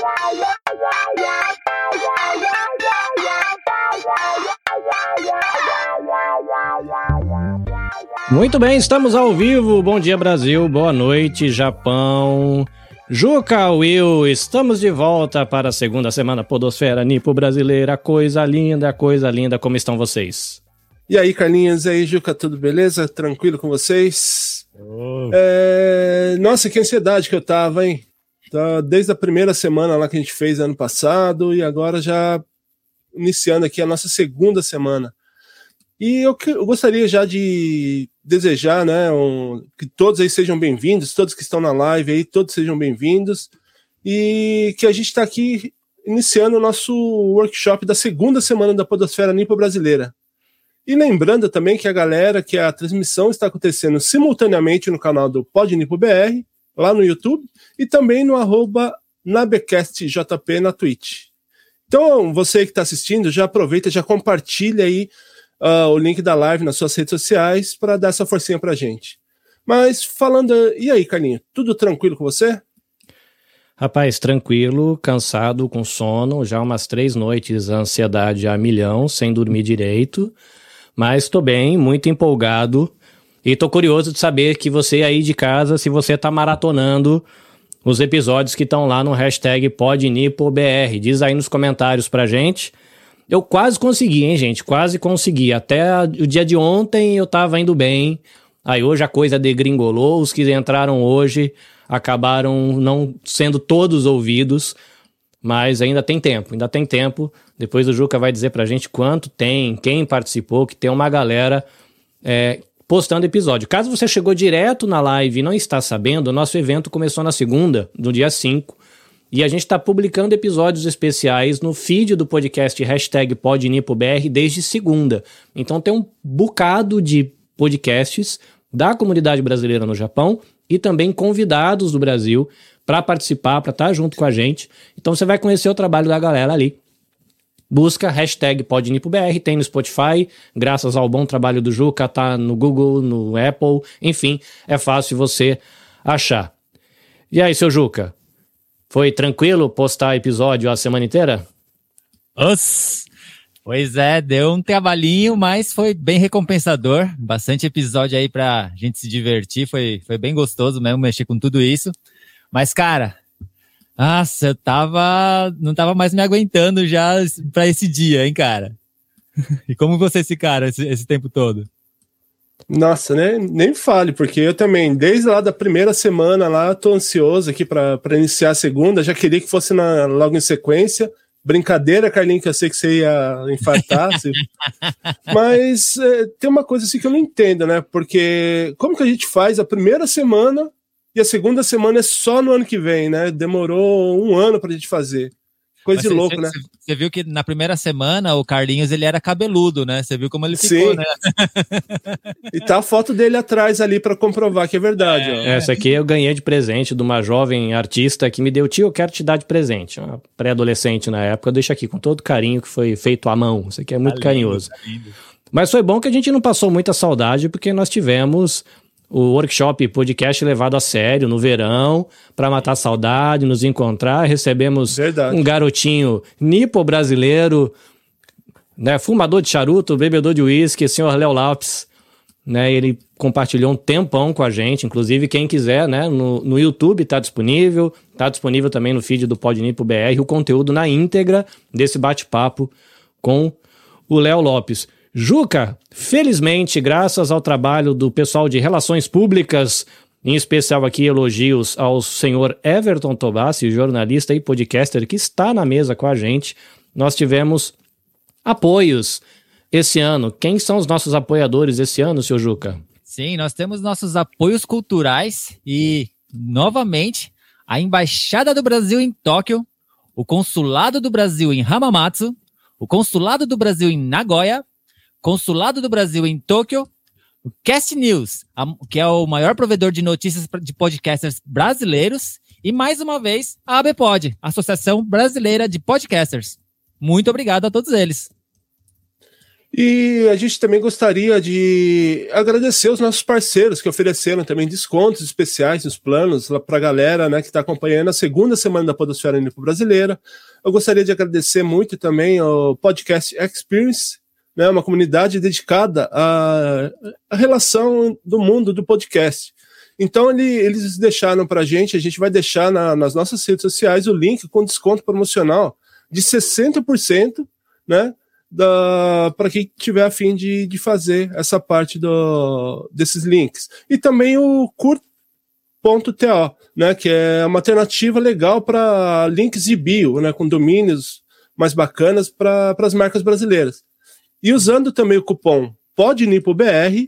Muito bem, estamos ao vivo. Bom dia, Brasil. Boa noite, Japão. Juca, Will, estamos de volta para a segunda semana Podosfera Nipo Brasileira. Coisa linda, coisa linda. Como estão vocês? E aí, Carlinhos? E aí, Juca, tudo beleza? Tranquilo com vocês? Nossa, que ansiedade que eu tava, hein? Desde a primeira semana lá que a gente fez ano passado e agora já iniciando aqui a nossa segunda semana. E eu gostaria já de desejar, né, que todos aí sejam bem-vindos, todos que estão na live aí, todos sejam bem-vindos, e que a gente está aqui iniciando o nosso workshop da segunda semana da Podosfera Nipo Brasileira. E lembrando também que a transmissão está acontecendo simultaneamente no canal do PodNipoBR, lá no YouTube, e também no @nabecastjp na Twitch. Então, você que está assistindo, já aproveita, já compartilha aí o link da live nas suas redes sociais para dar essa forcinha pra gente. Mas falando... E aí, Carlinhos? Tudo tranquilo com você? Rapaz, tranquilo, cansado, com sono, já umas 3 noites, ansiedade a milhão, sem dormir direito, mas tô bem, muito empolgado e tô curioso de saber que você aí de casa, se você tá maratonando os episódios que estão lá no hashtag PodNipoBR. Diz aí nos comentários pra gente. Eu quase consegui, hein, gente? Quase consegui. Até o dia de ontem eu tava indo bem. Aí hoje a coisa degringolou. Os que entraram hoje acabaram não sendo todos ouvidos. Mas ainda tem tempo, Depois o Juca vai dizer pra gente quanto tem, quem participou, que tem uma galera postando episódio. Caso você chegou direto na live e não está sabendo, o nosso evento começou na segunda, no dia 5. E a gente está publicando episódios especiais no feed do podcast hashtag PodNipoBR desde segunda. Então tem um bocado de podcasts da comunidade brasileira no Japão e também convidados do Brasil para participar, para estar junto com a gente. Então você vai conhecer o trabalho da galera ali. Busca hashtag PodNipoBR, tem no Spotify, graças ao bom trabalho do Juca, tá no Google, no Apple, enfim, é fácil você achar. E aí, seu Juca? Foi tranquilo postar episódio a semana inteira? Pois é, deu um trabalhinho, mas foi bem recompensador. Bastante episódio aí pra gente se divertir, foi bem gostoso mesmo mexer com tudo isso. Mas, cara, nossa, eu não tava mais me aguentando já pra esse dia, hein, cara? E como vocês ficaram esse tempo todo? Nossa, né? Nem fale, porque eu também, desde lá da primeira semana lá, tô ansioso aqui para iniciar a segunda, já queria que fosse logo em sequência. Brincadeira, Carlinhos, que eu sei que você ia infartar. Mas tem uma coisa assim que eu não entendo, né? Porque como que a gente faz a primeira semana e a segunda semana é só no ano que vem, né? Demorou 1 ano pra gente fazer. Coisa de louco, né? Você viu que na primeira semana o Carlinhos, ele era cabeludo, né? Você viu como ele ficou, Sim. Né? E tá a foto dele atrás ali pra comprovar que é verdade. Ó. Essa aqui eu ganhei de presente de uma jovem artista que me deu: tio, eu quero te dar de presente. Uma pré-adolescente na época, eu deixo aqui com todo carinho, que foi feito à mão. Isso aqui é muito carinhoso. Lindo. Mas foi bom que a gente não passou muita saudade, porque nós tivemos o workshop podcast levado a sério no verão, para matar a saudade, nos encontrar. Recebemos um garotinho nipo brasileiro, né, fumador de charuto, bebedor de uísque, senhor Léo Lopes, né, ele compartilhou um tempão com a gente. Inclusive quem quiser, né, no YouTube está disponível também no feed do PodNipoBR o conteúdo na íntegra desse bate-papo com o Léo Lopes. Juca, felizmente, graças ao trabalho do pessoal de Relações Públicas, em especial aqui elogios ao senhor Everton Tobassi, jornalista e podcaster que está na mesa com a gente, nós tivemos apoios esse ano. Quem são os nossos apoiadores esse ano, seu Juca? Sim, nós temos nossos apoios culturais e, novamente, a Embaixada do Brasil em Tóquio, o Consulado do Brasil em Hamamatsu, o Consulado do Brasil em Nagoya, Consulado do Brasil em Tóquio, o Cast News, que é o maior provedor de notícias de podcasters brasileiros, e mais uma vez a ABPod, Associação Brasileira de Podcasters. Muito obrigado a todos eles. E a gente também gostaria de agradecer os nossos parceiros que ofereceram também descontos especiais nos planos para a galera, né, que está acompanhando a segunda semana da Podosfera Nipo Brasileira. Eu gostaria de agradecer muito também ao Podcast Experience, né, uma comunidade dedicada à relação do mundo do podcast. Então eles deixaram para a gente vai deixar nas nossas redes sociais o link com desconto promocional de 60%, né, para quem tiver a fim de fazer essa parte desses links. E também o Curt.to, né, que é uma alternativa legal para links de bio, né, com domínios mais bacanas para as marcas brasileiras. E usando também o cupom PODNIPOBR,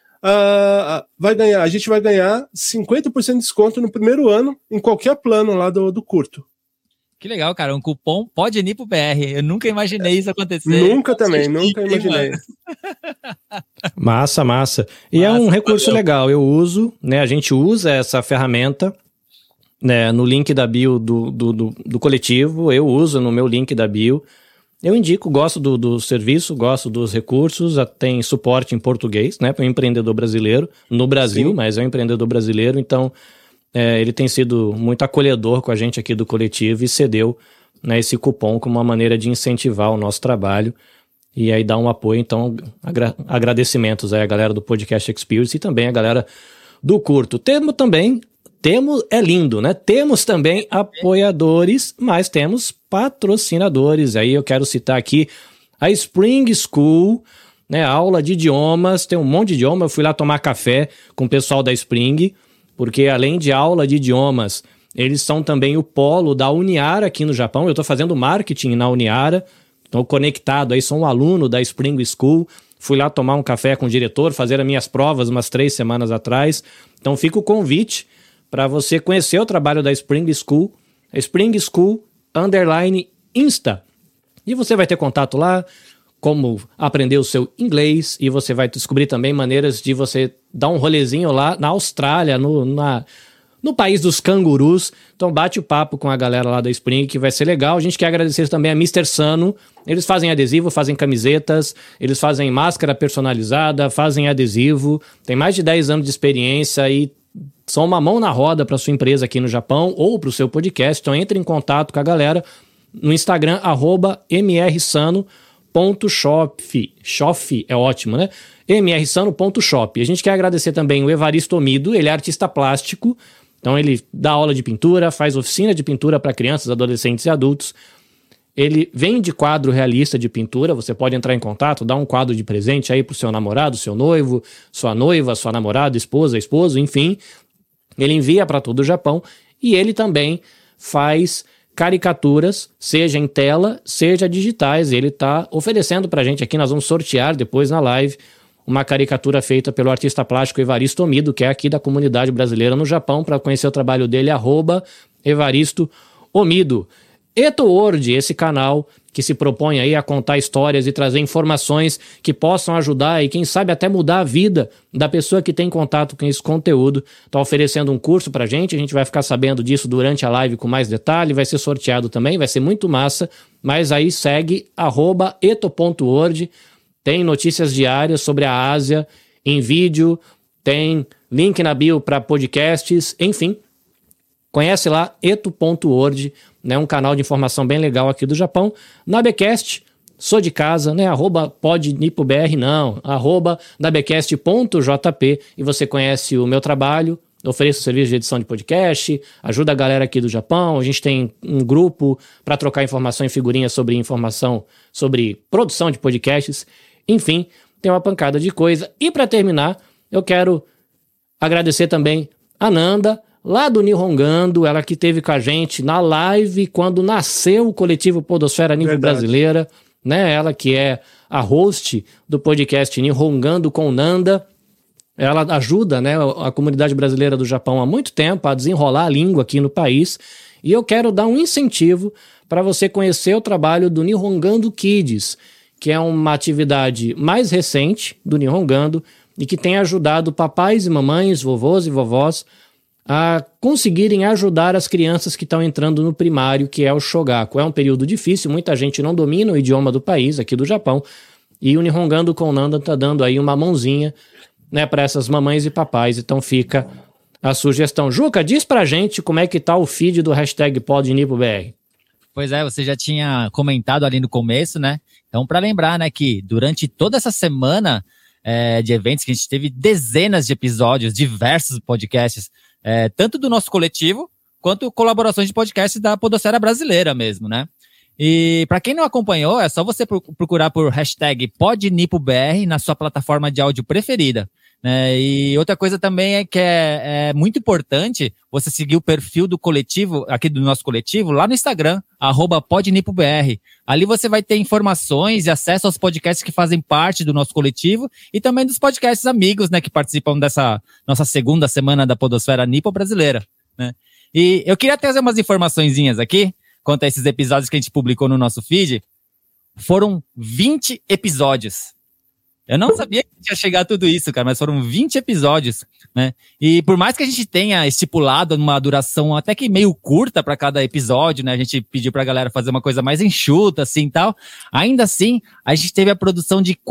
a gente vai ganhar 50% de desconto no primeiro ano em qualquer plano lá do Curto. Que legal, cara. Um cupom PODNIPOBR. Eu nunca imaginei isso acontecer. Nunca imaginei. Massa. E é um recurso legal. Eu uso, né? A gente usa essa ferramenta, né, no link da bio do coletivo. Eu uso no meu link da bio. Eu indico, gosto do serviço, gosto dos recursos, tem suporte em português, né, para o empreendedor brasileiro, no Brasil, sim, mas é um empreendedor brasileiro, então ele tem sido muito acolhedor com a gente aqui do coletivo e cedeu, né, esse cupom como uma maneira de incentivar o nosso trabalho e aí dar um apoio. Então, agradecimentos aí à galera do Podcast Experience e também à galera do Curto. Temos, é lindo, né? Temos também apoiadores, mas temos patrocinadores. Aí eu quero citar aqui a Spring School, né? Aula de idiomas, tem um monte de idioma. Eu fui lá tomar café com o pessoal da Spring, porque além de aula de idiomas, eles são também o polo da Uniara aqui no Japão. Eu estou fazendo marketing na Uniara, estou conectado aí, sou um aluno da Spring School. Fui lá tomar um café com o diretor, fazer as minhas provas umas 3 semanas atrás. Então fica o convite para você conhecer o trabalho da Spring School, Spring School _Insta. E você vai ter contato lá, como aprender o seu inglês, e você vai descobrir também maneiras de você dar um rolezinho lá na Austrália, no país dos cangurus. Então bate o papo com a galera lá da Spring, que vai ser legal. A gente quer agradecer também a Mr. Sano. Eles fazem adesivo, fazem camisetas, eles fazem máscara personalizada, fazem adesivo. Tem mais de 10 anos de experiência e são uma mão na roda para sua empresa aqui no Japão ou para o seu podcast. Então entre em contato com a galera no Instagram, @mrsano.shop. Shop é ótimo, né? mrsano.shop. A gente quer agradecer também o Evaristo Omido, ele é artista plástico, então ele dá aula de pintura, faz oficina de pintura para crianças, adolescentes e adultos. Ele vende quadro realista de pintura, você pode entrar em contato, dar um quadro de presente aí pro seu namorado, seu noivo, sua noiva, sua namorada, esposa, esposo, enfim. Ele envia para todo o Japão e ele também faz caricaturas, seja em tela, seja digitais. Ele está oferecendo para a gente aqui, nós vamos sortear depois na live, uma caricatura feita pelo artista plástico Evaristo Omido, que é aqui da comunidade brasileira no Japão. Para conhecer o trabalho dele, @Evaristo Omido. EtoWord, esse canal que se propõe aí a contar histórias e trazer informações que possam ajudar e quem sabe até mudar a vida da pessoa que tem contato com esse conteúdo. Está oferecendo um curso pra gente, a gente vai ficar sabendo disso durante a live com mais detalhe, vai ser sorteado também, vai ser muito massa, mas aí segue @eto.word, tem notícias diárias sobre a Ásia em vídeo, tem link na bio para podcasts, enfim. Conhece lá, eto.word, né, um canal de informação bem legal aqui do Japão. Na Becast, sou de casa, né, @podnipobr, não, @nabecast.jp, e você conhece o meu trabalho, ofereço serviço de edição de podcast, ajuda a galera aqui do Japão, a gente tem um grupo para trocar informação e figurinhas sobre produção de podcasts, enfim, tem uma pancada de coisa. E para terminar, eu quero agradecer também a Nanda, lá do Nihongando, ela que esteve com a gente na live quando nasceu o coletivo Podosfera Nipo Brasileira, né? Ela que é a host do podcast Nihongando com Nanda. Ela ajuda, né, a comunidade brasileira do Japão há muito tempo a desenrolar a língua aqui no país. E eu quero dar um incentivo para você conhecer o trabalho do Nihongando Kids, que é uma atividade mais recente do Nihongando e que tem ajudado papais e mamães, vovôs e vovós a conseguirem ajudar as crianças que estão entrando no primário, que é o Shogaku. É um período difícil, muita gente não domina o idioma do país, aqui do Japão, E o Nihongando com Nanda tá dando aí uma mãozinha, né, para essas mamães e papais. Então fica a sugestão. Juca, diz pra gente como é que tá o feed do #PodNipoBR. Pois é, você já tinha comentado ali no começo, né? Então, para lembrar, né, que durante toda essa semana de eventos, que a gente teve dezenas de episódios, diversos podcasts, tanto do nosso coletivo, quanto colaborações de podcasts da podosfera brasileira mesmo, né? E para quem não acompanhou, é só você procurar por #PodNipoBR na sua plataforma de áudio preferida. E outra coisa também é que é muito importante você seguir o perfil do coletivo, aqui do nosso coletivo, lá no Instagram, @PodNipoBR. Ali você vai ter informações e acesso aos podcasts que fazem parte do nosso coletivo e também dos podcasts amigos, né, que participam dessa nossa segunda semana da podosfera nipo brasileira, né? E eu queria trazer umas informaçõezinhas aqui, quanto a esses episódios que a gente publicou no nosso feed. Foram 20 episódios. Eu não sabia que tinha chegado a tudo isso, cara, mas foram 20 episódios, né? E por mais que a gente tenha estipulado uma duração até que meio curta para cada episódio, né? A gente pediu pra galera fazer uma coisa mais enxuta, assim, e tal. Ainda assim, a gente teve a produção de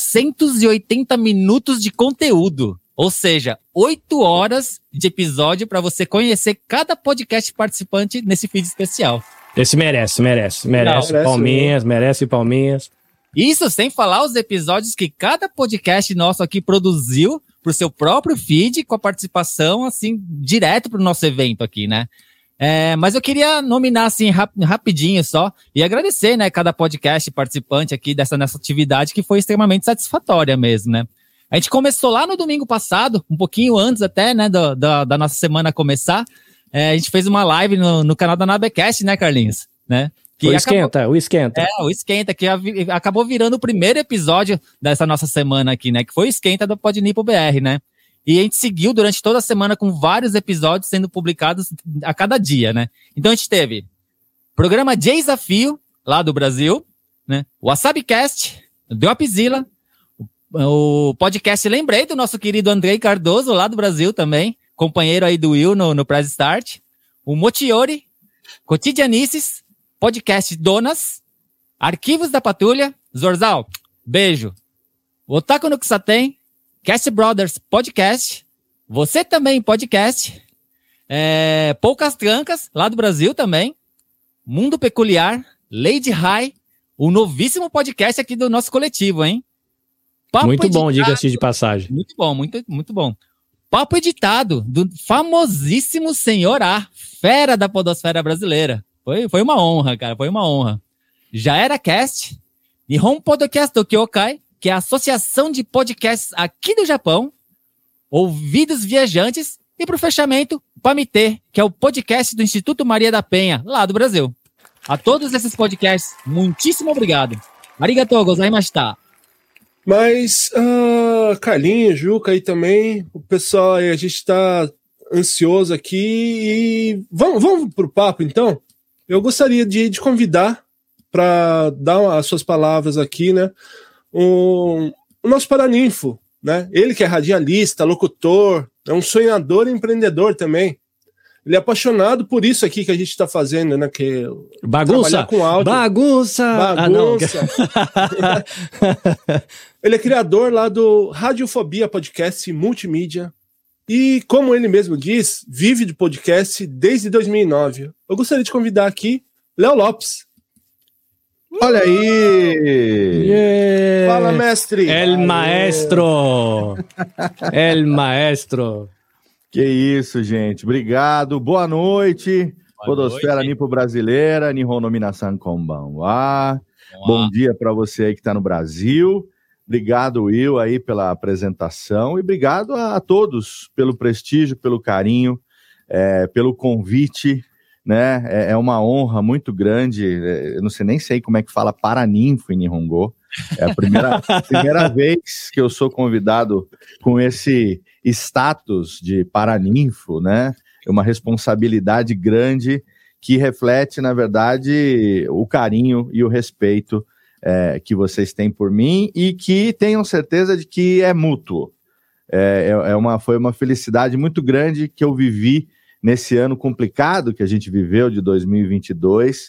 480 minutos de conteúdo. Ou seja, 8 horas de episódio para você conhecer cada podcast participante nesse feed especial. Esse merece palminhas, merece palminhas. Isso sem falar os episódios que cada podcast nosso aqui produziu pro seu próprio feed, com a participação, assim, direto pro nosso evento aqui, né? Mas eu queria nominar, assim, rapidinho só, e agradecer, né, cada podcast participante aqui dessa nossa atividade, que foi extremamente satisfatória mesmo, né? A gente começou lá no domingo passado, um pouquinho antes até, né, da nossa semana começar. A gente fez uma live no canal da Nabecast, né, Carlinhos? Né? O Esquenta. O Esquenta, que acabou virando o primeiro episódio dessa nossa semana aqui, né? Que foi o Esquenta do PodNipoBR, né? E a gente seguiu durante toda a semana com vários episódios sendo publicados a cada dia, né? Então a gente teve programa Desafio, lá do Brasil, né? O WasabiCast, o Dropzilla, o podcast Lembrei, do nosso querido Andrei Cardoso, lá do Brasil também, companheiro aí do Will no Press Start, o Motiori, Cotidianices, podcast Donas, Arquivos da Patrulha, Zorzal, beijo, Otaku no Kisaten, Cast Brothers Podcast, Você Também Podcast, Poucas Trancas, lá do Brasil também, Mundo Peculiar, Lady High, o novíssimo podcast aqui do nosso coletivo, hein? Papo muito editado, bom, diga-se de passagem. Muito bom, muito bom. Papo editado do famosíssimo Senhor A, fera da podosfera brasileira. Foi uma honra, cara, foi uma honra. Já era cast, Nihon Podcast do Kyokai, que é a associação de podcasts aqui do Japão, Ouvidos Viajantes, e pro fechamento, Pamite, que é o podcast do Instituto Maria da Penha, lá do Brasil. A todos esses podcasts, muitíssimo obrigado. Arigatou gozaimashita. Mas, Carlinhos, Juca aí também, o pessoal aí, a gente tá ansioso aqui e vamos pro papo então? Eu gostaria de convidar para dar as suas palavras aqui, né? O nosso paraninfo, né? Ele que é radialista, locutor, é um sonhador e empreendedor também. Ele é apaixonado por isso aqui que a gente está fazendo, né? Que bagunça! Com áudio. Bagunça! Ele é criador lá do Radiofobia Podcast Multimídia. E, como ele mesmo diz, vive de podcast desde 2009. Eu gostaria de convidar aqui Léo Lopes. Olha aí! Yeah. Fala, mestre! El maestro! El maestro! Que isso, gente. Obrigado. Boa noite. Podosfera Nipo Brasileira, Nihon no Minasan Konbanwa. Bom dia para você aí que está no Brasil. Obrigado, Will, aí pela apresentação e obrigado a todos pelo prestígio, pelo carinho, pelo convite, né? É uma honra muito grande. Eu não sei nem como é que fala paraninfo em Nihongo. É a primeira vez que eu sou convidado com esse status de paraninfo, né? É uma responsabilidade grande que reflete, na verdade, o carinho e o respeito que vocês têm por mim e que tenham certeza de que é mútuo. Foi uma felicidade muito grande que eu vivi nesse ano complicado que a gente viveu de 2022.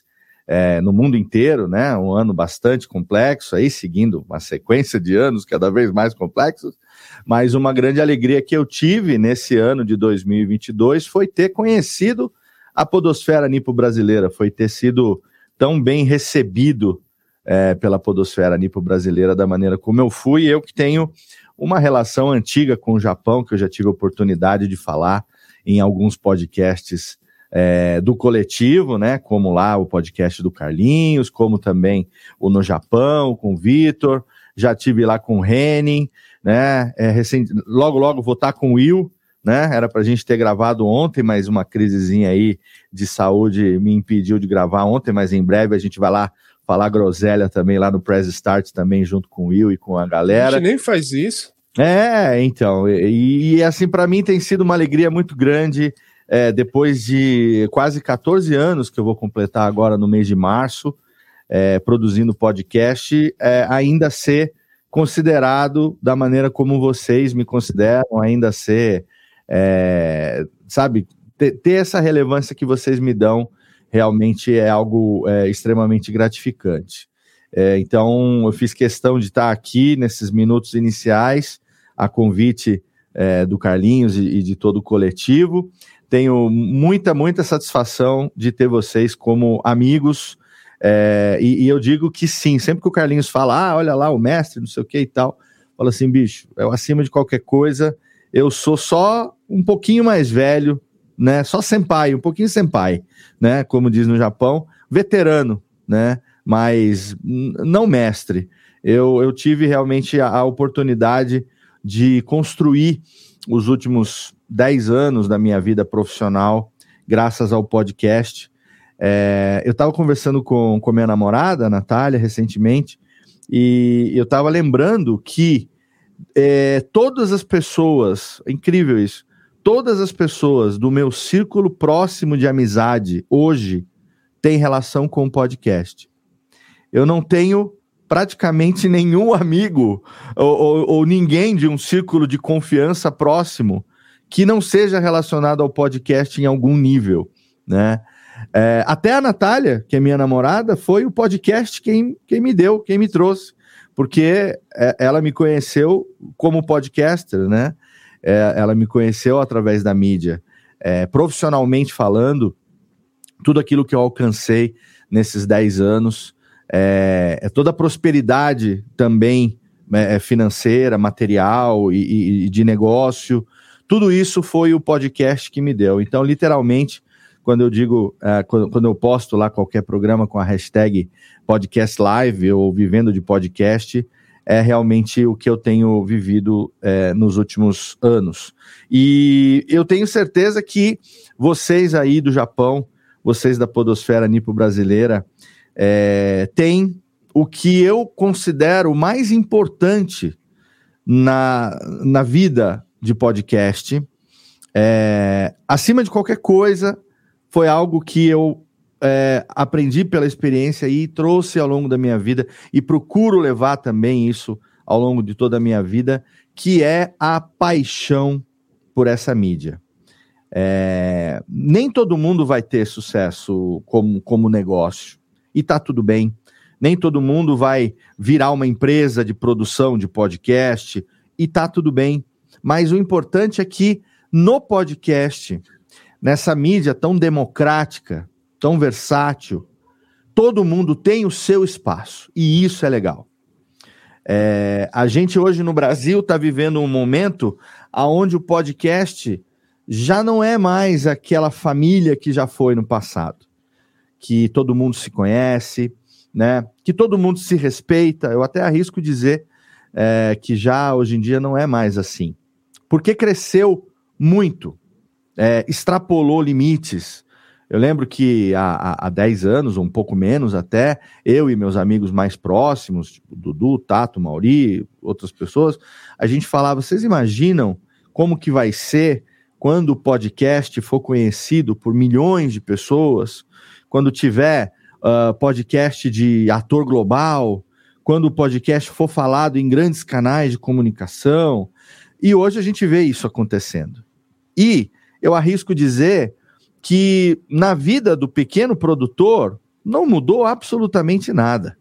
no mundo inteiro, né? Um ano bastante complexo, aí seguindo uma sequência de anos cada vez mais complexos, mas uma grande alegria que eu tive nesse ano de 2022 foi ter conhecido a podosfera nipo-brasileira, foi ter sido tão bem recebido pela podosfera nipo-brasileira da maneira como eu fui. Eu que tenho uma relação antiga com o Japão, que eu já tive a oportunidade de falar em alguns podcasts do coletivo, né, como lá o podcast do Carlinhos, como também o No Japão, com o Vitor, já tive lá com o Henning, né, logo vou estar com o Will, né, era pra gente ter gravado ontem, mas uma crisezinha aí de saúde me impediu de gravar ontem, mas em breve a gente vai lá falar groselha também lá no Press Start também junto com o Will e com a galera. A gente nem faz isso. Então, e assim, para mim tem sido uma alegria muito grande, depois de quase 14 anos que eu vou completar agora no mês de março, produzindo podcast, ainda ser considerado da maneira como vocês me consideram, ainda ser, sabe, ter essa relevância que vocês me dão, realmente é algo extremamente gratificante. Então, eu fiz questão de estar aqui nesses minutos iniciais, a convite do Carlinhos e de todo o coletivo. Tenho muita satisfação de ter vocês como amigos, e eu digo que sim, sempre que o Carlinhos fala, olha lá o mestre, não sei o que e tal, falo assim, bicho, acima de qualquer coisa, eu sou só um pouquinho mais velho, né, só senpai, um pouquinho senpai, né, como diz no Japão, veterano, né, mas não mestre. Eu tive realmente a oportunidade de construir os últimos 10 anos da minha vida profissional graças ao podcast. Eu estava conversando com minha namorada, a Natália, recentemente, e eu estava lembrando que todas as pessoas, é incrível isso, todas as pessoas do meu círculo próximo de amizade hoje têm relação com o podcast. Eu não tenho praticamente nenhum amigo ou ninguém de um círculo de confiança próximo que não seja relacionado ao podcast em algum nível, né? Até a Natália, que é minha namorada, foi o podcast quem me deu, quem me trouxe, porque ela me conheceu como podcaster, né? Ela me conheceu através da mídia. Profissionalmente falando, tudo aquilo que eu alcancei nesses 10 anos, toda a prosperidade também financeira, material e de negócio, tudo isso foi o podcast que me deu. Então, literalmente, quando eu digo, quando eu posto lá qualquer programa com a hashtag podcast live ou vivendo de podcast, é realmente o que eu tenho vivido nos últimos anos. E eu tenho certeza que vocês aí do Japão, vocês da podosfera nipo-brasileira, têm o que eu considero mais importante na vida de podcast. Acima de qualquer coisa, foi algo que eu aprendi pela experiência e trouxe ao longo da minha vida e procuro levar também isso ao longo de toda a minha vida, que é a paixão por essa mídia. Nem todo mundo vai ter sucesso como negócio, e tá tudo bem. Nem todo mundo vai virar uma empresa de produção de podcast, e tá tudo bem. Mas o importante é que no podcast, nessa mídia tão democrática, tão versátil, todo mundo tem o seu espaço, e isso é legal. A gente hoje no Brasil está vivendo um momento onde o podcast já não é mais aquela família que já foi no passado, que todo mundo se conhece, né? Que todo mundo se respeita. Eu até arrisco dizer que já hoje em dia não é mais assim, porque cresceu muito, extrapolou limites. Eu lembro que há 10 anos, ou um pouco menos até, eu e meus amigos mais próximos, tipo Dudu, Tato, Mauri, outras pessoas, a gente falava, vocês imaginam como que vai ser quando o podcast for conhecido por milhões de pessoas, quando tiver podcast de ator global, quando o podcast for falado em grandes canais de comunicação, e hoje a gente vê isso acontecendo. E eu arrisco dizer que na vida do pequeno produtor, não mudou absolutamente nada.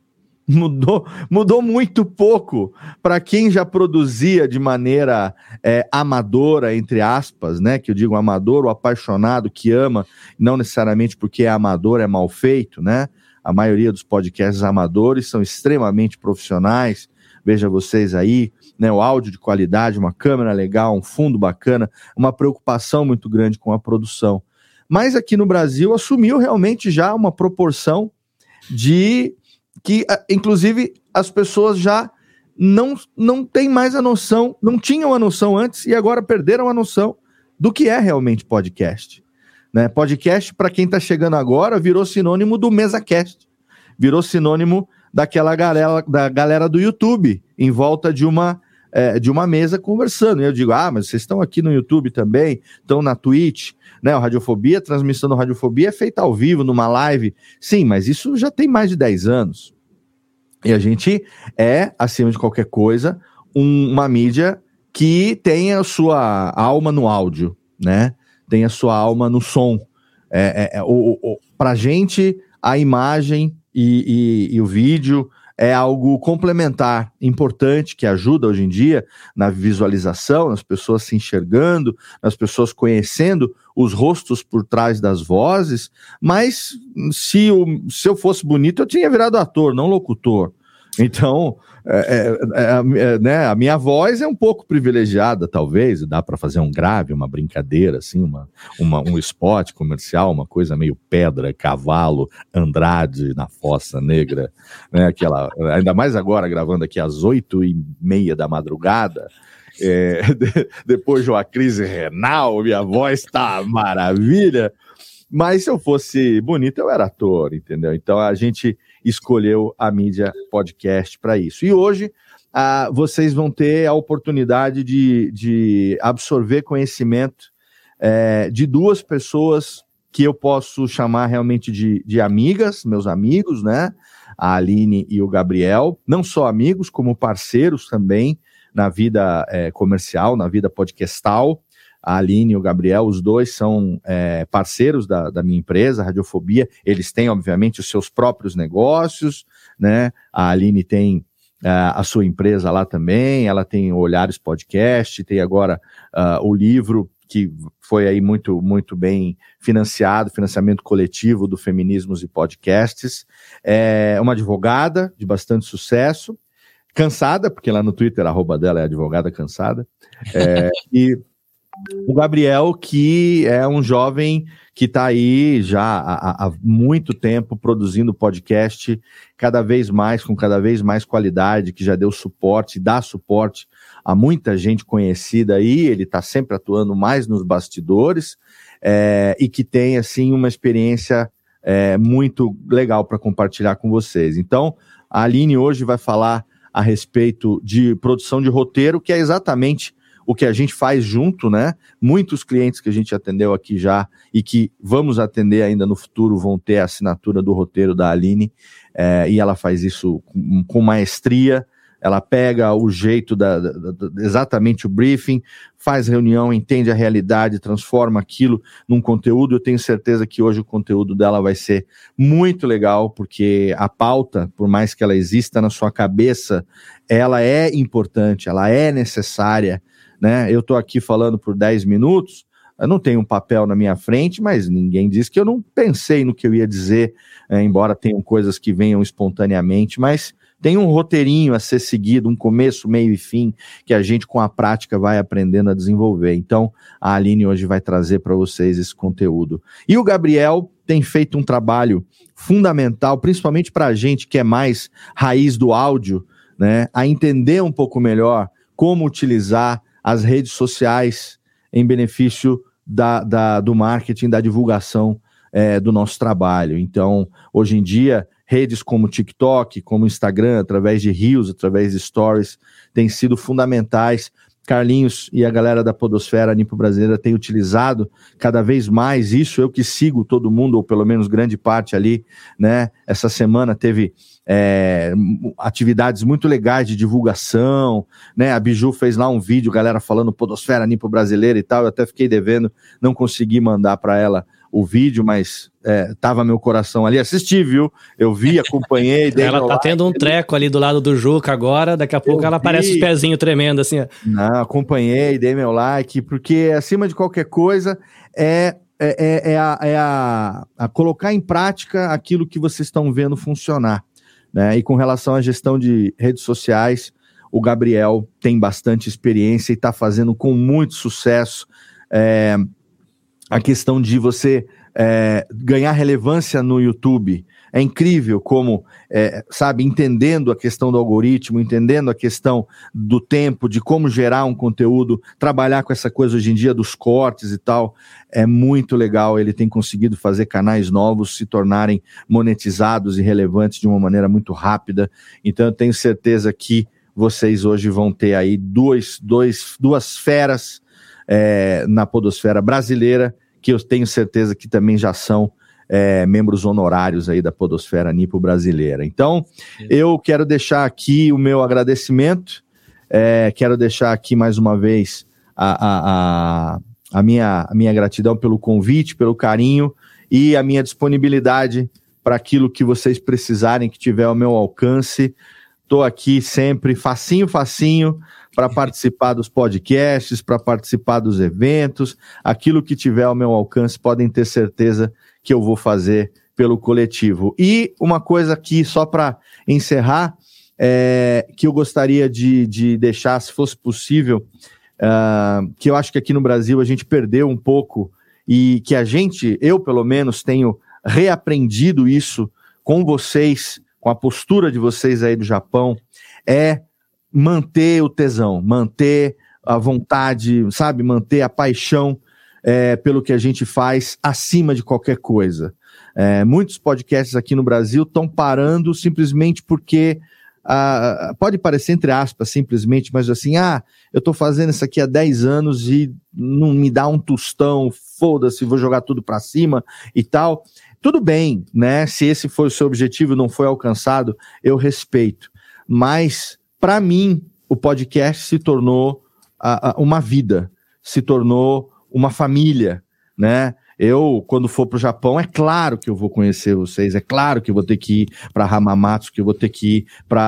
Mudou muito pouco para quem já produzia de maneira amadora, entre aspas, né? Que eu digo amador, o apaixonado que ama, não necessariamente porque é amador, é mal feito, né? A maioria dos podcasts amadores são extremamente profissionais. Veja vocês aí, né? O áudio de qualidade, uma câmera legal, um fundo bacana, uma preocupação muito grande com a produção. Mas aqui no Brasil assumiu realmente já uma proporção de que, inclusive, as pessoas já não têm mais a noção, não tinham a noção antes e agora perderam a noção do que é realmente podcast. Né? Podcast, para quem está chegando agora, virou sinônimo do MesaCast, virou sinônimo daquela galera do YouTube, em volta de uma mesa conversando. E eu digo, mas vocês estão aqui no YouTube também, estão na Twitch, né? O Radiofobia, a transmissão do Radiofobia é feita ao vivo, numa live. Sim, mas isso já tem mais de 10 anos. E a gente acima de qualquer coisa, uma mídia que tem a sua alma no áudio, né? Tem a sua alma no som. Pra gente, a imagem e o vídeo é algo complementar, importante, que ajuda hoje em dia na visualização, nas pessoas se enxergando, nas pessoas conhecendo os rostos por trás das vozes, mas se eu fosse bonito, eu tinha virado ator, não locutor. Então, né, a minha voz é um pouco privilegiada, talvez, dá para fazer um grave, uma brincadeira, assim, um spot comercial, uma coisa meio Pedra, Cavalo, Andrade na Fossa Negra, né, ainda mais agora, gravando aqui às 8h30 da madrugada, depois de uma crise renal, minha voz tá maravilha, mas se eu fosse bonito, eu era ator, entendeu? Então a gente escolheu a mídia podcast para isso. E hoje vocês vão ter a oportunidade de absorver conhecimento de duas pessoas que eu posso chamar realmente de amigas, meus amigos, né? A Aline e o Gabriel, não só amigos, como parceiros também na vida comercial, na vida podcastal. A Aline e o Gabriel, os dois são parceiros da minha empresa, Radiofobia. Eles têm, obviamente, os seus próprios negócios, né? A Aline tem a sua empresa lá também, ela tem o Olhares Podcast, tem agora o livro que foi aí muito, muito bem financiado, financiamento coletivo do Feminismos e Podcasts. É uma advogada de bastante sucesso, cansada, porque lá no Twitter a arroba dela é advogada cansada, e o Gabriel, que é um jovem que está aí já há muito tempo produzindo podcast com cada vez mais qualidade, que já deu suporte, dá suporte a muita gente conhecida aí, ele está sempre atuando mais nos bastidores e que tem assim uma experiência muito legal para compartilhar com vocês. Então, a Aline hoje vai falar a respeito de produção de roteiro, que é exatamente o que a gente faz junto, né? Muitos clientes que a gente atendeu aqui já e que vamos atender ainda no futuro vão ter a assinatura do roteiro da Aline, e ela faz isso com maestria. Ela pega o jeito exatamente o briefing, faz reunião, entende a realidade, transforma aquilo num conteúdo. Eu tenho certeza que hoje o conteúdo dela vai ser muito legal, porque a pauta, por mais que ela exista na sua cabeça, ela é importante, ela é necessária, né? Eu estou aqui falando por 10 minutos, eu não tenho um papel na minha frente, mas ninguém diz que eu não pensei no que eu ia dizer, embora tenham coisas que venham espontaneamente, mas tem um roteirinho a ser seguido, um começo, meio e fim, que a gente com a prática vai aprendendo a desenvolver. Então, a Aline hoje vai trazer para vocês esse conteúdo. E o Gabriel tem feito um trabalho fundamental, principalmente para a gente que é mais raiz do áudio, né, a entender um pouco melhor como utilizar as redes sociais em benefício do marketing, da divulgação do nosso trabalho. Então, hoje em dia, redes como TikTok, como Instagram, através de Reels, através de Stories, têm sido fundamentais. Carlinhos e a galera da Podosfera Nipo Brasileira têm utilizado cada vez mais isso. Eu que sigo todo mundo, ou pelo menos grande parte ali, né? Essa semana teve atividades muito legais de divulgação, né? A Biju fez lá um vídeo, galera falando Podosfera Nipo Brasileira e tal. Eu até fiquei devendo, não consegui mandar para ela o vídeo, mas tava meu coração ali. Assisti, viu? Eu vi, acompanhei. Ela tá tendo um treco ali do lado do Juca agora, daqui a pouco ela aparece os pezinhos tremendo assim. Não, acompanhei, dei meu like, porque acima de qualquer coisa a colocar em prática aquilo que vocês estão vendo funcionar, né? E com relação à gestão de redes sociais, o Gabriel tem bastante experiência e está fazendo com muito sucesso a questão de você ganhar relevância no YouTube. É incrível como, entendendo a questão do algoritmo, entendendo a questão do tempo, de como gerar um conteúdo, trabalhar com essa coisa hoje em dia dos cortes e tal, é muito legal. Ele tem conseguido fazer canais novos se tornarem monetizados e relevantes de uma maneira muito rápida. Então eu tenho certeza que vocês hoje vão ter aí duas feras na podosfera brasileira, que eu tenho certeza que também já são membros honorários aí da podosfera nipo brasileira. Então, eu quero deixar aqui o meu agradecimento, quero deixar aqui mais uma vez a minha gratidão pelo convite, pelo carinho e a minha disponibilidade para aquilo que vocês precisarem, que tiver ao meu alcance. Estou aqui sempre, facinho, para participar dos podcasts, para participar dos eventos. Aquilo que tiver ao meu alcance, podem ter certeza que eu vou fazer pelo coletivo. E uma coisa aqui, só para encerrar, que eu gostaria de deixar, se fosse possível, que eu acho que aqui no Brasil a gente perdeu um pouco, e que eu pelo menos tenho reaprendido isso com vocês, com a postura de vocês aí do Japão, é manter o tesão, manter a vontade, sabe? Manter a paixão pelo que a gente faz acima de qualquer coisa. Muitos podcasts aqui no Brasil estão parando simplesmente porque, pode parecer entre aspas simplesmente, mas assim, eu estou fazendo isso aqui há 10 anos e não me dá um tostão, foda-se, vou jogar tudo para cima e tal. Tudo bem, né? Se esse foi o seu objetivo e não foi alcançado, eu respeito. Mas, para mim, o podcast se tornou uma vida, se tornou uma família, né? Eu, quando for para o Japão, é claro que eu vou conhecer vocês, é claro que eu vou ter que ir para Hamamatsu, que eu vou ter que ir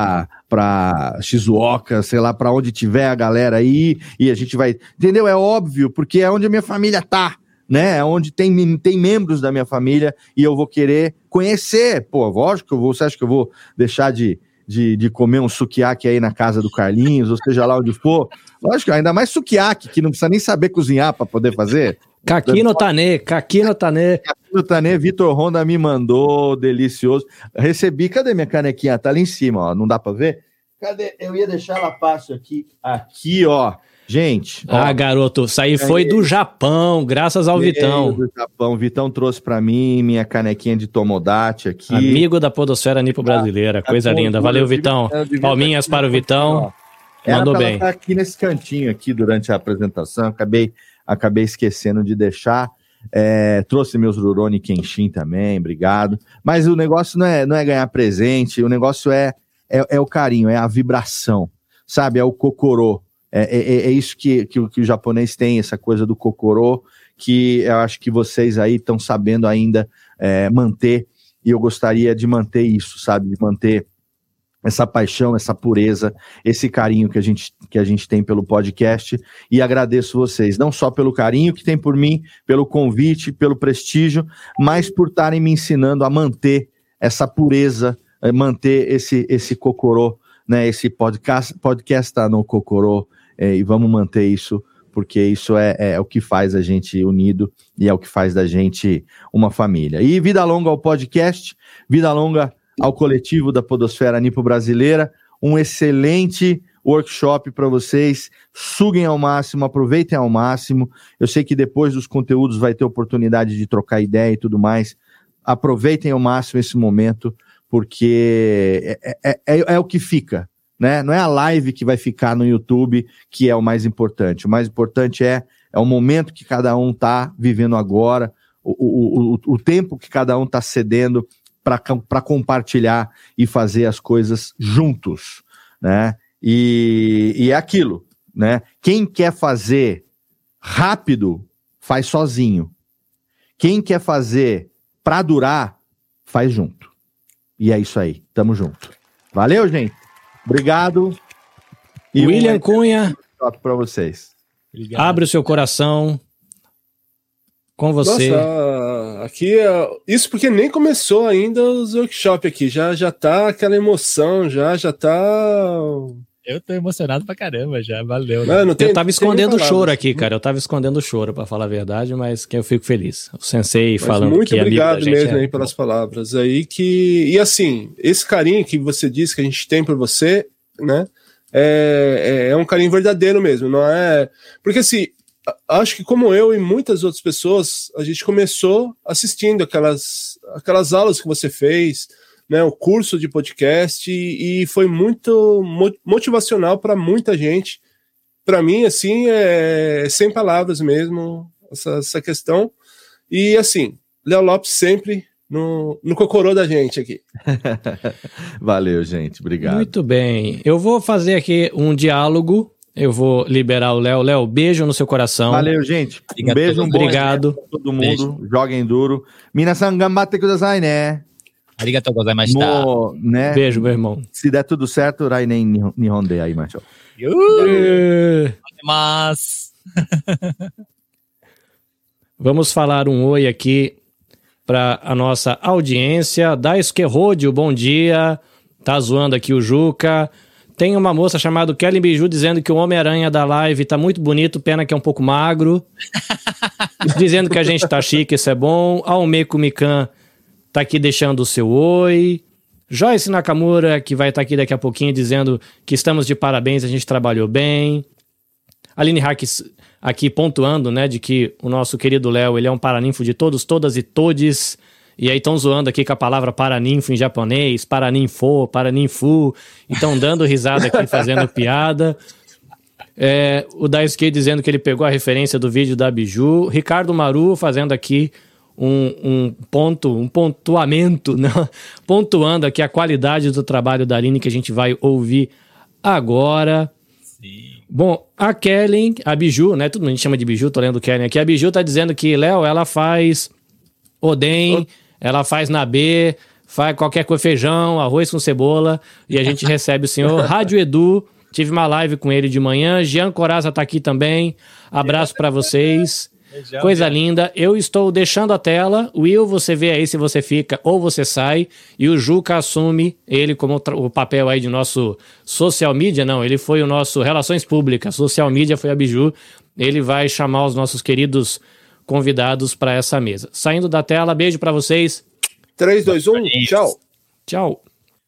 para Shizuoka, sei lá, para onde tiver a galera aí, e a gente vai... Entendeu? É óbvio, porque é onde a minha família tá, né? É onde tem membros da minha família e eu vou querer conhecer. Pô, lógico que eu vou... Você acha que eu vou deixar de comer um sukiyaki aí na casa do Carlinhos, ou seja lá onde for? Lógico, ainda mais sukiyaki, que não precisa nem saber cozinhar para poder fazer. Kaki no Tane. Kaki no Tane, Vitor Honda me mandou, delicioso. Recebi, cadê minha canequinha? Tá ali em cima, ó, não dá para ver? Cadê? Eu ia deixar ela fácil aqui. Aqui, ó. Gente. Ó, garoto, isso aí foi do Japão, graças ao Vitão. Do Japão. O Vitão trouxe para mim minha canequinha de Tomodachi aqui. Amigo da podosfera nipo brasileira, coisa linda. Valeu, Vitão. Palminhas para o Vitão. Mandou bem. Ela tá aqui nesse cantinho aqui durante a apresentação, acabei esquecendo de deixar. Trouxe meus Rurouni Kenshin também, obrigado. Mas o negócio não é ganhar presente, o negócio é o carinho, é a vibração, sabe? É o kokoro. É isso que o japonês tem, essa coisa do kokoro, que eu acho que vocês aí estão sabendo ainda manter, e eu gostaria de manter isso, sabe? De manter essa paixão, essa pureza, esse carinho que a gente tem pelo podcast, e agradeço vocês, não só pelo carinho que tem por mim, pelo convite, pelo prestígio, mas por estarem me ensinando a manter essa pureza, manter esse kokoro, né, esse podcast no kokoro, e vamos manter isso, porque isso é o que faz a gente unido e é o que faz da gente uma família. E vida longa ao podcast, vida longa ao coletivo da podosfera nipo brasileira, um excelente workshop para vocês, suguem ao máximo, aproveitem ao máximo. Eu sei que depois dos conteúdos vai ter oportunidade de trocar ideia e tudo mais, aproveitem ao máximo esse momento, porque é o que fica, né? Não é a live que vai ficar no YouTube que é o mais importante. O mais importante é o momento que cada um está vivendo agora, o tempo que cada um está cedendo para compartilhar e fazer as coisas juntos, né? E é aquilo, né? Quem quer fazer rápido, faz sozinho. Quem quer fazer pra durar, faz junto. E é isso aí, tamo junto. Valeu, gente. Obrigado. E William Cunha, para vocês. Obrigado. Abre o seu coração com você. Nossa, aqui isso porque nem começou ainda os workshops aqui, já tá aquela emoção, já tá. Eu tô emocionado pra caramba já, valeu. Mano, eu tava escondendo o choro aqui, cara. Eu tava escondendo o choro, pra falar a verdade, mas que eu fico feliz. O Sensei falando muito que é amigo da gente. Muito obrigado mesmo aí pelas palavras aí e assim, esse carinho que você disse que a gente tem por você, né, é um carinho verdadeiro mesmo, não é... Porque assim, acho que como eu e muitas outras pessoas, a gente começou assistindo aquelas aulas que você fez, né, o curso de podcast e foi muito motivacional para muita gente. Para mim, assim, é sem palavras mesmo essa questão. E assim, Léo Lopes sempre no cocorô da gente aqui. Valeu, gente. Obrigado. Muito bem. Eu vou fazer aqui um diálogo. Eu vou liberar o Léo. Léo, beijo no seu coração. Valeu, gente. Um beijo, obrigado. Todo mundo. Beijo. Joguem duro. Minasan gambatte kudasai, né? Arigatou gozaimashita. Né? Beijo, meu irmão. Se der tudo certo, Rainen Nihon de aimashou. Mas vamos falar um oi aqui para a nossa audiência. Daisuke Rodio, bom dia. Tá zoando aqui o Juca. Tem uma moça chamada Kelly Biju dizendo que o Homem-Aranha da live tá muito bonito, pena que é um pouco magro. Dizendo que a gente tá chique, isso é bom. Almeco Mikan tá aqui deixando o seu oi. Joyce Nakamura, que vai estar aqui daqui a pouquinho, dizendo que estamos de parabéns, a gente trabalhou bem. Aline Hack aqui pontuando, né, de que o nosso querido Léo, ele é um paraninfo de todos, todas e todes. E aí estão zoando aqui com a palavra paraninfo em japonês, paraninfo, paraninfu. Então dando risada aqui, fazendo piada. O Daisuke dizendo que ele pegou a referência do vídeo da Biju. Ricardo Maru fazendo aqui um pontuamento, né? Pontuando aqui a qualidade do trabalho da Aline que a gente vai ouvir agora. Sim. Bom, a Kellen, a Biju, né? Todo mundo chama de Biju, tô lendo Kellen aqui. A Biju tá dizendo que, Léo, ela faz oden, ela faz nabê, faz qualquer coisa, feijão, arroz com cebola, e a gente recebe o senhor Rádio Edu. Tive uma live com ele de manhã. Jean Coraza tá aqui também. Abraço pra vocês. Coisa linda. Eu estou deixando a tela. Will, você vê aí se você fica ou você sai. E o Juca assume ele como o papel aí de nosso social media. Não, ele foi o nosso relações públicas. Social media foi a Biju. Ele vai chamar os nossos queridos convidados para essa mesa. Saindo da tela, beijo para vocês. 3, 2, 1, tchau. Tchau.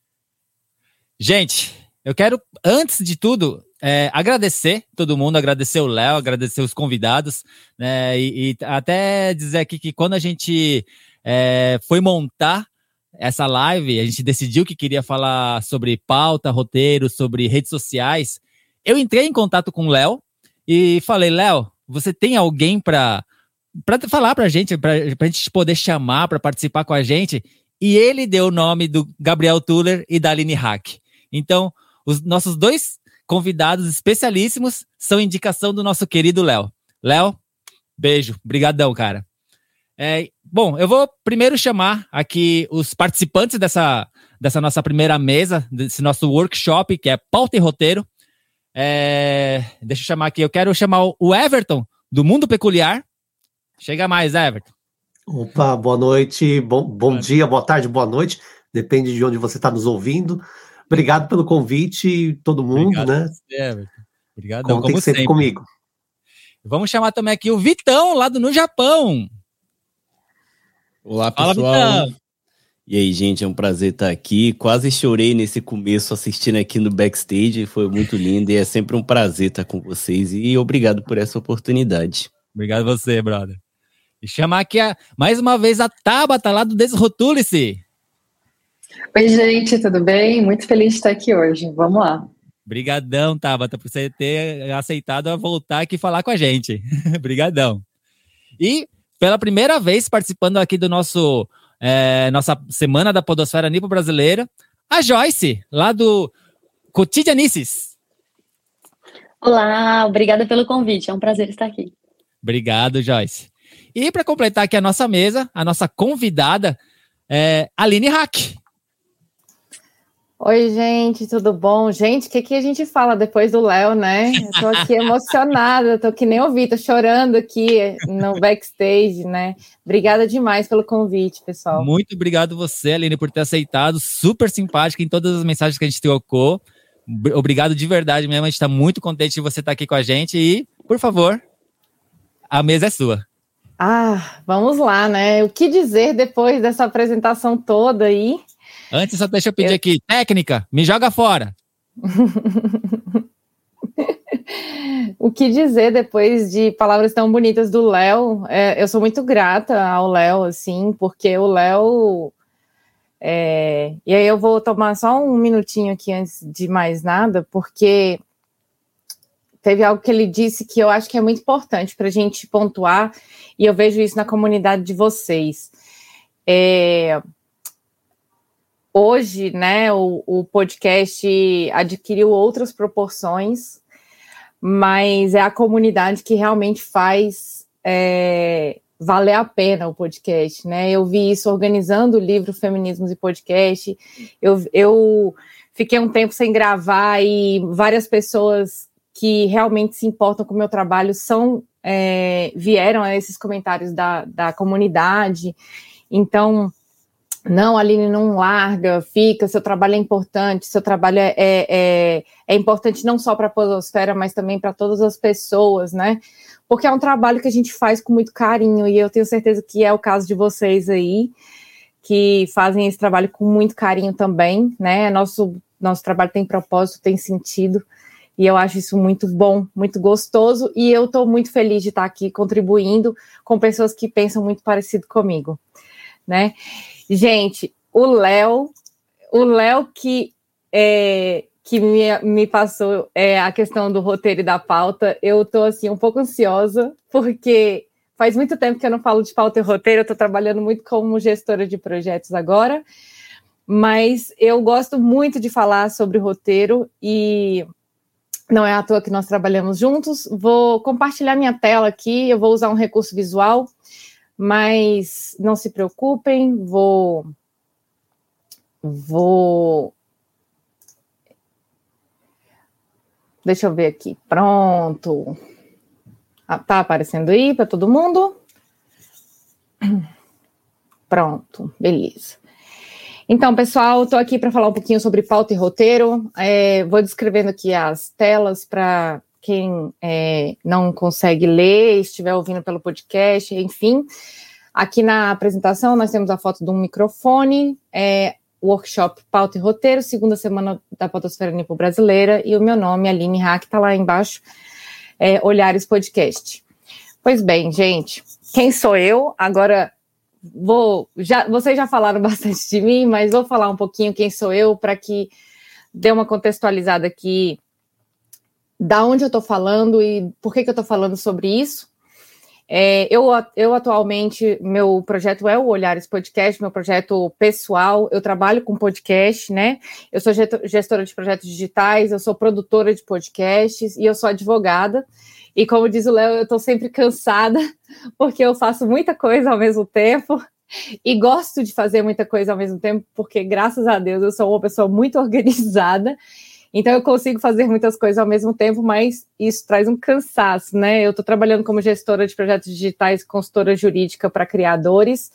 Gente, eu quero, antes de tudo... agradecer todo mundo, agradecer o Léo, agradecer os convidados, né, e até dizer aqui que quando a gente foi montar essa live, a gente decidiu que queria falar sobre pauta, roteiro, sobre redes sociais. Eu entrei em contato com o Léo e falei, Léo, você tem alguém para falar pra gente poder chamar, para participar com a gente? E ele deu o nome do Gabriel Tuller e da Aline Hack. Então, os nossos dois convidados especialíssimos são indicação do nosso querido Léo. Léo, beijo, brigadão, cara. Bom, eu vou primeiro chamar aqui os participantes dessa nossa primeira mesa, desse nosso workshop, que é pauta e roteiro. Deixa eu chamar aqui, eu quero chamar o Everton, do Mundo Peculiar. Chega mais, Everton. Opa, boa noite, bom dia, boa tarde, boa noite, depende de onde você está nos ouvindo. Obrigado pelo convite, todo mundo, obrigado, né? Everton. Obrigadão, contem sempre comigo. Vamos chamar também aqui o Vitão, lá no Japão. Olá, pessoal. Fala, Vitão. E aí, gente, é um prazer estar aqui. Quase chorei nesse começo assistindo aqui no backstage, foi muito lindo e é sempre um prazer estar com vocês e obrigado por essa oportunidade. Obrigado a você, brother. E chamar aqui mais uma vez a Tabata, lá do Desrotule-se. Oi, gente, tudo bem? Muito feliz de estar aqui hoje. Vamos lá. Obrigadão, Tabata, por você ter aceitado a voltar aqui falar com a gente. Obrigadão. E pela primeira vez participando aqui do nossa Semana da Podosfera Nipo-Brasileira, a Joyce, lá do Cotidianices. Olá, obrigada pelo convite, é um prazer estar aqui. Obrigado, Joyce. E para completar aqui a nossa mesa, a nossa convidada é Aline Hack. Oi, gente, tudo bom? Gente, o que a gente fala depois do Léo, né? Eu tô aqui emocionada, tô que nem ouvi, tô chorando aqui no backstage, né? Obrigada demais pelo convite, pessoal. Muito obrigado você, Aline, por ter aceitado, super simpática em todas as mensagens que a gente trocou. Obrigado de verdade mesmo, a gente tá muito contente de você estar aqui com a gente e, por favor, a mesa é sua. Vamos lá, né? O que dizer depois dessa apresentação toda aí? Antes, só deixa eu pedir aqui, técnica, me joga fora. O que dizer depois de palavras tão bonitas do Léo? Eu sou muito grata ao Léo, assim, porque o Léo... E aí eu vou tomar só um minutinho aqui antes de mais nada, porque teve algo que ele disse que eu acho que é muito importante para a gente pontuar, e eu vejo isso na comunidade de vocês. Hoje, né, o podcast adquiriu outras proporções, mas é a comunidade que realmente faz valer a pena o podcast, né? Eu vi isso organizando o livro Feminismos e Podcast. Eu fiquei um tempo sem gravar e várias pessoas que realmente se importam com o meu trabalho vieram a esses comentários da comunidade. Então... Não, Aline, não larga, fica, seu trabalho é importante, seu trabalho é importante não só para a podosfera, mas também para todas as pessoas, né? Porque é um trabalho que a gente faz com muito carinho, e eu tenho certeza que é o caso de vocês aí, que fazem esse trabalho com muito carinho também, né? Nosso trabalho tem propósito, tem sentido, e eu acho isso muito bom, muito gostoso, e eu estou muito feliz de estar aqui contribuindo com pessoas que pensam muito parecido comigo, né? Gente, o Léo que me passou a questão do roteiro e da pauta, eu tô assim um pouco ansiosa, porque faz muito tempo que eu não falo de pauta e roteiro, eu tô trabalhando muito como gestora de projetos agora, mas eu gosto muito de falar sobre roteiro e não é à toa que nós trabalhamos juntos. Vou compartilhar minha tela aqui, eu vou usar um recurso visual, mas não se preocupem, vou... Deixa eu ver aqui, pronto. Tá aparecendo aí para todo mundo? Pronto, beleza. Então, pessoal, estou aqui para falar um pouquinho sobre pauta e roteiro. Vou descrevendo aqui as telas para quem não consegue ler, estiver ouvindo pelo podcast, enfim. Aqui na apresentação nós temos a foto de um microfone, workshop Pauta e Roteiro, segunda semana da Podosfera Nipo-Brasileira, e o meu nome, Aline Hack, está lá embaixo, Olhares Podcast. Pois bem, gente, quem sou eu? Agora, vocês já falaram bastante de mim, mas vou falar um pouquinho quem sou eu, para que dê uma contextualizada aqui da onde eu estou falando e por que eu estou falando sobre isso. Eu atualmente, meu projeto é o Olhares Podcast, meu projeto pessoal, eu trabalho com podcast, né? Eu sou gestora de projetos digitais, eu sou produtora de podcasts e eu sou advogada. E como diz o Léo, eu estou sempre cansada, porque eu faço muita coisa ao mesmo tempo e gosto de fazer muita coisa ao mesmo tempo, porque graças a Deus eu sou uma pessoa muito organizada. Então, eu consigo fazer muitas coisas ao mesmo tempo, mas isso traz um cansaço, né? Eu estou trabalhando como gestora de projetos digitais, consultora jurídica para criadores.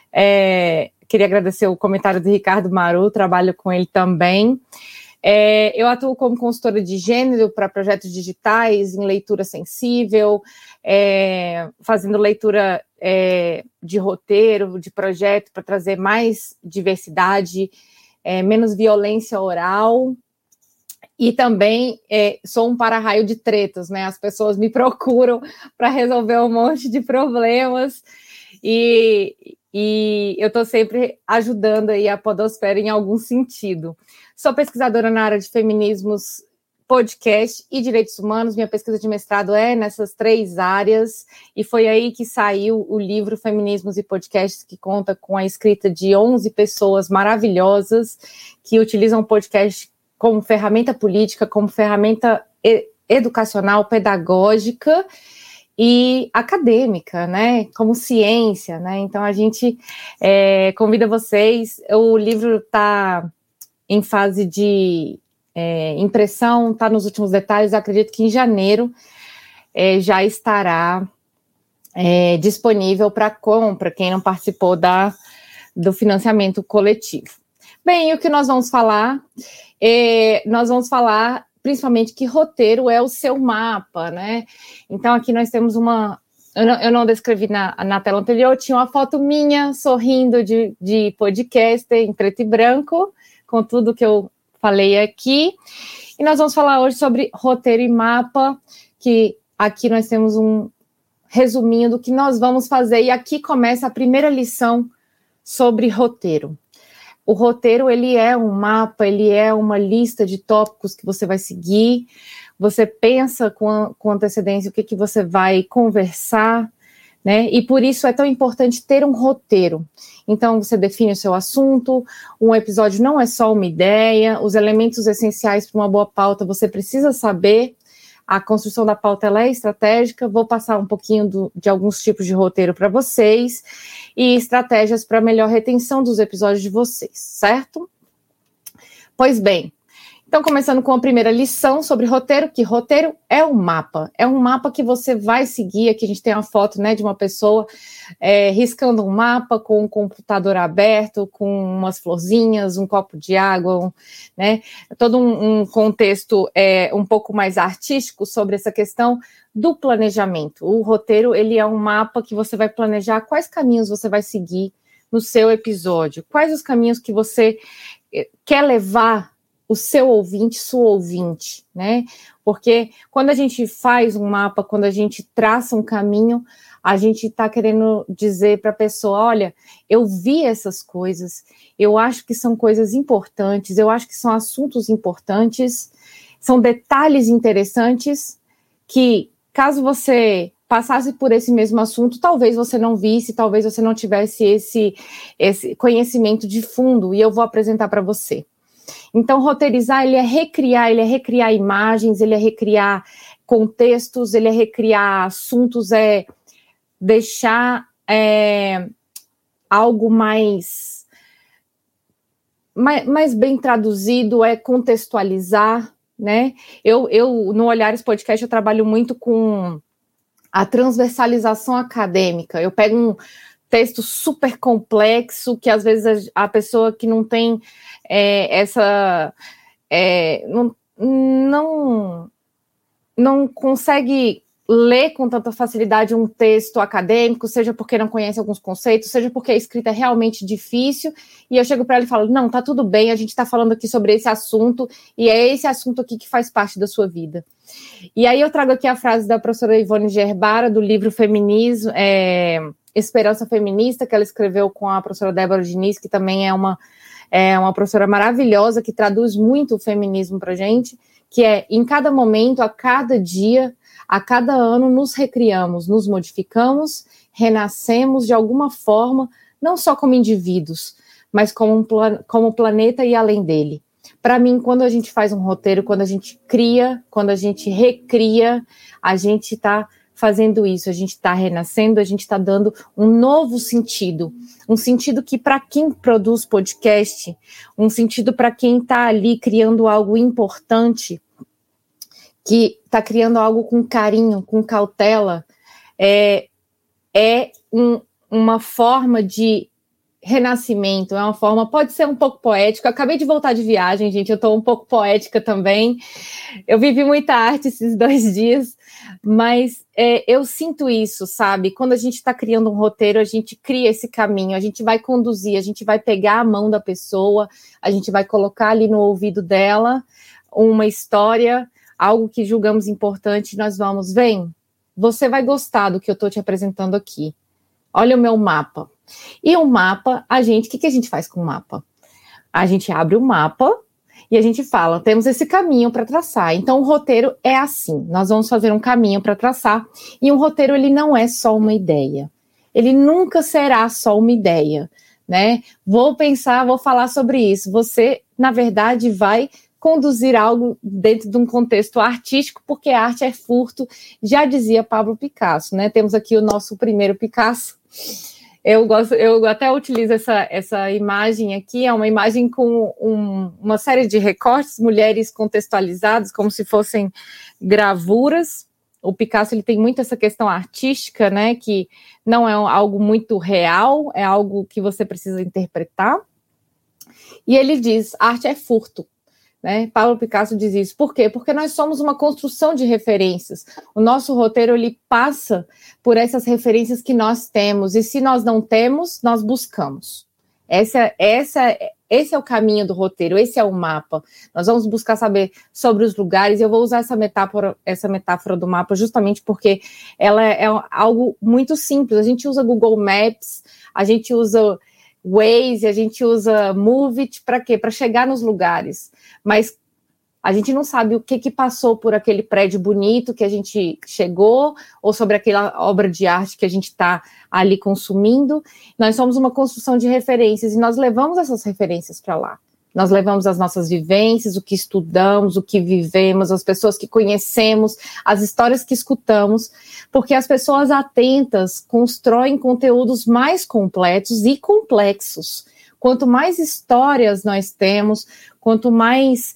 Queria agradecer o comentário do Ricardo Maru, trabalho com ele também. Eu atuo como consultora de gênero para projetos digitais, em leitura sensível, fazendo leitura de roteiro, de projeto, para trazer mais diversidade, menos violência oral. E também sou um para-raio de tretas, né? As pessoas me procuram para resolver um monte de problemas e eu estou sempre ajudando aí a podosfera em algum sentido. Sou pesquisadora na área de feminismos, podcast e direitos humanos. Minha pesquisa de mestrado é nessas 3 áreas e foi aí que saiu o livro Feminismos e Podcasts, que conta com a escrita de 11 pessoas maravilhosas que utilizam o podcast como ferramenta política, como ferramenta educacional, pedagógica, e acadêmica, né, como ciência, né, então a gente convida vocês, o livro está em fase de impressão, está nos últimos detalhes, eu acredito que em janeiro já estará disponível para compra, quem não participou do financiamento coletivo. Bem, e o que nós vamos falar? Nós vamos falar principalmente que roteiro é o seu mapa, né? Então aqui nós temos eu não descrevi na tela anterior, tinha uma foto minha sorrindo de podcaster em preto e branco, com tudo que eu falei aqui. E nós vamos falar hoje sobre roteiro e mapa, que aqui nós temos um resuminho do que nós vamos fazer. E aqui começa a primeira lição sobre roteiro. O roteiro, ele é um mapa, ele é uma lista de tópicos que você vai seguir, você pensa com antecedência o que você vai conversar, né? E por isso é tão importante ter um roteiro. Então, você define o seu assunto, um episódio não é só uma ideia, os elementos essenciais para uma boa pauta você precisa saber. A construção da pauta ela é estratégica, vou passar um pouquinho de alguns tipos de roteiro para vocês e estratégias para melhor retenção dos episódios de vocês, certo? Pois bem, então começando com a primeira lição sobre roteiro, que roteiro é um mapa que você vai seguir. Aqui a gente tem uma foto, né, de uma pessoa riscando um mapa com um computador aberto, com umas florzinhas, um copo de água, né, todo um contexto um pouco mais artístico sobre essa questão do planejamento. O roteiro, ele é um mapa que você vai planejar quais caminhos você vai seguir no seu episódio, quais os caminhos que você quer levar o seu ouvinte, sua ouvinte, né? Porque quando a gente faz um mapa, quando a gente traça um caminho, a gente está querendo dizer para a pessoa, olha, eu vi essas coisas, eu acho que são coisas importantes, eu acho que são assuntos importantes, são detalhes interessantes que, caso você passasse por esse mesmo assunto, talvez você não visse, talvez você não tivesse esse conhecimento de fundo, e eu vou apresentar para você. Então, roteirizar, ele é recriar imagens, ele é recriar contextos, ele é recriar assuntos, é deixar algo mais bem traduzido, é contextualizar, né? Eu, no Olhares Podcast, eu trabalho muito com a transversalização acadêmica. Eu pego um texto super complexo, que às vezes a pessoa que não tem não consegue ler com tanta facilidade um texto acadêmico, seja porque não conhece alguns conceitos, seja porque a escrita é realmente difícil, e eu chego para ela e falo, não, tá tudo bem, a gente está falando aqui sobre esse assunto, e é esse assunto aqui que faz parte da sua vida. E aí eu trago aqui a frase da professora Ivone Gerbara, do livro Feminismo, Esperança Feminista, que ela escreveu com a professora Débora Diniz, que também é uma professora maravilhosa, que traduz muito o feminismo para a gente, que é, em cada momento, a cada dia, a cada ano, nos recriamos, nos modificamos, renascemos de alguma forma, não só como indivíduos, mas como planeta e além dele. Para mim, quando a gente faz um roteiro, quando a gente cria, quando a gente recria, a gente está fazendo isso, a gente está renascendo, a gente está dando um novo sentido, um sentido que para quem produz podcast, um sentido para quem está ali criando algo importante, que está criando algo com carinho, com cautela, uma forma de renascimento, é uma forma, pode ser um pouco poética. Eu acabei de voltar de viagem, gente, eu estou um pouco poética também, eu vivi muita arte esses 2 dias, mas eu sinto isso, sabe? Quando a gente está criando um roteiro, a gente cria esse caminho, a gente vai conduzir, a gente vai pegar a mão da pessoa, a gente vai colocar ali no ouvido dela uma história, algo que julgamos importante, nós vamos, vem, você vai gostar do que eu estou te apresentando aqui. Olha o meu mapa. E o mapa, o que a gente faz com o mapa? A gente abre o mapa e a gente fala, temos esse caminho para traçar. Então, o roteiro é assim, nós vamos fazer um caminho para traçar, e um roteiro, ele não é só uma ideia. Ele nunca será só uma ideia, né? Vou pensar, vou falar sobre isso. Você, na verdade, vai conduzir algo dentro de um contexto artístico, porque arte é furto, já dizia Pablo Picasso, né? Temos aqui o nosso primeiro Picasso. Eu até utilizo essa imagem aqui, é uma imagem com uma série de recortes, mulheres contextualizadas, como se fossem gravuras. O Picasso, ele tem muito essa questão artística, né, que não é algo muito real, é algo que você precisa interpretar. E ele diz, arte é furto. Né? Pablo Picasso diz isso. Por quê? Porque nós somos uma construção de referências. O nosso roteiro, ele passa por essas referências que nós temos, e se nós não temos, nós buscamos. Esse é o caminho do roteiro, esse é o mapa. Nós vamos buscar saber sobre os lugares, e eu vou usar essa metáfora do mapa justamente porque ela é algo muito simples. A gente usa Google Maps, a gente usa Waze, a gente usa Move It, para quê? Para chegar nos lugares, mas a gente não sabe o que passou por aquele prédio bonito que a gente chegou, ou sobre aquela obra de arte que a gente está ali consumindo. Nós somos uma construção de referências, e nós levamos essas referências para lá. Nós levamos as nossas vivências, o que estudamos, o que vivemos, as pessoas que conhecemos, as histórias que escutamos, porque as pessoas atentas constroem conteúdos mais completos e complexos. Quanto mais histórias nós temos, quanto mais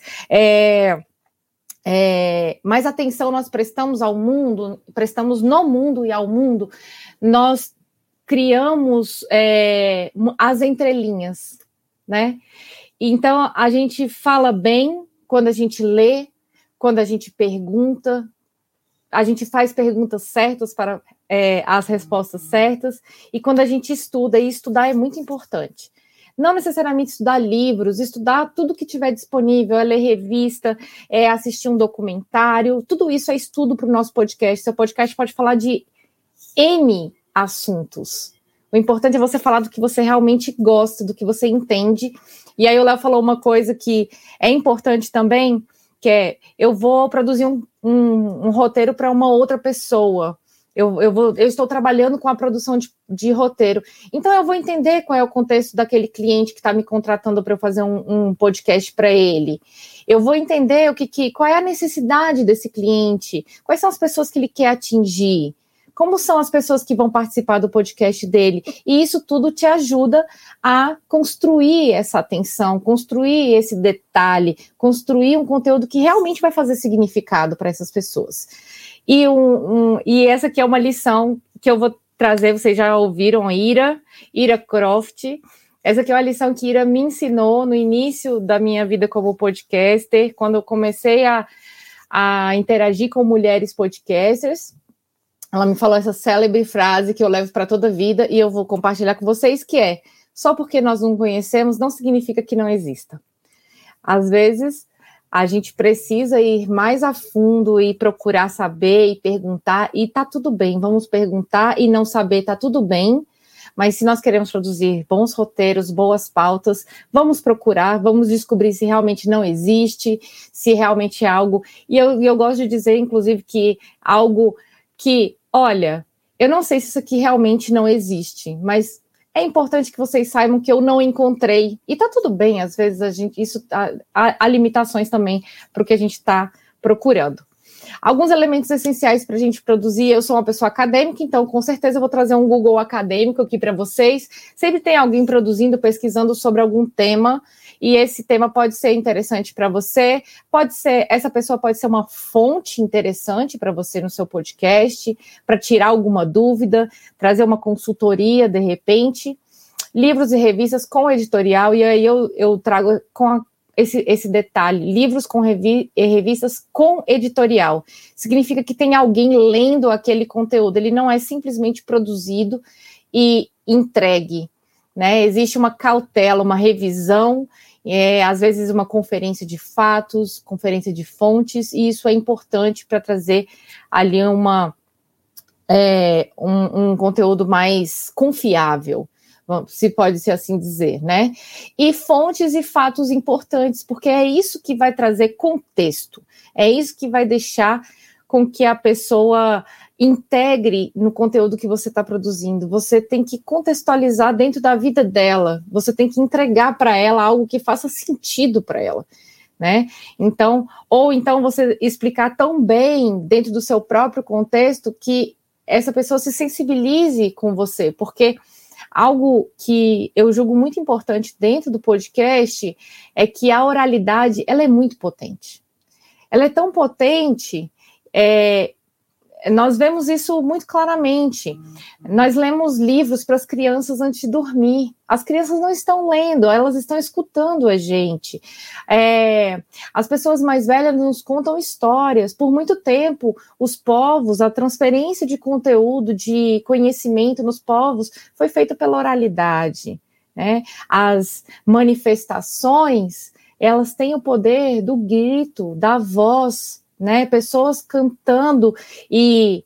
atenção nós prestamos ao mundo, prestamos no mundo e ao mundo, nós criamos as entrelinhas, né? Então, a gente fala bem quando a gente lê, quando a gente pergunta, a gente faz perguntas certas para as respostas certas, e quando a gente estuda, e estudar é muito importante. Não necessariamente estudar livros, estudar tudo que tiver disponível, ler revista, assistir um documentário, tudo isso é estudo para o nosso podcast. Seu podcast pode falar de N assuntos. O importante é você falar do que você realmente gosta, do que você entende. E aí o Léo falou uma coisa que é importante também, que é, eu vou produzir um roteiro para uma outra pessoa. Eu estou trabalhando com a produção de roteiro. Então eu vou entender qual é o contexto daquele cliente que está me contratando para eu fazer um podcast para ele. Eu vou entender qual é a necessidade desse cliente, quais são as pessoas que ele quer atingir. Como são as pessoas que vão participar do podcast dele? E isso tudo te ajuda a construir essa atenção, construir esse detalhe, construir um conteúdo que realmente vai fazer significado para essas pessoas. E essa aqui é uma lição que eu vou trazer, vocês já ouviram, Ira Croft. Essa aqui é uma lição que Ira me ensinou no início da minha vida como podcaster, quando eu comecei a interagir com mulheres podcasters. Ela me falou essa célebre frase que eu levo para toda a vida e eu vou compartilhar com vocês, que é: só porque nós não conhecemos não significa que não exista. Às vezes, a gente precisa ir mais a fundo e procurar saber e perguntar, e tá tudo bem, vamos perguntar e não saber, tá tudo bem, mas se nós queremos produzir bons roteiros, boas pautas, vamos procurar, vamos descobrir se realmente não existe, se realmente é algo, e eu gosto de dizer, inclusive, que algo que, olha, eu não sei se isso aqui realmente não existe, mas é importante que vocês saibam que eu não encontrei. E tá tudo bem, às vezes há limitações também para o que a gente está procurando. Alguns elementos essenciais para a gente produzir. Eu sou uma pessoa acadêmica, então com certeza eu vou trazer um Google acadêmico aqui para vocês. Sempre tem alguém produzindo, pesquisando sobre algum tema, e esse tema pode ser interessante para você, essa pessoa pode ser uma fonte interessante para você no seu podcast, para tirar alguma dúvida, trazer uma consultoria de repente, livros e revistas com editorial, e aí eu trago esse detalhe, livros com revistas com editorial. Significa que tem alguém lendo aquele conteúdo, ele não é simplesmente produzido e entregue, né? Existe uma cautela, uma revisão, às vezes uma conferência de fatos, conferência de fontes, e isso é importante para trazer ali um conteúdo mais confiável, se pode ser assim dizer, né? E fontes e fatos importantes, porque é isso que vai trazer contexto, é isso que vai deixar com que a pessoa integre no conteúdo que você está produzindo. Você tem que contextualizar dentro da vida dela, você tem que entregar para ela algo que faça sentido para ela, né? Então, ou então você explicar tão bem dentro do seu próprio contexto que essa pessoa se sensibilize com você, porque algo que eu julgo muito importante dentro do podcast é que a oralidade, ela é muito potente. Ela é tão potente, nós vemos isso muito claramente. Nós lemos livros para as crianças antes de dormir. As crianças não estão lendo, elas estão escutando a gente. As pessoas mais velhas nos contam histórias. Por muito tempo, os povos, a transferência de conteúdo, de conhecimento nos povos foi feita pela oralidade, né? As manifestações, elas têm o poder do grito, da voz, né? Pessoas cantando e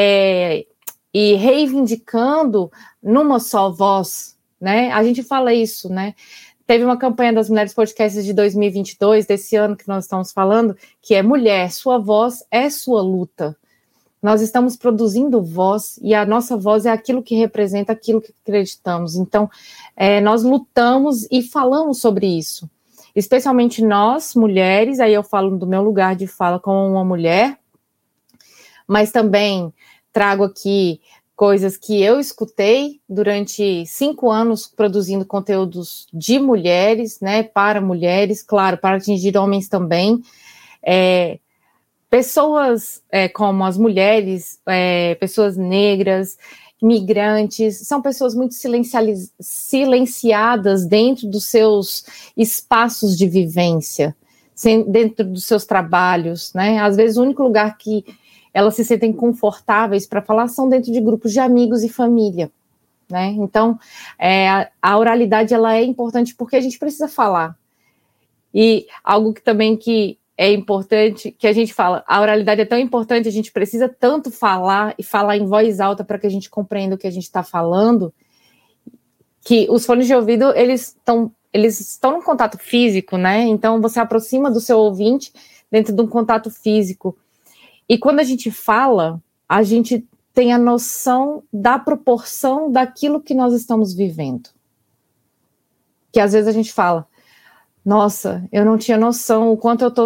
reivindicando numa só voz, né? A gente fala isso, né? Teve uma campanha das Mulheres Podcasts de 2022, desse ano que nós estamos falando, que é Mulher, sua voz é sua luta. Nós estamos produzindo voz e a nossa voz é aquilo que representa aquilo que acreditamos. Então, nós lutamos e falamos sobre isso. Especialmente nós, mulheres, aí eu falo do meu lugar de fala como uma mulher, mas também trago aqui coisas que eu escutei durante 5 anos produzindo conteúdos de mulheres, né, para mulheres, claro, para atingir homens também. Pessoas como as mulheres, pessoas negras, migrantes, são pessoas muito silenciadas dentro dos seus espaços de vivência, dentro dos seus trabalhos, né? Às vezes o único lugar que elas se sentem confortáveis para falar são dentro de grupos de amigos e família, né? Então, a oralidade, ela é importante porque a gente precisa falar. E algo que também que é importante, que a gente fala, a oralidade é tão importante, a gente precisa tanto falar e falar em voz alta para que a gente compreenda o que a gente está falando, que os fones de ouvido, eles estão num contato físico, né? Então, você aproxima do seu ouvinte dentro de um contato físico. E quando a gente fala, a gente tem a noção da proporção daquilo que nós estamos vivendo. Que às vezes a gente fala, nossa, eu não tinha noção o quanto eu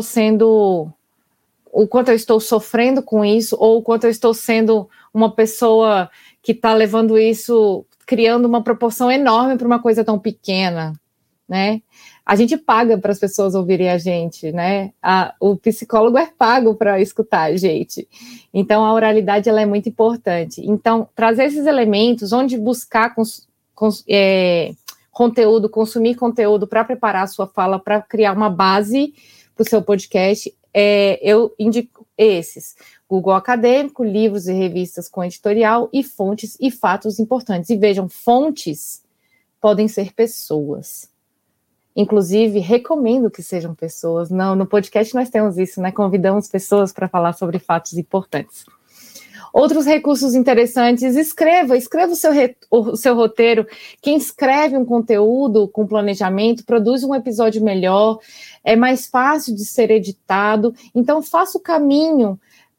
estou sofrendo com isso, ou o quanto eu estou sendo uma pessoa que está levando isso, criando uma proporção enorme para uma coisa tão pequena, né? A gente paga para as pessoas ouvirem a gente, né? O psicólogo é pago para escutar a gente. Então, a oralidade, ela é muito importante. Então, trazer esses elementos, onde buscar conteúdo, consumir conteúdo para preparar a sua fala, para criar uma base para o seu podcast, eu indico esses: Google Acadêmico, livros e revistas com editorial, e fontes e fatos importantes. E vejam, fontes podem ser pessoas. Inclusive, recomendo que sejam pessoas. No podcast nós temos isso, né? Convidamos pessoas para falar sobre fatos importantes. Outros recursos interessantes, escreva o seu roteiro. Quem escreve um conteúdo com planejamento, produz um episódio melhor, é mais fácil de ser editado. Então, faça o caminho,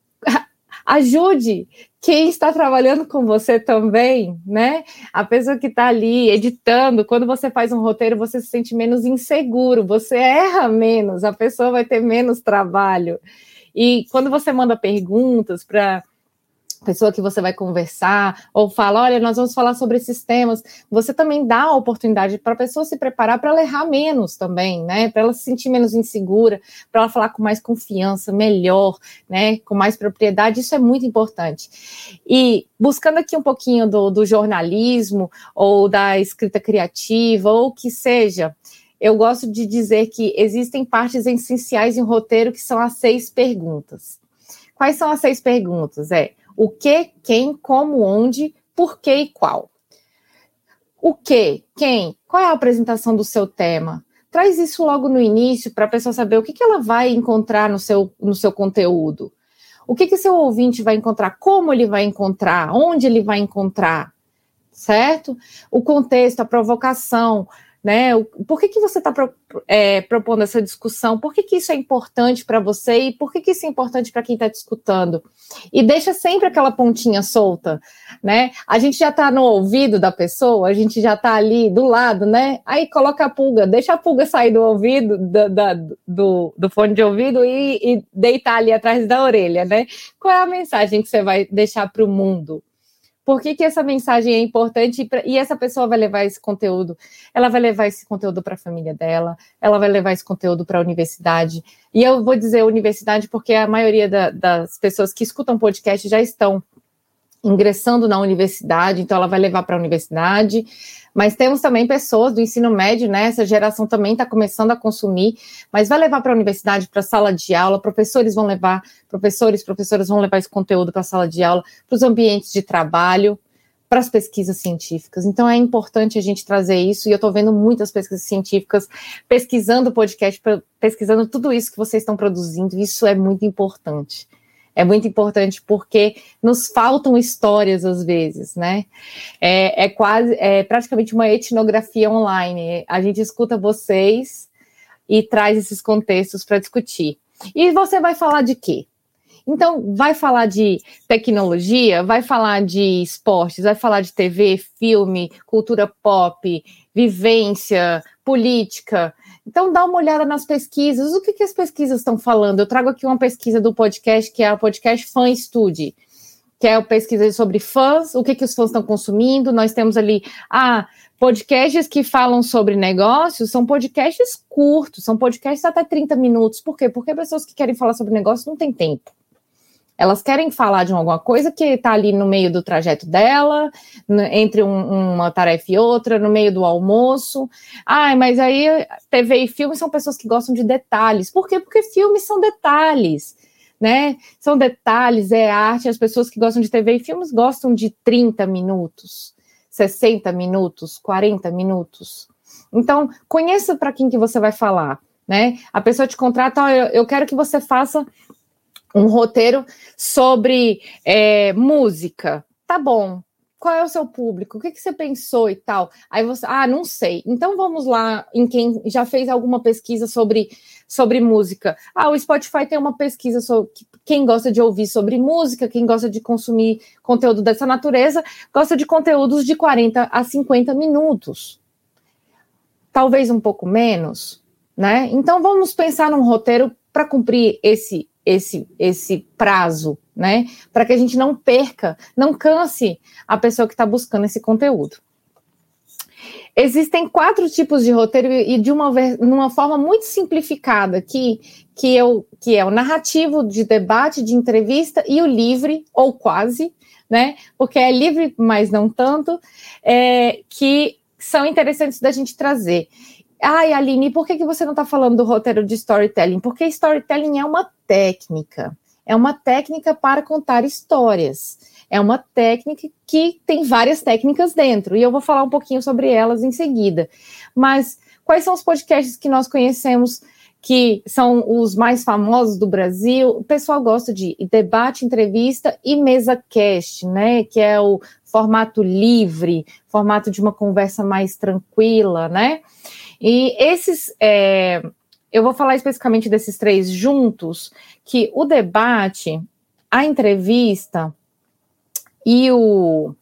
ajude quem está trabalhando com você também, né? A pessoa que está ali editando, quando você faz um roteiro, você se sente menos inseguro, você erra menos, a pessoa vai ter menos trabalho. E quando você manda perguntas para pessoa que você vai conversar, ou fala, olha, nós vamos falar sobre esses temas, você também dá a oportunidade para a pessoa se preparar para ela errar menos também, né, para ela se sentir menos insegura, para ela falar com mais confiança, melhor, né, com mais propriedade. Isso é muito importante. E buscando aqui um pouquinho do jornalismo, ou da escrita criativa, ou o que seja, eu gosto de dizer que existem partes essenciais em um roteiro que são as 6 perguntas. Quais são as 6 perguntas? O que, quem, como, onde, por que e qual. O que, quem, qual é a apresentação do seu tema? Traz isso logo no início para a pessoa saber o que ela vai encontrar no seu conteúdo. O que seu ouvinte vai encontrar, como ele vai encontrar, onde ele vai encontrar, certo? O contexto, a provocação, né? Por que você está propondo essa discussão? Por que isso é importante para você? E por que isso é importante para quem está te escutando? E deixa sempre aquela pontinha solta, né? A gente já está no ouvido da pessoa, a gente já está ali do lado, né? Aí coloca a pulga, deixa a pulga sair do ouvido, do fone de ouvido e deitar ali atrás da orelha, né? Qual é a mensagem que você vai deixar para o mundo? Por que essa mensagem é importante e essa pessoa vai levar esse conteúdo? Ela vai levar esse conteúdo para a família dela, ela vai levar esse conteúdo para a universidade. E eu vou dizer universidade porque a maioria das pessoas que escutam podcast já estão ingressando na universidade, então ela vai levar para a universidade. Mas temos também pessoas do ensino médio, né? Essa geração também está começando a consumir, mas vai levar para a universidade, para a sala de aula, professores vão levar, professoras vão levar esse conteúdo para a sala de aula, para os ambientes de trabalho, para as pesquisas científicas. Então é importante a gente trazer isso, e eu estou vendo muitas pesquisas científicas pesquisando podcast, pesquisando tudo isso que vocês estão produzindo, isso é muito importante. É muito importante porque nos faltam histórias às vezes, né? É praticamente uma etnografia online. A gente escuta vocês e traz esses contextos para discutir. E você vai falar de quê? Então, vai falar de tecnologia, vai falar de esportes, vai falar de TV, filme, cultura pop, vivência, política. Então, dá uma olhada nas pesquisas. O que as pesquisas estão falando? Eu trago aqui uma pesquisa do podcast, que é a podcast Fan Study, que é a pesquisa sobre fãs, o que os fãs estão consumindo. Nós temos ali, podcasts que falam sobre negócios, são podcasts curtos, são podcasts até 30 minutos. Por quê? Porque pessoas que querem falar sobre negócio não têm tempo. Elas querem falar de alguma coisa que está ali no meio do trajeto dela, entre uma tarefa e outra, no meio do almoço. Mas aí TV e filme são pessoas que gostam de detalhes. Por quê? Porque filmes são detalhes, né? São detalhes, é arte. As pessoas que gostam de TV e filmes gostam de 30 minutos, 60 minutos, 40 minutos. Então, conheça para quem que você vai falar, né? A pessoa te contrata, eu quero que você faça um roteiro sobre música. Tá bom. Qual é o seu público? O que você pensou e tal? Aí você, não sei. Então vamos lá em quem já fez alguma pesquisa sobre música. O Spotify tem uma pesquisa sobre quem gosta de ouvir sobre música, quem gosta de consumir conteúdo dessa natureza, gosta de conteúdos de 40 a 50 minutos. Talvez um pouco menos, né? Então vamos pensar num roteiro para cumprir esse prazo, né? Para que a gente não perca, não canse a pessoa que está buscando esse conteúdo. Existem 4 tipos de roteiro e numa forma muito simplificada que é o narrativo, de debate, de entrevista e o livre, ou quase, né? Porque é livre, mas não tanto, que são interessantes da gente trazer. Aline, por que você não está falando do roteiro de storytelling? Porque storytelling é uma técnica para contar histórias, é uma técnica que tem várias técnicas dentro, e eu vou falar um pouquinho sobre elas em seguida. Mas quais são os podcasts que nós conhecemos que são os mais famosos do Brasil? O pessoal gosta de debate, entrevista e mesa cast, né? Que é o formato livre, formato de uma conversa mais tranquila, né? E esses, eu vou falar especificamente desses 3 juntos, que o debate, a entrevista e o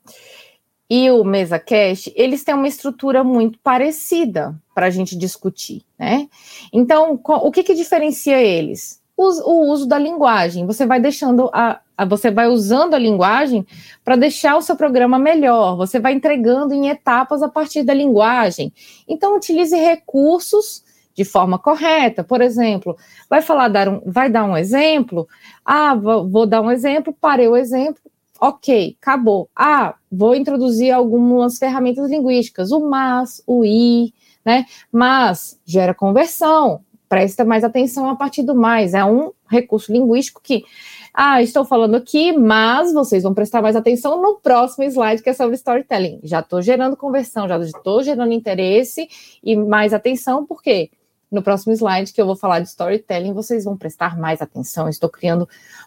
MesaCast, eles têm uma estrutura muito parecida para a gente discutir, né? Então, o que diferencia eles? O uso da linguagem. Você vai deixando você vai usando a linguagem para deixar o seu programa melhor. Você vai entregando em etapas a partir da linguagem. Então, utilize recursos de forma correta. Por exemplo, vai dar um exemplo. Vou dar um exemplo, parei o exemplo. Ok, acabou. Vou introduzir algumas ferramentas linguísticas. O mas, o e, né? Mas gera conversão. Presta mais atenção a partir do mais. É um recurso linguístico que, estou falando aqui, mas vocês vão prestar mais atenção no próximo slide, que é sobre storytelling. Já estou gerando conversão, já estou gerando interesse e mais atenção, porque no próximo slide que eu vou falar de storytelling, vocês vão prestar mais atenção. Estou criando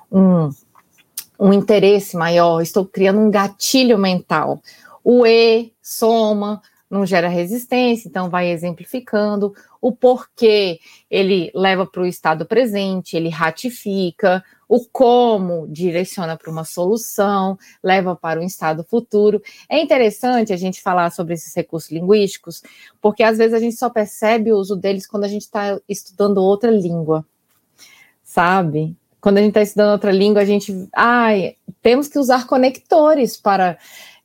um interesse maior, estou criando um gatilho mental. O E soma não gera resistência, então vai exemplificando. O porquê ele leva para o estado presente, ele ratifica. O como direciona para uma solução, leva para um estado futuro. É interessante a gente falar sobre esses recursos linguísticos, porque às vezes a gente só percebe o uso deles quando a gente está estudando outra língua, sabe? Quando a gente está estudando outra língua, a gente... temos que usar conectores para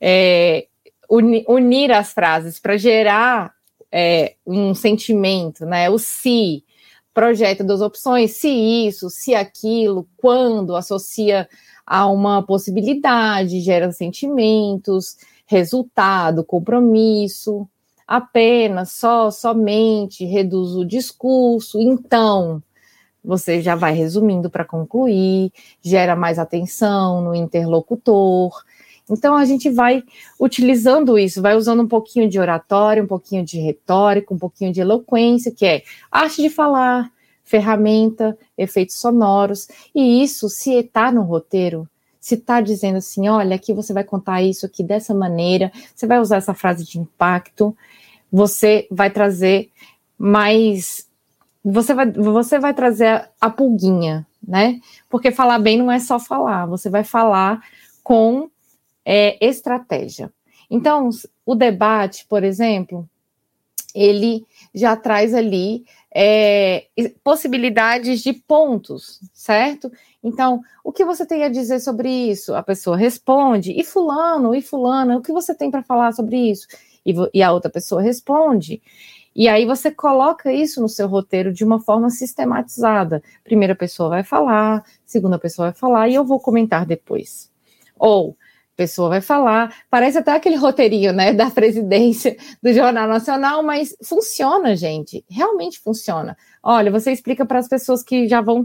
unir as frases, para gerar um sentimento, né? O se... projeta duas opções, se isso, se aquilo, quando associa a uma possibilidade, gera sentimentos, resultado, compromisso, apenas, somente, reduz o discurso, então, você já vai resumindo para concluir, gera mais atenção no interlocutor. Então, a gente vai utilizando isso, vai usando um pouquinho de oratória, um pouquinho de retórica, um pouquinho de eloquência, que é arte de falar, ferramenta, efeitos sonoros. E isso, se está no roteiro, se está dizendo assim, olha, aqui você vai contar isso aqui dessa maneira, você vai usar essa frase de impacto, você vai trazer mais... Você vai trazer a pulguinha, né? Porque falar bem não é só falar, você vai falar com... estratégia. Então, o debate, por exemplo, ele já traz ali possibilidades de pontos, certo? Então, o que você tem a dizer sobre isso? A pessoa responde, e fulano, o que você tem para falar sobre isso? E a outra pessoa responde, e aí você coloca isso no seu roteiro de uma forma sistematizada. Primeira pessoa vai falar, segunda pessoa vai falar, e eu vou comentar depois. Ou pessoa vai falar, parece até aquele roteirinho, né, da presidência do Jornal Nacional, mas funciona, gente, realmente funciona. Olha, você explica para as pessoas que já vão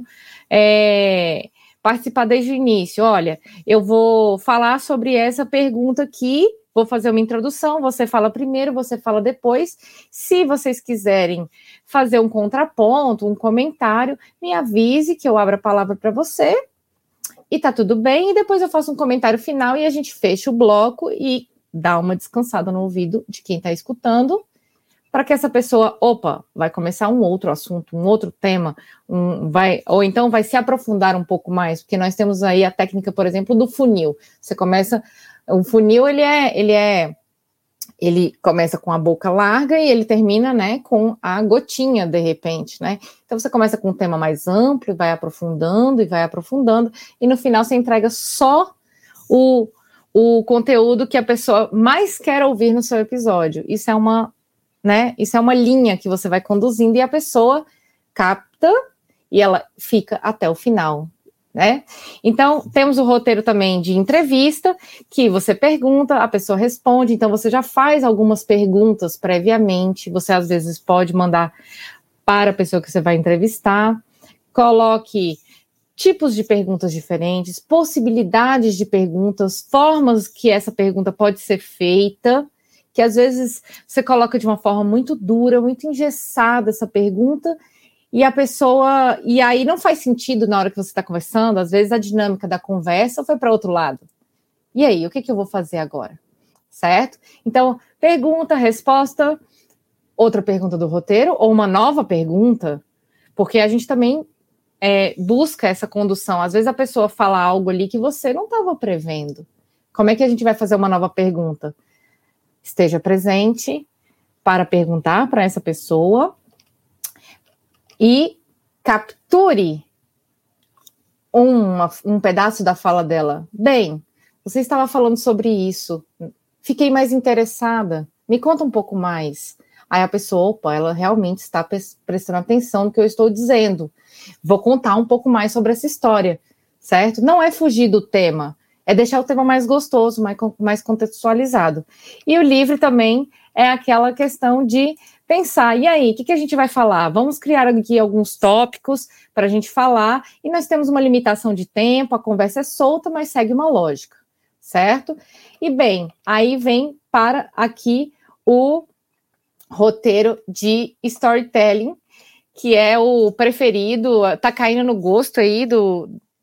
participar desde o início, olha, eu vou falar sobre essa pergunta aqui, vou fazer uma introdução, você fala primeiro, você fala depois, se vocês quiserem fazer um contraponto, um comentário, me avise que eu abro a palavra para você, e tá tudo bem, e depois eu faço um comentário final e a gente fecha o bloco e dá uma descansada no ouvido de quem tá escutando, para que essa pessoa, vai começar um outro assunto, um outro tema, ou então vai se aprofundar um pouco mais, porque nós temos aí a técnica, por exemplo, do funil. Você começa, o funil, ele começa com a boca larga e ele termina, né, com a gotinha, de repente, né? Então, você começa com um tema mais amplo e vai aprofundando, e no final você entrega só o conteúdo que a pessoa mais quer ouvir no seu episódio. Isso é uma linha que você vai conduzindo e a pessoa capta e ela fica até o final, né? Então, temos o roteiro também de entrevista, que você pergunta, a pessoa responde, então você já faz algumas perguntas previamente, você às vezes pode mandar para a pessoa que você vai entrevistar, coloque tipos de perguntas diferentes, possibilidades de perguntas, formas que essa pergunta pode ser feita, que às vezes você coloca de uma forma muito dura, muito engessada essa pergunta, e a pessoa... E aí não faz sentido na hora que você está conversando, às vezes a dinâmica da conversa foi para outro lado. E aí, o que eu vou fazer agora? Certo? Então, pergunta, resposta, outra pergunta do roteiro, ou uma nova pergunta, porque a gente também busca essa condução. Às vezes a pessoa fala algo ali que você não estava prevendo. Como é que a gente vai fazer uma nova pergunta? Esteja presente para perguntar para essa pessoa e capture um pedaço da fala dela. Bem, você estava falando sobre isso, fiquei mais interessada, me conta um pouco mais. Aí a pessoa, ela realmente está prestando atenção no que eu estou dizendo. Vou contar um pouco mais sobre essa história, certo? Não é fugir do tema, é deixar o tema mais gostoso, mais contextualizado. E o livre também é aquela questão de pensar, e aí, o que a gente vai falar? Vamos criar aqui alguns tópicos para a gente falar, e nós temos uma limitação de tempo, a conversa é solta, mas segue uma lógica, certo? E bem, aí vem para aqui o roteiro de storytelling, que é o preferido, tá caindo no gosto aí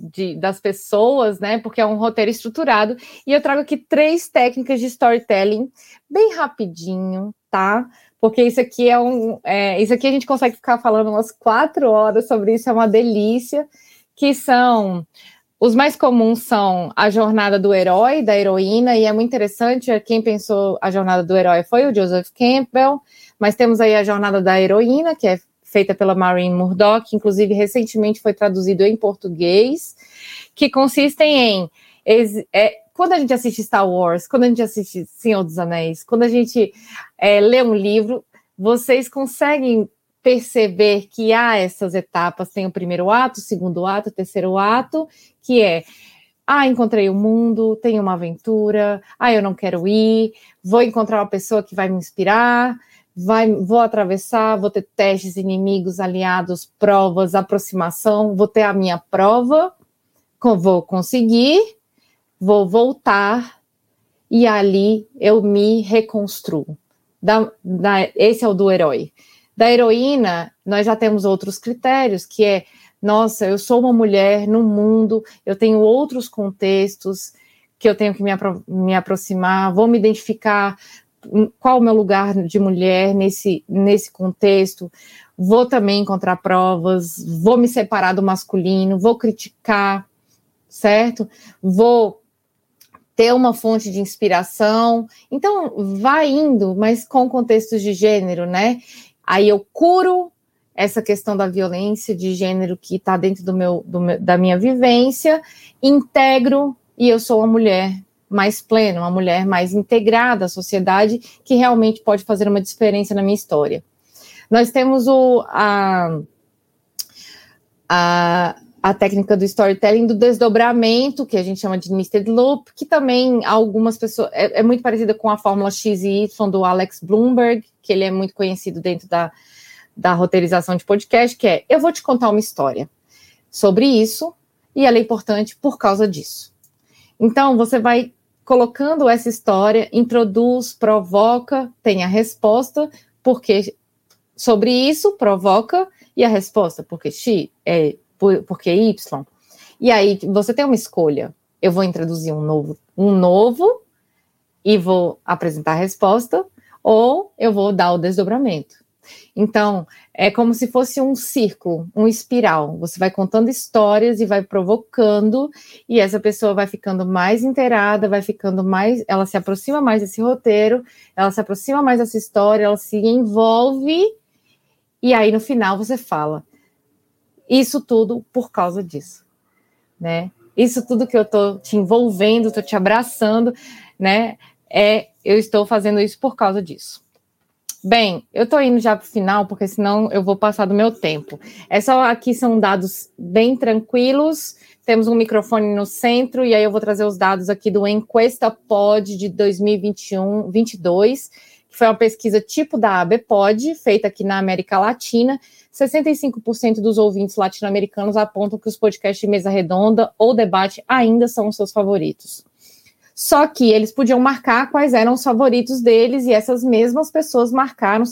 das pessoas, né? Porque é um roteiro estruturado. E eu trago aqui 3 técnicas de storytelling bem rapidinho, tá? Porque isso aqui isso aqui a gente consegue ficar falando umas 4 horas sobre isso, é uma delícia. Que são... Os mais comuns são a jornada do herói, da heroína, e é muito interessante, quem pensou a jornada do herói foi o Joseph Campbell, mas temos aí a jornada da heroína, que é feita pela Maureen Murdock, inclusive recentemente foi traduzido em português, que consistem em... quando a gente assiste Star Wars, quando a gente assiste Senhor dos Anéis, quando a gente lê um livro, vocês conseguem perceber que há essas etapas, tem o primeiro ato, o segundo ato, o terceiro ato, que é, encontrei o mundo, tem uma aventura, eu não quero ir, vou encontrar uma pessoa que vai me inspirar, vou atravessar, vou ter testes, inimigos, aliados, provas, aproximação, vou ter a minha prova, vou conseguir, vou voltar, e ali eu me reconstruo. Esse é o do herói. Da heroína, nós já temos outros critérios, que é, nossa, eu sou uma mulher no mundo, eu tenho outros contextos que eu tenho que me aproximar, vou me identificar qual o meu lugar de mulher nesse contexto, vou também encontrar provas, vou me separar do masculino, vou criticar, certo? Vou ter uma fonte de inspiração. Então, vai indo, mas com contextos de gênero, né? Aí eu curo essa questão da violência de gênero que está dentro da minha vivência, integro, e eu sou uma mulher mais plena, uma mulher mais integrada à sociedade, que realmente pode fazer uma diferença na minha história. Nós temos a técnica do storytelling, do desdobramento, que a gente chama de nested loop, que também algumas pessoas... É muito parecida com a fórmula X e Y do Alex Blumberg, que ele é muito conhecido dentro da roteirização de podcast, que é, eu vou te contar uma história sobre isso, e ela é importante por causa disso. Então, você vai colocando essa história, introduz, provoca, tem a resposta, porque sobre isso, provoca, e a resposta, porque X, porque Y. E aí, você tem uma escolha. Eu vou introduzir um novo e vou apresentar a resposta, ou eu vou dar o desdobramento. Então, é como se fosse um círculo, um espiral. Você vai contando histórias e vai provocando, e essa pessoa vai ficando mais inteirada, vai ficando mais... Ela se aproxima mais desse roteiro, ela se aproxima mais dessa história, ela se envolve, e aí no final você fala, isso tudo por causa disso, né? Isso tudo que eu tô te envolvendo, tô te abraçando, né? Eu estou fazendo isso por causa disso. Bem, eu tô indo já pro final, porque senão eu vou passar do meu tempo. Aqui são dados bem tranquilos, temos um microfone no centro, e aí eu vou trazer os dados aqui do Encuesta Pod de 2021-22, que foi uma pesquisa tipo da ABPOD, feita aqui na América Latina. 65% dos ouvintes latino-americanos apontam que os podcasts de mesa redonda ou debate ainda são os seus favoritos. Só que eles podiam marcar quais eram os favoritos deles, e essas mesmas pessoas marcaram,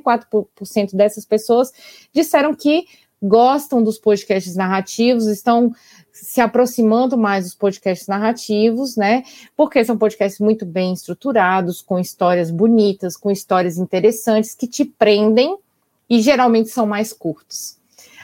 54% dessas pessoas disseram que gostam dos podcasts narrativos, estão se aproximando mais dos podcasts narrativos, né? Porque são podcasts muito bem estruturados, com histórias bonitas, com histórias interessantes, que te prendem e geralmente são mais curtos.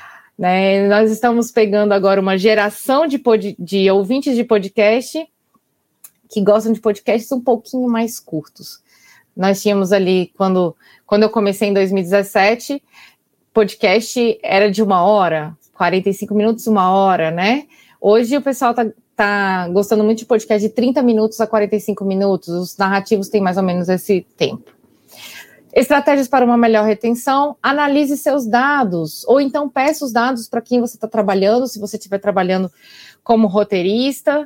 Né? Nós estamos pegando agora uma geração de ouvintes de podcast que gostam de podcasts um pouquinho mais curtos. Nós tínhamos ali, quando eu comecei em 2017, podcast era de 1 hora, 45 minutos, 1 hora, né? Hoje o pessoal tá gostando muito de podcast de 30 minutos a 45 minutos, os narrativos têm mais ou menos esse tempo. Estratégias para uma melhor retenção, analise seus dados, ou então peça os dados para quem você está trabalhando, se você estiver trabalhando como roteirista,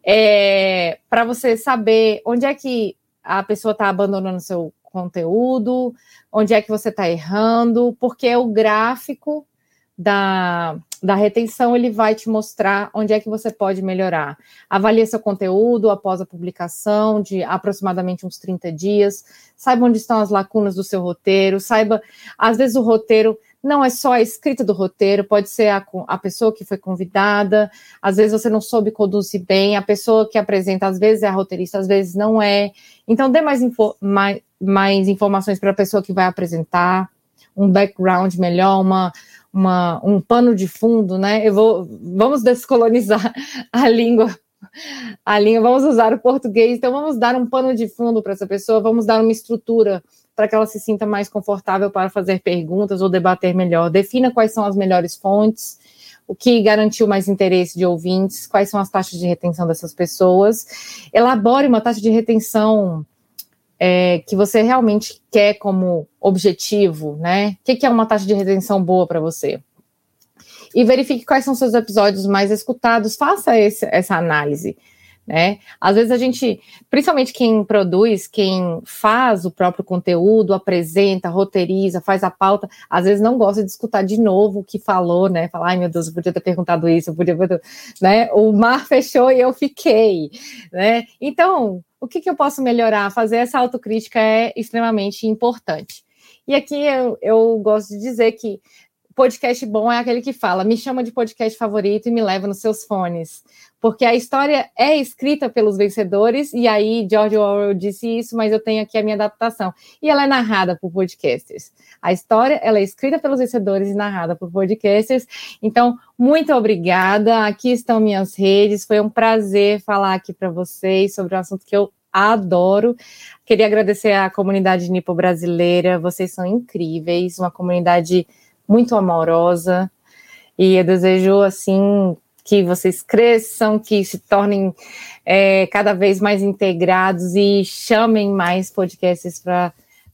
para você saber onde é que a pessoa está abandonando seu conteúdo, onde é que você está errando, porque o gráfico da retenção, ele vai te mostrar onde é que você pode melhorar. Avalie seu conteúdo após a publicação de aproximadamente uns 30 dias, saiba onde estão as lacunas do seu roteiro, saiba, às vezes o roteiro não é só a escrita do roteiro, pode ser a pessoa que foi convidada, às vezes você não soube conduzir bem, a pessoa que apresenta, às vezes é a roteirista, às vezes não é. Então, dê mais informações para a pessoa que vai apresentar, um background melhor, um pano de fundo, né? Vamos descolonizar a língua, vamos usar o português, então vamos dar um pano de fundo para essa pessoa, vamos dar uma estrutura para que ela se sinta mais confortável para fazer perguntas ou debater melhor. Defina quais são as melhores fontes, o que garantiu mais interesse de ouvintes, quais são as taxas de retenção dessas pessoas. Elabore uma taxa de retenção que você realmente quer como objetivo, né? O que é uma taxa de retenção boa para você? E verifique quais são seus episódios mais escutados, faça essa análise, né? Às vezes a gente, principalmente quem produz, quem faz o próprio conteúdo, apresenta, roteiriza, faz a pauta, às vezes não gosta de escutar de novo o que falou, né? Falar, ai meu Deus, eu podia ter perguntado isso, né? O mar fechou e eu fiquei, né? Então, o que eu posso melhorar? Fazer essa autocrítica é extremamente importante. E aqui eu gosto de dizer que podcast bom é aquele que fala, me chama de podcast favorito e me leva nos seus fones. Porque a história é escrita pelos vencedores, e aí George Orwell disse isso, mas eu tenho aqui a minha adaptação. E ela é narrada por podcasters. A história, ela é escrita pelos vencedores e narrada por podcasters. Então, muito obrigada. Aqui estão minhas redes. Foi um prazer falar aqui para vocês sobre um assunto que eu adoro. Queria agradecer à comunidade nipo brasileira. Vocês são incríveis, uma comunidade muito amorosa. E eu desejo, assim, que vocês cresçam, que se tornem cada vez mais integrados e chamem mais podcasts para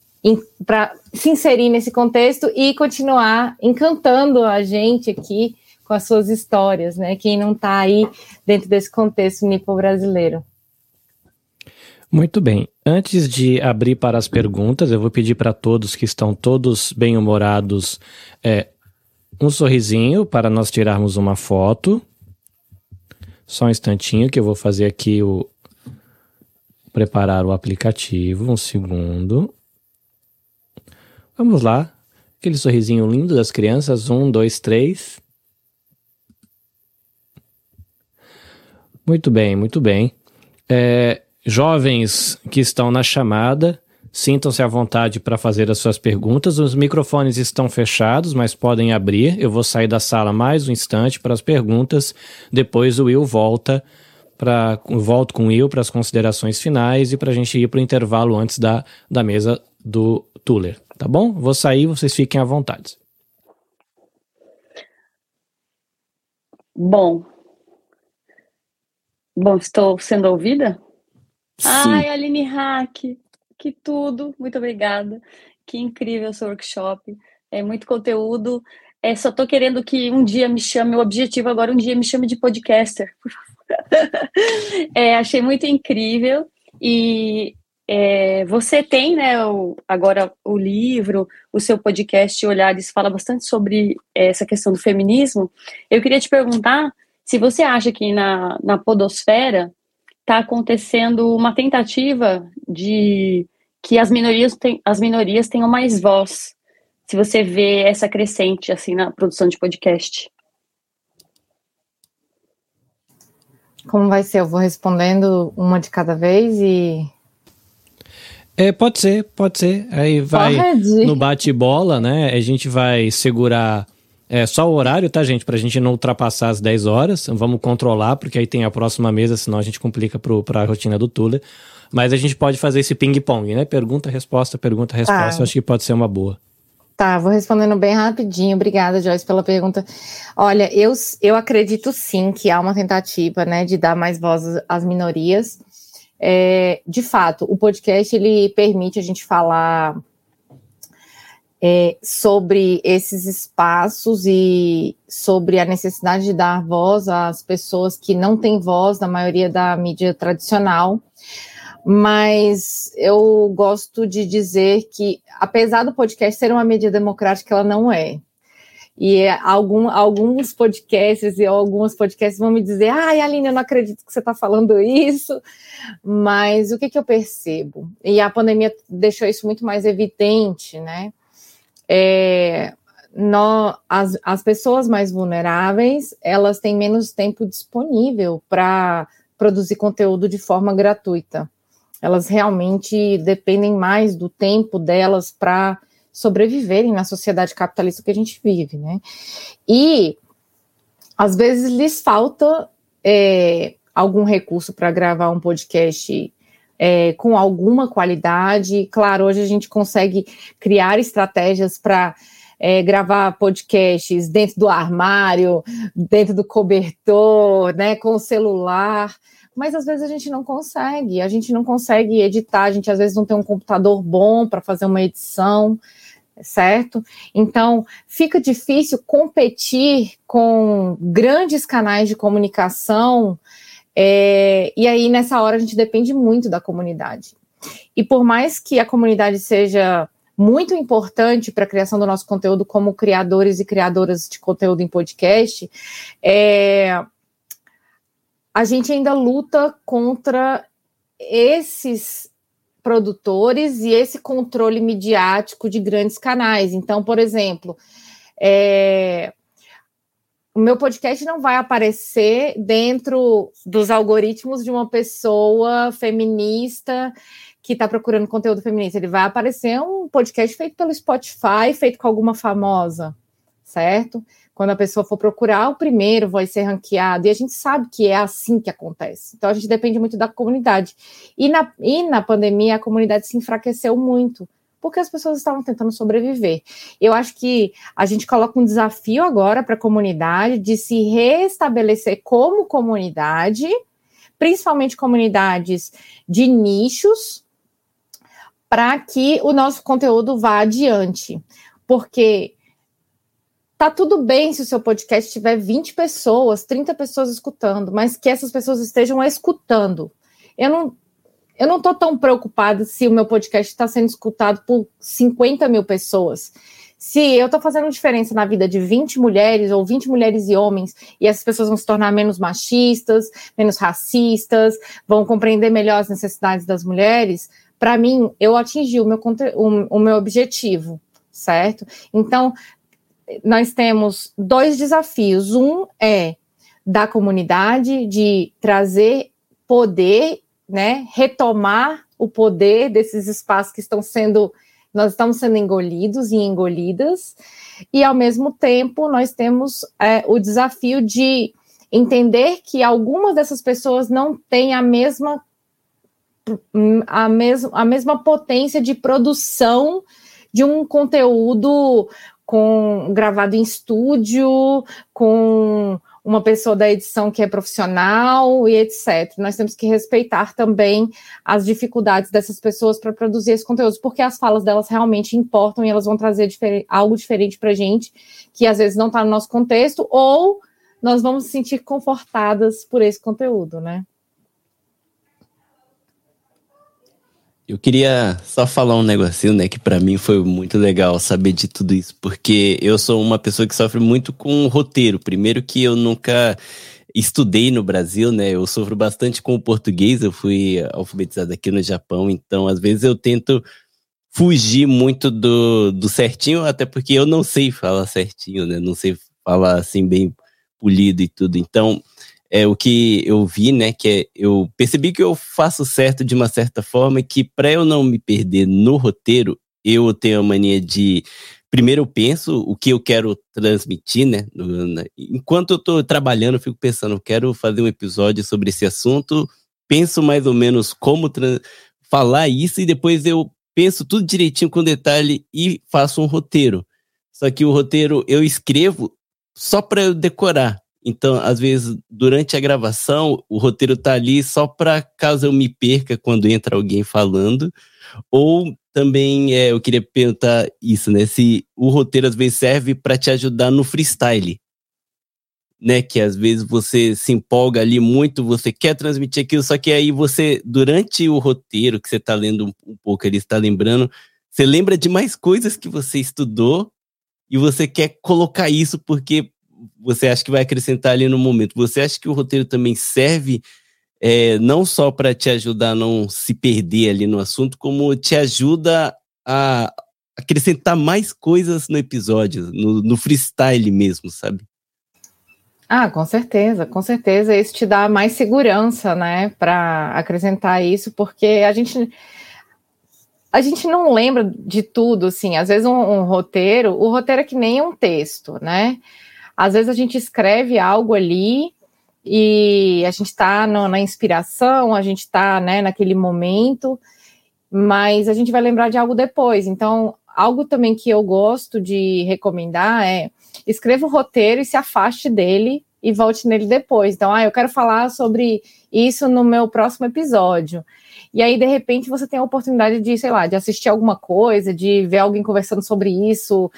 se inserir nesse contexto e continuar encantando a gente aqui com as suas histórias, né? Quem não está aí dentro desse contexto nipo brasileiro. Muito bem. Antes de abrir para as perguntas, eu vou pedir para todos que estão todos bem-humorados um sorrisinho para nós tirarmos uma foto. Só um instantinho que eu vou fazer aqui preparar o aplicativo. Um segundo. Vamos lá. Aquele sorrisinho lindo das crianças. 1, 2, 3. Muito bem, muito bem. Jovens que estão na chamada, sintam-se à vontade para fazer as suas perguntas. Os microfones estão fechados, mas podem abrir. Eu vou sair da sala mais um instante para as perguntas. Depois o Will volto com o Will para as considerações finais e para a gente ir para o intervalo antes da mesa do Tuller. Tá bom? Vou sair, vocês fiquem à vontade. Bom, estou sendo ouvida? Sim. Ai, Aline Hack, que tudo, muito obrigada, que incrível o seu workshop, muito conteúdo, só tô querendo que um dia me chame, o objetivo agora um dia me chame de podcaster, por favor. Achei muito incrível, e você tem, né, agora o livro, o seu podcast Olhares fala bastante sobre essa questão do feminismo. Eu queria te perguntar se você acha que na podosfera está acontecendo uma tentativa de que as minorias tenham mais voz, se você vê essa crescente assim na produção de podcast. Como vai ser? Eu vou respondendo uma de cada vez e... Pode ser. Aí vai no bate-bola, né? A gente vai segurar... só o horário, tá, gente? Pra gente não ultrapassar as 10 horas. Vamos controlar, porque aí tem a próxima mesa, senão a gente complica pra rotina do Tuller. Mas a gente pode fazer esse ping-pong, né? Pergunta-resposta, pergunta-resposta. Acho que pode ser uma boa. Tá, vou respondendo bem rapidinho. Obrigada, Joyce, pela pergunta. Olha, eu acredito sim que há uma tentativa, né, de dar mais voz às minorias. De fato, o podcast, ele permite a gente falar... sobre esses espaços e sobre a necessidade de dar voz às pessoas que não têm voz na maioria da mídia tradicional, mas eu gosto de dizer que, apesar do podcast ser uma mídia democrática, ela não é. E alguns podcasts e alguns podcasts vão me dizer, ai, Aline, eu não acredito que você está falando isso, mas o que eu percebo? E a pandemia deixou isso muito mais evidente, né? As pessoas mais vulneráveis, elas têm menos tempo disponível para produzir conteúdo de forma gratuita. Elas realmente dependem mais do tempo delas para sobreviverem na sociedade capitalista que a gente vive, né? E, às vezes, lhes falta algum recurso para gravar um podcast com alguma qualidade. Claro, hoje a gente consegue criar estratégias para gravar podcasts dentro do armário, dentro do cobertor, né, com o celular, mas às vezes a gente não consegue editar, a gente às vezes não tem um computador bom para fazer uma edição, certo? Então, fica difícil competir com grandes canais de comunicação, e aí nessa hora a gente depende muito da comunidade. E por mais que a comunidade seja muito importante para a criação do nosso conteúdo como criadores e criadoras de conteúdo em podcast, a gente ainda luta contra esses produtores e esse controle midiático de grandes canais. Então, por exemplo, o meu podcast não vai aparecer dentro dos algoritmos de uma pessoa feminista que está procurando conteúdo feminista. Ele vai aparecer um podcast feito pelo Spotify, feito com alguma famosa, certo? Quando a pessoa for procurar, o primeiro vai ser ranqueado, e a gente sabe que é assim que acontece. Então, a gente depende muito da comunidade. E na pandemia, a comunidade se enfraqueceu muito, porque as pessoas estavam tentando sobreviver. Eu acho que a gente coloca um desafio agora para a comunidade de se restabelecer como comunidade, principalmente comunidades de nichos, para que o nosso conteúdo vá adiante. Porque tá tudo bem se o seu podcast tiver 20 pessoas, 30 pessoas escutando, mas que essas pessoas estejam escutando. Eu não tô tão preocupada se o meu podcast está sendo escutado por 50 mil pessoas. Se eu estou fazendo diferença na vida de 20 mulheres, ou 20 mulheres e homens, e essas pessoas vão se tornar menos machistas, menos racistas, vão compreender melhor as necessidades das mulheres, para mim, eu atingi o meu objetivo, certo? Então, nós temos 2 desafios. Um é da comunidade, de trazer poder, né, retomar o poder desses espaços que nós estamos sendo engolidos e engolidas, e ao mesmo tempo nós temos o desafio de entender que algumas dessas pessoas não têm a mesma potência de produção de um conteúdo gravado em estúdio, com uma pessoa da edição que é profissional e etc. Nós temos que respeitar também as dificuldades dessas pessoas para produzir esse conteúdo, porque as falas delas realmente importam e elas vão trazer algo diferente para a gente, que às vezes não está no nosso contexto, ou nós vamos nos sentir confortadas por esse conteúdo, né? Eu queria só falar um negocinho, né, que pra mim foi muito legal saber de tudo isso, porque eu sou uma pessoa que sofre muito com roteiro. Primeiro que eu nunca estudei no Brasil, né, eu sofro bastante com o português, eu fui alfabetizado aqui no Japão, então às vezes eu tento fugir muito do certinho, até porque eu não sei falar certinho, né, não sei falar assim bem polido e tudo, então... o que eu vi, né, eu percebi que eu faço certo de uma certa forma, que para eu não me perder no roteiro, eu tenho a mania de, primeiro eu penso o que eu quero transmitir, né, enquanto eu tô trabalhando, eu fico pensando, eu quero fazer um episódio sobre esse assunto, penso mais ou menos como falar isso, e depois eu penso tudo direitinho com detalhe e faço um roteiro. Só que o roteiro eu escrevo só para eu decorar. Então, às vezes, durante a gravação, o roteiro tá ali só para caso eu me perca quando entra alguém falando. Ou também, eu queria perguntar isso, né? Se o roteiro, às vezes, serve para te ajudar no freestyle. Né? Que, às vezes, você se empolga ali muito, você quer transmitir aquilo, só que aí você, durante o roteiro que você tá lendo um pouco ali, você tá lembrando, você lembra de mais coisas que você estudou, e você quer colocar isso porque você acha que vai acrescentar ali no momento. Você acha que o roteiro também serve não só para te ajudar a não se perder ali no assunto, como te ajuda a acrescentar mais coisas no episódio, no freestyle mesmo, sabe? Ah, com certeza, com certeza. Isso te dá mais segurança, né, para acrescentar isso, porque a gente não lembra de tudo, assim. Às vezes o roteiro é que nem um texto, né? Às vezes a gente escreve algo ali e a gente está na inspiração, a gente está, né, naquele momento, mas a gente vai lembrar de algo depois. Então, algo também que eu gosto de recomendar é escreva o roteiro e se afaste dele e volte nele depois. Então, eu quero falar sobre isso no meu próximo episódio. E aí, de repente, você tem a oportunidade de, sei lá, de assistir alguma coisa, de ver alguém conversando sobre isso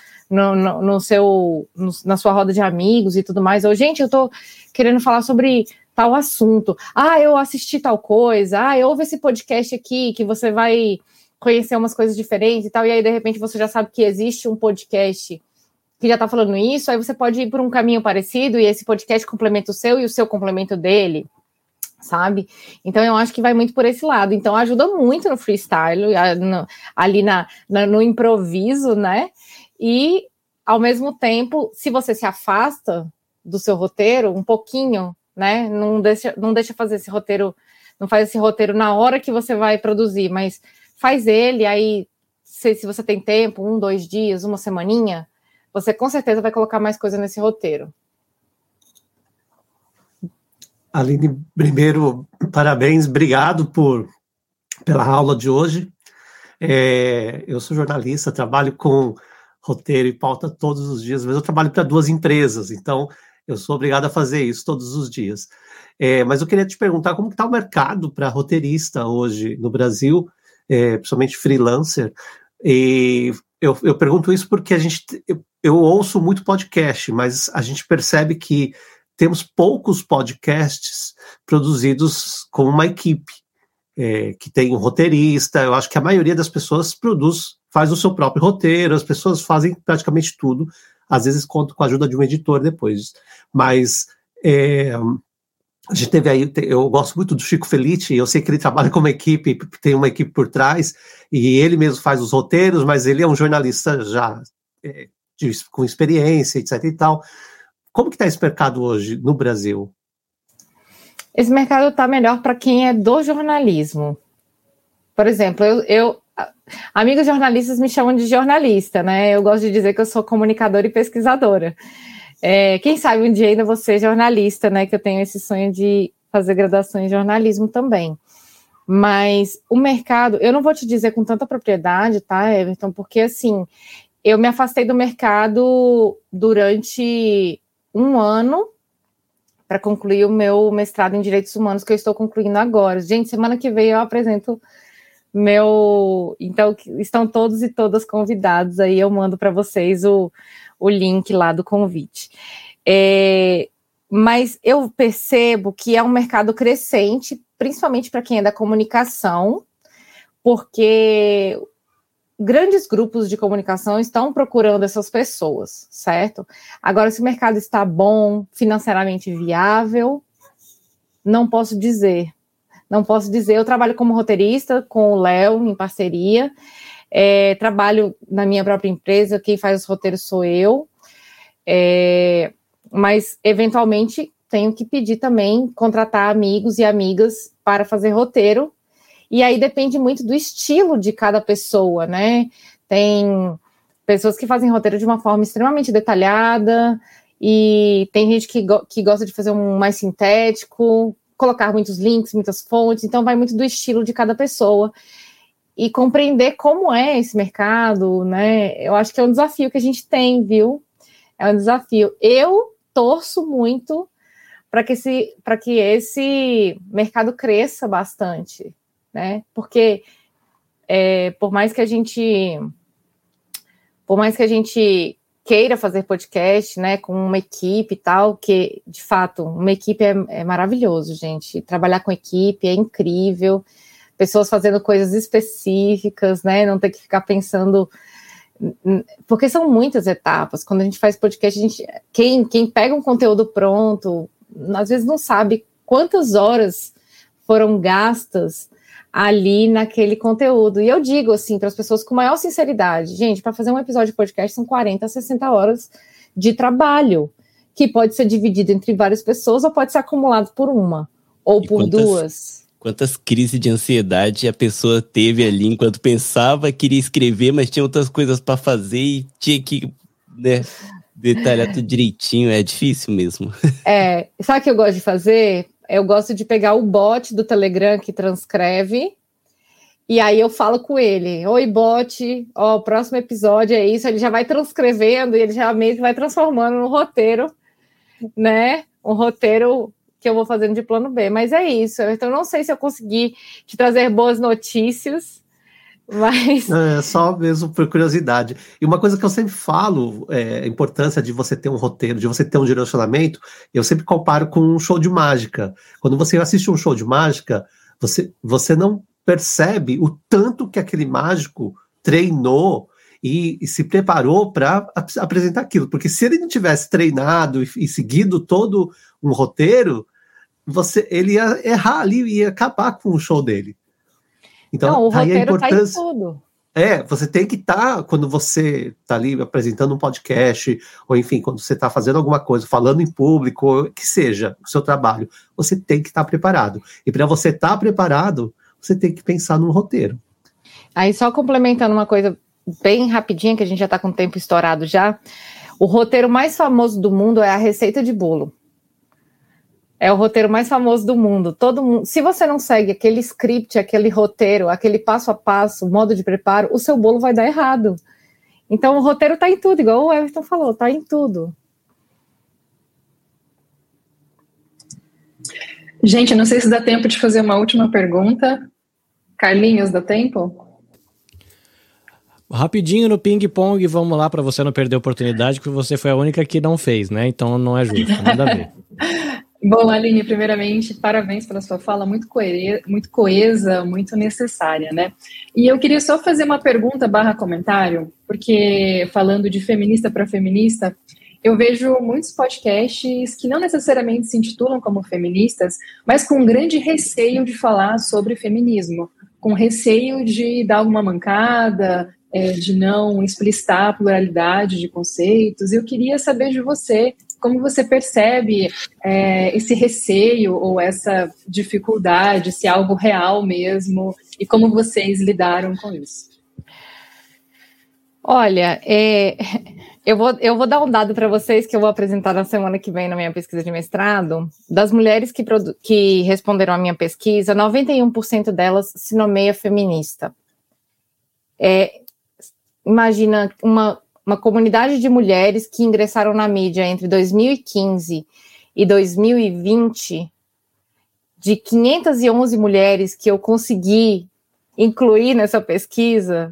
na sua roda de amigos e tudo mais. Ou, gente, eu tô querendo falar sobre tal assunto. Eu assisti tal coisa. Ouve esse podcast aqui que você vai conhecer umas coisas diferentes e tal. E aí, de repente, você já sabe que existe um podcast que já tá falando isso, aí você pode ir por um caminho parecido e esse podcast complementa o seu e o seu complementa o dele, sabe? Então eu acho que vai muito por esse lado. Então ajuda muito no freestyle, ali no improviso, né? E, ao mesmo tempo, se você se afasta do seu roteiro um pouquinho, né? Não deixa fazer esse roteiro, não faz esse roteiro na hora que você vai produzir, mas faz ele, aí se você tem tempo, 1, 2 dias, uma semaninha, você com certeza vai colocar mais coisa nesse roteiro. Aline, primeiro, parabéns, obrigado pela aula de hoje. Eu sou jornalista, trabalho com roteiro e pauta todos os dias, mas eu trabalho para 2 empresas, então eu sou obrigado a fazer isso todos os dias. Mas eu queria te perguntar como está o mercado para roteirista hoje no Brasil, principalmente freelancer, e eu pergunto isso porque eu ouço muito podcast, mas a gente percebe que temos poucos podcasts produzidos com uma equipe, que tem um roteirista. Eu acho que a maioria das pessoas faz o seu próprio roteiro, as pessoas fazem praticamente tudo, às vezes contam com a ajuda de um editor depois. Mas a gente teve aí, eu gosto muito do Chico Felitti, eu sei que ele trabalha com uma equipe, tem uma equipe por trás, e ele mesmo faz os roteiros, mas ele é um jornalista já com experiência, etc e tal. Como que está esse mercado hoje no Brasil? Esse mercado está melhor para quem é do jornalismo. Por exemplo, amigos jornalistas me chamam de jornalista, né? Eu gosto de dizer que eu sou comunicadora e pesquisadora. Quem sabe um dia ainda vou ser jornalista, né? Que eu tenho esse sonho de fazer graduação em jornalismo também. Mas o mercado, eu não vou te dizer com tanta propriedade, tá, Everton? Porque, assim, eu me afastei do mercado durante 1 ano para concluir o meu mestrado em Direitos Humanos, que eu estou concluindo agora. Gente, semana que vem eu apresento Então, estão todos e todas convidados, aí eu mando para vocês o link lá do convite. Mas eu percebo que é um mercado crescente, principalmente para quem é da comunicação, porque grandes grupos de comunicação estão procurando essas pessoas, certo? Agora, se o mercado está bom, financeiramente viável, não posso dizer. Eu trabalho como roteirista com o Léo, em parceria, trabalho na minha própria empresa, quem faz os roteiros sou eu, mas, eventualmente, tenho que pedir também, contratar amigos e amigas para fazer roteiro. E aí depende muito do estilo de cada pessoa, né? Tem pessoas que fazem roteiro de uma forma extremamente detalhada, e tem gente que gosta de fazer um mais sintético, colocar muitos links, muitas fontes, então vai muito do estilo de cada pessoa. E compreender como é esse mercado, né? Eu acho que é um desafio que a gente tem, viu? É um desafio. Eu torço muito para que esse mercado cresça bastante, né? Porque por mais que a gente queira fazer podcast, né, com uma equipe e tal, que de fato uma equipe é maravilhoso, gente. Trabalhar com equipe é incrível, pessoas fazendo coisas específicas, né? Não ter que ficar pensando Porque são muitas etapas. Quando a gente faz podcast, quem pega um conteúdo pronto, às vezes não sabe quantas horas foram gastas ali naquele conteúdo. E eu digo assim para as pessoas com maior sinceridade, gente, para fazer um episódio de podcast são 40 a 60 horas de trabalho, que pode ser dividido entre várias pessoas ou pode ser acumulado por uma ou por duas. Quantas crises de ansiedade a pessoa teve ali enquanto pensava, queria escrever, mas tinha outras coisas para fazer e tinha que, né, detalhar tudo direitinho. É difícil mesmo. Sabe o que eu gosto de fazer? Eu gosto de pegar o bot do Telegram que transcreve, e aí eu falo com ele: oi, bot, o próximo episódio é isso. Ele já vai transcrevendo e ele já mesmo vai transformando no roteiro, né? Um roteiro que eu vou fazendo de plano B. Mas é isso. Então, não sei se eu consegui te trazer boas notícias, mas... É só mesmo por curiosidade. E uma coisa que eu sempre falo, a importância de você ter um roteiro, de você ter um direcionamento, eu sempre comparo com um show de mágica. Quando você assiste um show de mágica, você não percebe o tanto que aquele mágico treinou e se preparou para apresentar aquilo. Porque se ele não tivesse treinado e seguido todo um roteiro, ele ia errar ali, ia acabar com o show dele. Então, não, o roteiro está em tudo. Você tem que estar, quando você está ali apresentando um podcast, ou enfim, quando você está fazendo alguma coisa, falando em público, ou que seja o seu trabalho, você tem que estar preparado. E para você estar preparado, você tem que pensar num roteiro. Aí, só complementando uma coisa bem rapidinha, que a gente já está com o tempo estourado já, o roteiro mais famoso do mundo é a receita de bolo. É o roteiro mais famoso do mundo. Todo mundo, se você não segue aquele script, aquele roteiro, aquele passo a passo, modo de preparo, o seu bolo vai dar errado. Então, o roteiro está em tudo, igual o Everton falou, está em tudo. Gente, não sei se dá tempo de fazer uma última pergunta. Carlinhos, dá tempo? Rapidinho no ping-pong, vamos lá, para você não perder a oportunidade, porque você foi a única que não fez, né? Então não é justo, nada a ver. Bom, Aline, primeiramente, parabéns pela sua fala, muito coesa, muito necessária, né? E eu queria só fazer uma pergunta / comentário, porque falando de feminista para feminista, eu vejo muitos podcasts que não necessariamente se intitulam como feministas, mas com grande receio de falar sobre feminismo, com receio de dar alguma mancada, de não explicitar a pluralidade de conceitos. Eu queria saber de você, como você percebe esse receio ou essa dificuldade, se é algo real mesmo, e como vocês lidaram com isso? Olha, eu vou dar um dado para vocês que eu vou apresentar na semana que vem na minha pesquisa de mestrado. Das mulheres que responderam à minha pesquisa, 91% delas se nomeia feminista. Imagina uma comunidade de mulheres que ingressaram na mídia entre 2015 e 2020, de 511 mulheres que eu consegui incluir nessa pesquisa,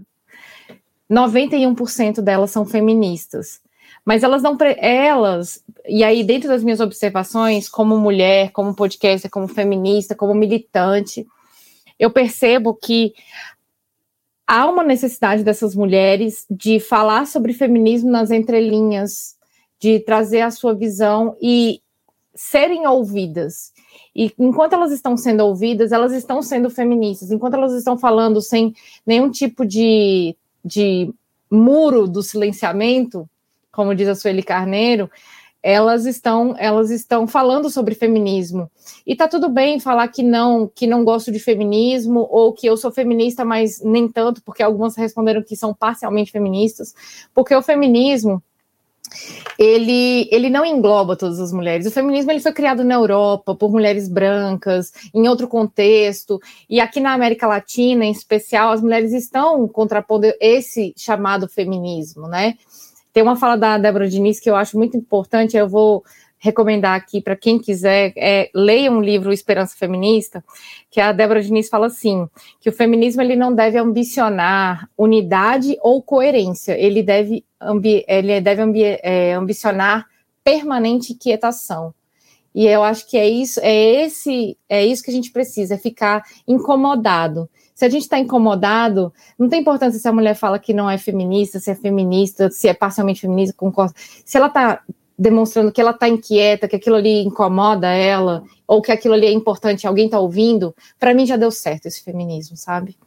91% delas são feministas. Mas e aí dentro das minhas observações, como mulher, como podcaster, como feminista, como militante, eu percebo que há uma necessidade dessas mulheres de falar sobre feminismo nas entrelinhas, de trazer a sua visão e serem ouvidas. E enquanto elas estão sendo ouvidas, elas estão sendo feministas. Enquanto elas estão falando sem nenhum tipo de muro do silenciamento, como diz a Sueli Carneiro, elas estão falando sobre feminismo. E tá tudo bem falar que não gosto de feminismo, ou que eu sou feminista, mas nem tanto, porque algumas responderam que são parcialmente feministas, porque o feminismo, ele não engloba todas as mulheres. O feminismo ele foi criado na Europa por mulheres brancas, em outro contexto, e aqui na América Latina, em especial, as mulheres estão contrapondo esse chamado feminismo, né? Tem uma fala da Débora Diniz que eu acho muito importante, eu vou recomendar aqui para quem quiser, leia um livro Esperança Feminista, que a Débora Diniz fala assim, que o feminismo ele não deve ambicionar unidade ou coerência, ele deve ambicionar permanente quietação. E eu acho que é isso que a gente precisa, é ficar incomodado. Se a gente está incomodado, não tem importância se a mulher fala que não é feminista, se é parcialmente feminista, concorda. Se ela está demonstrando que ela está inquieta, que aquilo ali incomoda ela, ou que aquilo ali é importante, alguém está ouvindo, para mim já deu certo esse feminismo, sabe?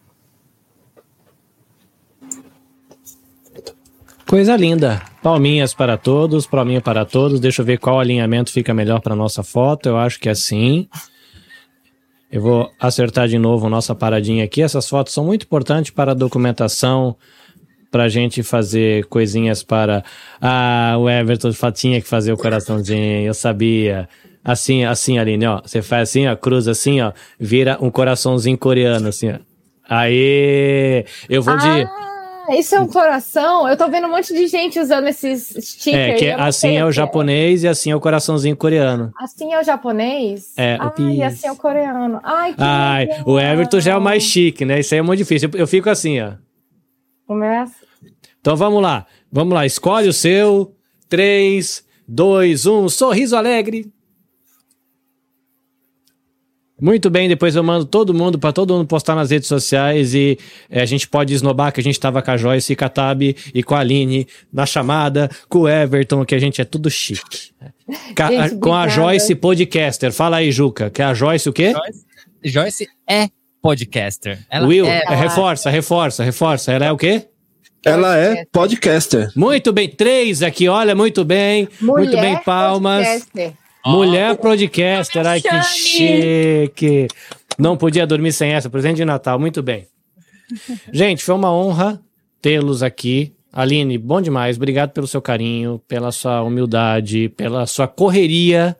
Coisa linda. Palminhas para todos, palminha para todos. Deixa eu ver qual alinhamento fica melhor para nossa foto. Eu acho que é assim. Eu vou acertar de novo a nossa paradinha aqui. Essas fotos são muito importantes para a documentação, para a gente fazer coisinhas para... Ah, o Everton tinha que fazer o coraçãozinho, eu sabia. Assim, Aline, ó. Você faz assim, ó, cruza assim, ó, vira um coraçãozinho coreano, assim, ó. Aê! Eu vou de... Isso é um coração? Eu tô vendo um monte de gente usando esses stickers. Que assim é o japonês e assim é o coraçãozinho coreano. Assim é o japonês? E assim é o coreano. Ai, que o Everton já é o mais chique, né? Isso aí é muito difícil. Eu fico assim, ó. Começa. Então vamos lá. Escolhe o seu. 3, 2, 1. Sorriso alegre. Muito bem, depois eu mando para todo mundo postar nas redes sociais e a gente pode esnobar que a gente tava com a Joyce, com a Tabi e com a Aline na chamada, com o Everton, que a gente é tudo chique. Com a Joyce podcaster. Fala aí, Juca, que é a Joyce o quê? Joyce é podcaster. Reforça. Ela é o quê? Ela é podcaster. Muito bem, 3 aqui, olha, muito bem. Muito bem, palmas. Podcaster. Mulher podcaster, ai que chique. Não podia dormir sem essa, presente de Natal, muito bem. Gente, foi uma honra tê-los aqui. Aline, bom demais, obrigado pelo seu carinho, pela sua humildade, pela sua correria,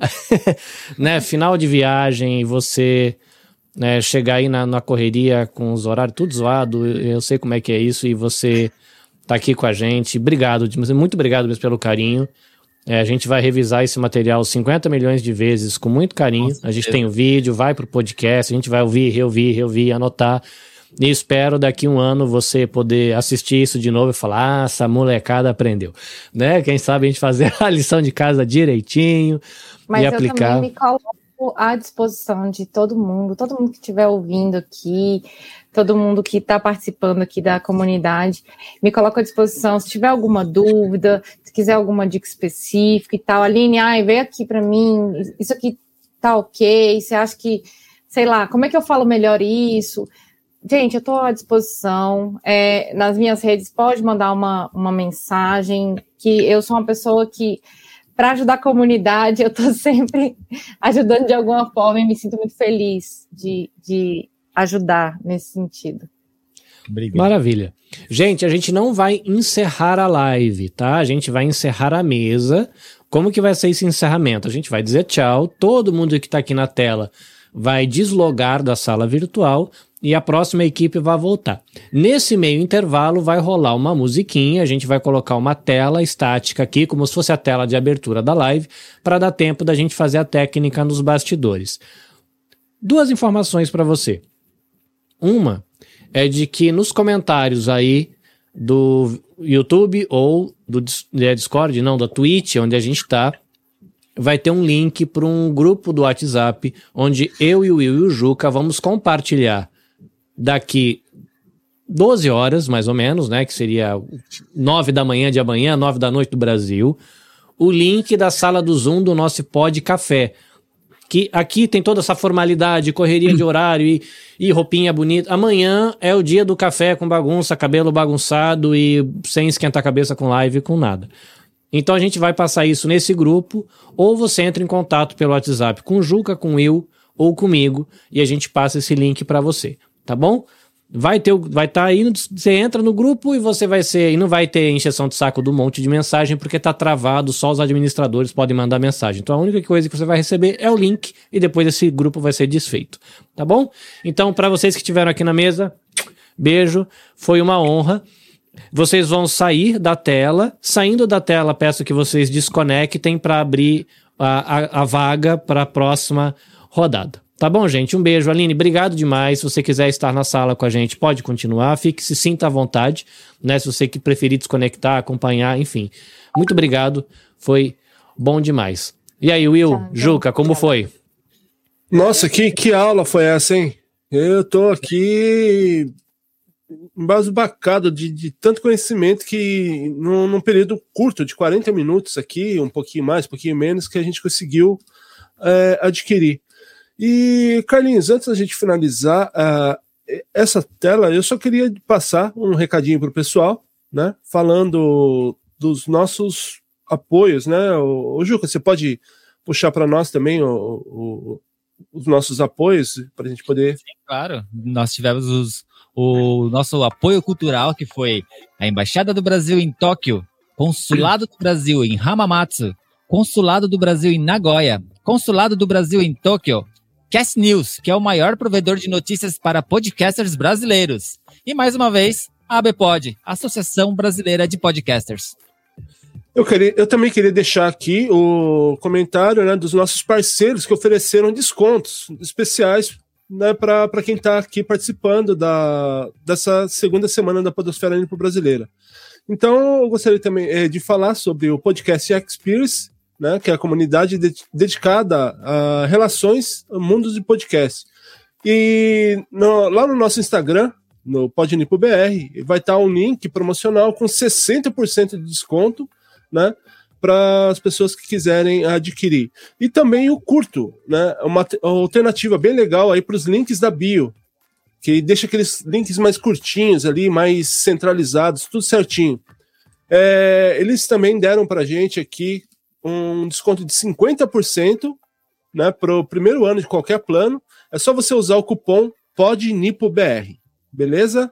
né? Final de viagem, você chegar aí na correria com os horários tudo zoado, eu sei como é que é isso, e você tá aqui com a gente. Obrigado, muito obrigado mesmo pelo carinho. A gente vai revisar esse material 50 milhões de vezes com muito carinho. A gente tem o vídeo, vai pro podcast, a gente vai ouvir, reouvir, anotar. E espero daqui 1 ano você poder assistir isso de novo e falar, essa molecada aprendeu. Né? Quem sabe a gente fazer a lição de casa direitinho e aplicar. Mas eu também me coloco à disposição de todo mundo que estiver ouvindo aqui, todo mundo que está participando aqui da comunidade, me coloco à disposição. Se tiver alguma dúvida, se quiser alguma dica específica e tal, Aline, vem aqui para mim, isso aqui tá ok, você acha que, sei lá, como é que eu falo melhor isso? Gente, eu estou à disposição, nas minhas redes pode mandar uma mensagem, que eu sou uma pessoa que, para ajudar a comunidade, eu estou sempre ajudando de alguma forma e me sinto muito feliz de ajudar nesse sentido. Obrigado. Maravilha. Gente, a gente não vai encerrar a live, tá? A gente vai encerrar a mesa. Como que vai ser esse encerramento? A gente vai dizer tchau, todo mundo que está aqui na tela vai deslogar da sala virtual e a próxima equipe vai voltar. Nesse meio intervalo vai rolar uma musiquinha, a gente vai colocar uma tela estática aqui, como se fosse a tela de abertura da live, para dar tempo da gente fazer a técnica nos bastidores. 2 informações para você. Uma é de que nos comentários aí do YouTube ou do Discord, não, da Twitch, onde a gente está, vai ter um link para um grupo do WhatsApp, onde eu e o Will e o Juca vamos compartilhar daqui 12 horas, mais ou menos, né, que seria 9 da manhã de amanhã, 9 da noite do Brasil, o link da sala do Zoom do nosso Pod Café, que aqui tem toda essa formalidade, correria de horário e roupinha bonita. Amanhã é o dia do café com bagunça, cabelo bagunçado e sem esquentar a cabeça com live, com nada. Então a gente vai passar isso nesse grupo, ou você entra em contato pelo WhatsApp com o Juca, com o Will ou comigo, e a gente passa esse link para você, tá bom? Vai estar aí, você entra no grupo e você vai ser, e não vai ter encheção de saco do monte de mensagem, porque tá travado, só os administradores podem mandar mensagem. Então a única coisa que você vai receber é o link e depois esse grupo vai ser desfeito, tá bom? Então para vocês que estiveram aqui na mesa, beijo, foi uma honra. Vocês vão sair da tela, saindo da tela peço que vocês desconectem para abrir a vaga para a próxima rodada. Tá bom, gente? Um beijo. Aline, obrigado demais. Se você quiser estar na sala com a gente, pode continuar. Se sinta à vontade, né? Se você que preferir desconectar, acompanhar, enfim. Muito obrigado. Foi bom demais. E aí, Will, Juca, como foi? Nossa, que aula foi essa, hein? Eu tô aqui embasbacado de tanto conhecimento que num período curto, de 40 minutos aqui, um pouquinho mais, um pouquinho menos, que a gente conseguiu adquirir. E, Carlinhos, antes da gente finalizar essa tela, eu só queria passar um recadinho para o pessoal, né? Falando dos nossos apoios, né? O Juca, você pode puxar para nós também os nossos apoios para a gente poder... Sim, claro. Nós tivemos o nosso apoio cultural, que foi a Embaixada do Brasil em Tóquio, Consulado do Brasil em Hamamatsu, Consulado do Brasil em Nagoya, Consulado do Brasil em Tóquio, Cast News, que é o maior provedor de notícias para podcasters brasileiros. E mais uma vez, a ABPOD, Associação Brasileira de Podcasters. Eu também queria deixar aqui o comentário, né, dos nossos parceiros que ofereceram descontos especiais, né, para quem está aqui participando dessa segunda semana da Podosfera Nipo Brasileira. Então, eu gostaria também de falar sobre o Podcast Experience, né, que é a comunidade dedicada a relações, a mundos de podcast. E lá no nosso Instagram, no PodNipoBR, vai estar um link promocional com 60% de desconto, né, para as pessoas que quiserem adquirir. E também o Curto, né, uma alternativa bem legal aí para os links da bio, que deixa aqueles links mais curtinhos ali, mais centralizados, tudo certinho. Eles também deram para a gente aqui um desconto de 50%, né, para o primeiro ano de qualquer plano. É só você usar o cupom PodNipoBR, beleza?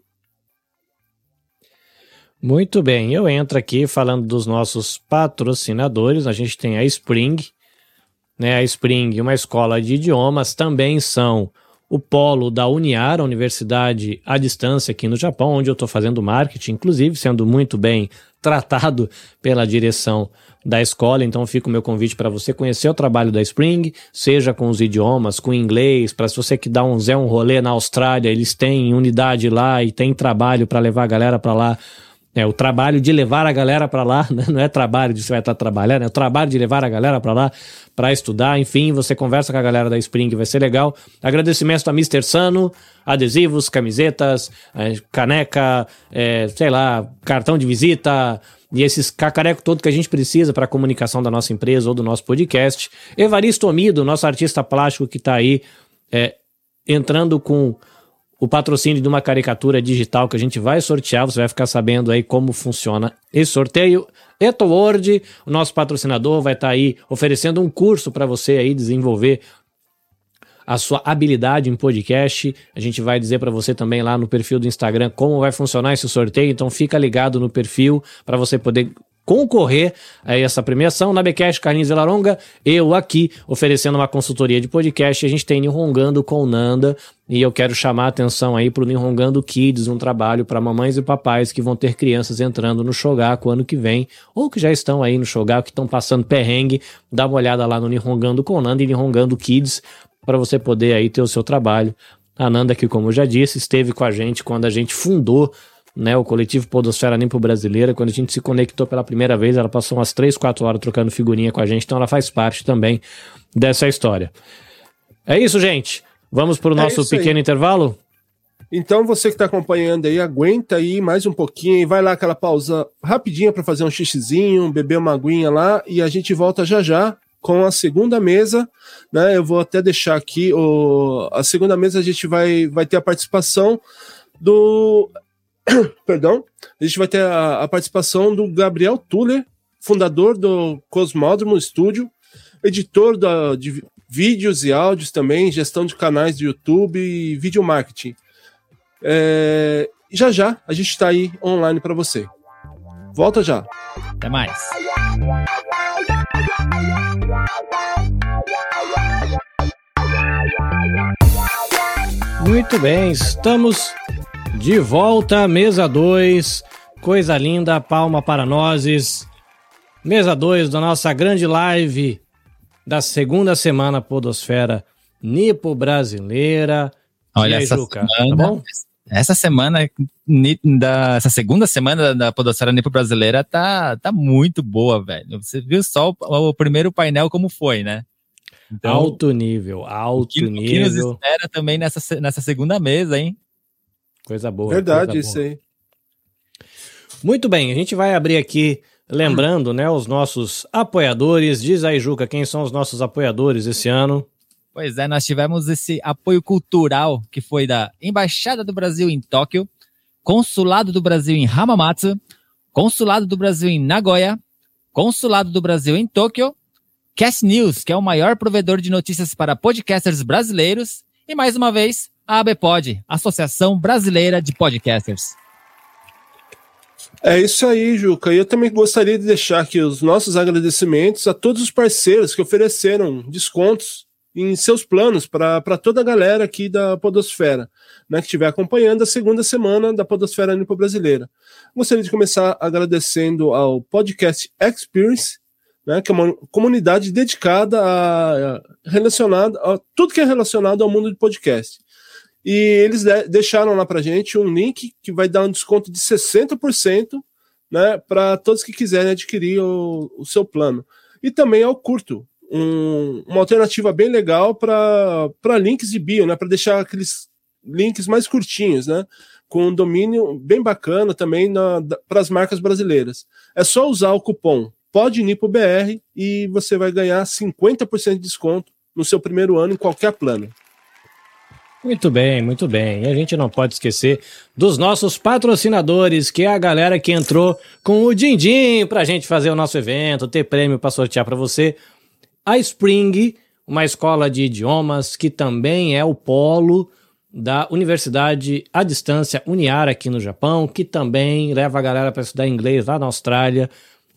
Muito bem, eu entro aqui falando dos nossos patrocinadores. A gente tem a Spring, né? A Spring, uma escola de idiomas, também são o polo da Uniar, a universidade à distância aqui no Japão, onde eu estou fazendo marketing, inclusive sendo muito bem tratado pela direção da escola. Então fica o meu convite para você conhecer o trabalho da Spring, seja com os idiomas, com inglês, para se você que dá um rolê na Austrália, eles têm unidade lá e tem trabalho para levar a galera para lá. O trabalho de levar a galera para lá, né? Não é trabalho de você vai estar trabalhando, é o trabalho de levar a galera para lá para estudar. Enfim, você conversa com a galera da Spring, vai ser legal. Agradecimento a Mr. Sano, adesivos, camisetas, caneca, sei lá, cartão de visita e esses cacareco todo que a gente precisa para a comunicação da nossa empresa ou do nosso podcast. Evaristo Omido, nosso artista plástico que está aí entrando com o patrocínio de uma caricatura digital que a gente vai sortear. Você vai ficar sabendo aí como funciona esse sorteio. EtoWord, o nosso patrocinador, vai estar aí oferecendo um curso para você aí desenvolver a sua habilidade em podcast. A gente vai dizer para você também lá no perfil do Instagram como vai funcionar esse sorteio, então fica ligado no perfil para você poder concorrer a essa premiação. Na Becast, Carlinhos Vilaronga, eu aqui oferecendo uma consultoria de podcast. A gente tem Nihongando com Nanda e eu quero chamar a atenção aí para o Nihongando Kids, um trabalho para mamães e papais que vão ter crianças entrando no Shogaku ano que vem, ou que já estão aí no Shogaku, que estão passando perrengue. Dá uma olhada lá no Nihongando com Nanda e Nihongando Kids para você poder aí ter o seu trabalho. A Nanda, que como eu já disse, esteve com a gente quando a gente fundou, né, o coletivo Podosfera Nipo Brasileira. Quando a gente se conectou pela primeira vez, ela passou umas 3-4 horas trocando figurinha com a gente, então ela faz parte também dessa história. É isso, gente. Vamos para o nosso pequeno intervalo? Então você que está acompanhando aí, aguenta aí mais um pouquinho e vai lá aquela pausa rapidinha para fazer um xixizinho, beber uma aguinha lá e a gente volta já já com a segunda mesa, né? Eu vou até deixar aqui a segunda mesa. A gente vai ter a participação do... Perdão, a gente vai ter a participação do Gabriel Tuller, fundador do Cosmódromo Studio, editor de vídeos e áudios também, gestão de canais de YouTube e vídeo marketing. Já a gente está aí online para você. Volta já. Até mais. Muito bem, estamos de volta, mesa 2, coisa linda, palma para nós. Mesa 2 da nossa grande live da segunda semana Podosfera Nipo Brasileira. Olha, aí, essa Juca, semana, tá bom? essa semana, essa segunda semana da Podosfera Nipo Brasileira tá muito boa, velho. Você viu só o primeiro painel como foi, né? Então, alto nível. O que nos espera também nessa segunda mesa, hein? Coisa boa. Verdade, coisa isso boa. aí. Muito bem, a gente vai abrir aqui, lembrando, né, os nossos apoiadores. Diz aí, Juca, quem são os nossos apoiadores esse ano? Pois é, nós tivemos esse apoio cultural que foi da Embaixada do Brasil em Tóquio, Consulado do Brasil em Hamamatsu, Consulado do Brasil em Nagoya, Consulado do Brasil em Tóquio, Cast News, que é o maior provedor de notícias para podcasters brasileiros, e mais uma vez, a ABPOD, Associação Brasileira de Podcasters. É isso aí, Juca. E eu também gostaria de deixar aqui os nossos agradecimentos a todos os parceiros que ofereceram descontos em seus planos para toda a galera aqui da Podosfera, né, que estiver acompanhando a segunda semana da Podosfera Nipo Brasileira. Gostaria de começar agradecendo ao Podcast Experience, né, que é uma comunidade dedicada a tudo que é relacionado ao mundo de podcast. E eles deixaram lá para gente um link que vai dar um desconto de 60%, né, para todos que quiserem adquirir o seu plano. E também ao Curto, uma alternativa bem legal para links de bio, né, para deixar aqueles links mais curtinhos, né, com um domínio bem bacana também para as marcas brasileiras. É só usar o cupom PODNIPOBR e você vai ganhar 50% de desconto no seu primeiro ano em qualquer plano. Muito bem, muito bem. E a gente não pode esquecer dos nossos patrocinadores, que é a galera que entrou com o din-din pra gente fazer o nosso evento, ter prêmio para sortear para você. A Spring, uma escola de idiomas que também é o polo da Universidade à Distância Uniara aqui no Japão, que também leva a galera para estudar inglês lá na Austrália,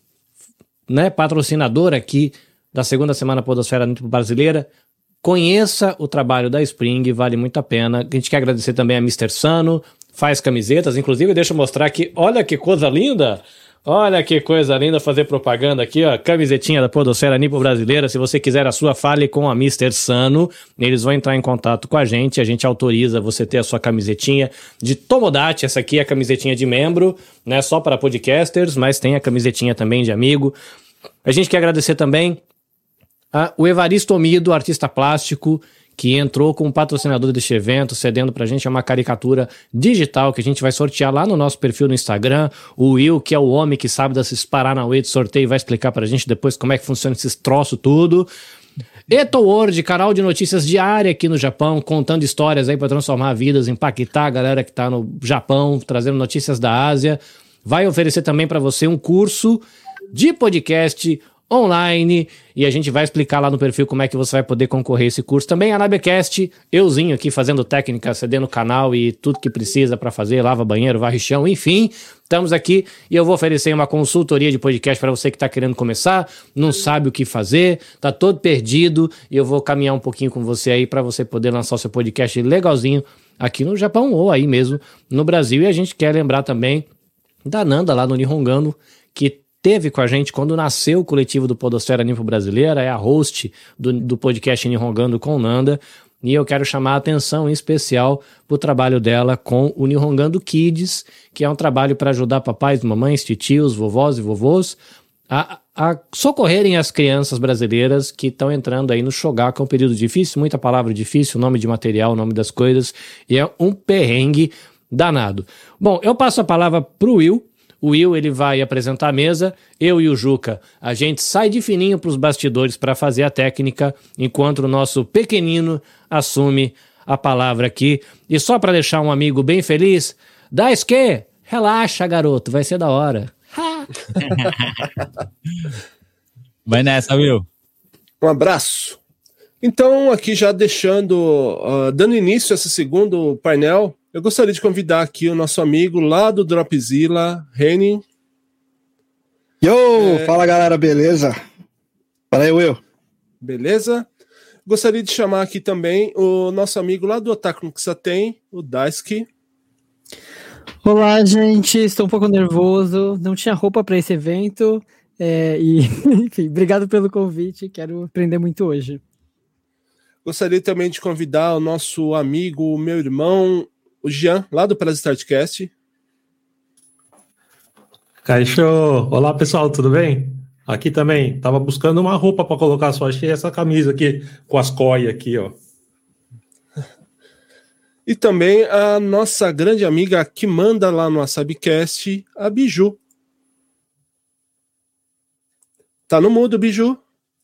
né? Patrocinador aqui da segunda semana Podosfera Nipo Brasileira. Conheça o trabalho da Spring, vale muito a pena. A gente quer agradecer também a Mr. Sano, faz camisetas, inclusive deixa eu mostrar aqui, olha que coisa linda! Olha que coisa linda fazer propaganda aqui, ó, camisetinha da Podosfera Nipo Brasileira. Se você quiser a sua, fale com a Mr. Sano, eles vão entrar em contato com a gente autoriza você ter a sua camisetinha de Tomodachi. Essa aqui é a camisetinha de membro, né, só para podcasters, mas tem a camisetinha também de amigo. A gente quer agradecer também o Evaristo Omido, artista plástico, que entrou como patrocinador deste evento, cedendo pra gente uma caricatura digital que a gente vai sortear lá no nosso perfil no Instagram. O Will, que é o homem que sabe desses paranauê de sorteio, vai explicar pra gente depois como é que funciona esses troços tudo. Eto World, canal de notícias diária aqui no Japão, contando histórias aí pra transformar vidas, impactar a galera que tá no Japão, trazendo notícias da Ásia. Vai oferecer também pra você um curso de podcast online, e a gente vai explicar lá no perfil como é que você vai poder concorrer a esse curso. Também a Nabecast, euzinho aqui fazendo técnica, cedendo o canal e tudo que precisa para fazer, lava banheiro, varre chão, enfim, estamos aqui e eu vou oferecer uma consultoria de podcast para você que está querendo começar, não sabe o que fazer, tá todo perdido, e eu vou caminhar um pouquinho com você aí para você poder lançar o seu podcast legalzinho aqui no Japão ou aí mesmo no Brasil. E a gente quer lembrar também da Nanda lá no Nihongano, que teve com a gente quando nasceu o coletivo do Podosfera Nipo Brasileira, é a host do podcast Nihongando com Nanda, e eu quero chamar a atenção em especial para o trabalho dela com o Nihongando Kids, que é um trabalho para ajudar papais, mamães, titios, vovós e vovôs a socorrerem as crianças brasileiras que estão entrando aí no Shogaku, é um período difícil, muita palavra difícil, nome de material, nome das coisas, e é um perrengue danado. Bom, eu passo a palavra pro Will. O Will, ele vai apresentar a mesa, eu e o Juca, a gente sai de fininho para os bastidores para fazer a técnica, enquanto o nosso pequenino assume a palavra aqui. E só para deixar um amigo bem feliz, Daisuke, relaxa, garoto, vai ser da hora. Vai nessa, Will. Um abraço. Então, aqui já dando início a esse segundo painel, eu gostaria de convidar aqui o nosso amigo lá do Dropzilla, Henning. Fala galera, beleza? Fala aí, Will. Beleza? Gostaria de chamar aqui também o nosso amigo lá do Otaku no Kisaten, o Daisuke. Olá, gente, estou um pouco nervoso, não tinha roupa para esse evento, enfim, obrigado pelo convite, quero aprender muito hoje. Gostaria também de convidar o nosso amigo, meu irmão, o Jean, lá do Prazer Startcast. Caixô! Olá, pessoal, tudo bem? Aqui também, tava buscando uma roupa para colocar, só achei essa camisa aqui, com as coias aqui, ó. E também a nossa grande amiga que manda lá no WasabiCast, a Biju. Tá no mudo, Biju?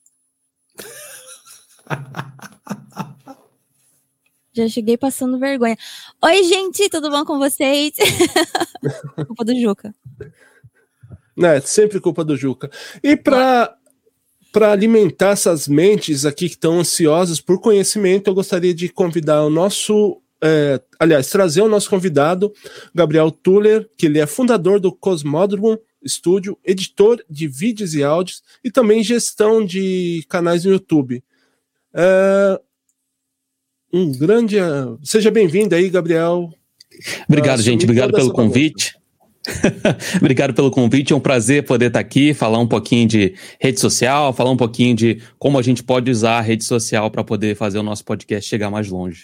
Já cheguei passando vergonha. Oi, gente, tudo bom com vocês? Culpa do Juca. É sempre culpa do Juca. E para alimentar essas mentes aqui que estão ansiosas por conhecimento, eu gostaria de convidar o nosso... trazer o nosso convidado, Gabriel Tuller, que ele é fundador do Cosmódromo Studio, editor de vídeos e áudios e também gestão de canais no YouTube. Seja bem-vindo aí, Gabriel. Obrigado, gente. Obrigado pelo convite. Obrigado pelo convite, é um prazer poder estar aqui, falar um pouquinho de rede social, falar um pouquinho de como a gente pode usar a rede social para poder fazer o nosso podcast chegar mais longe.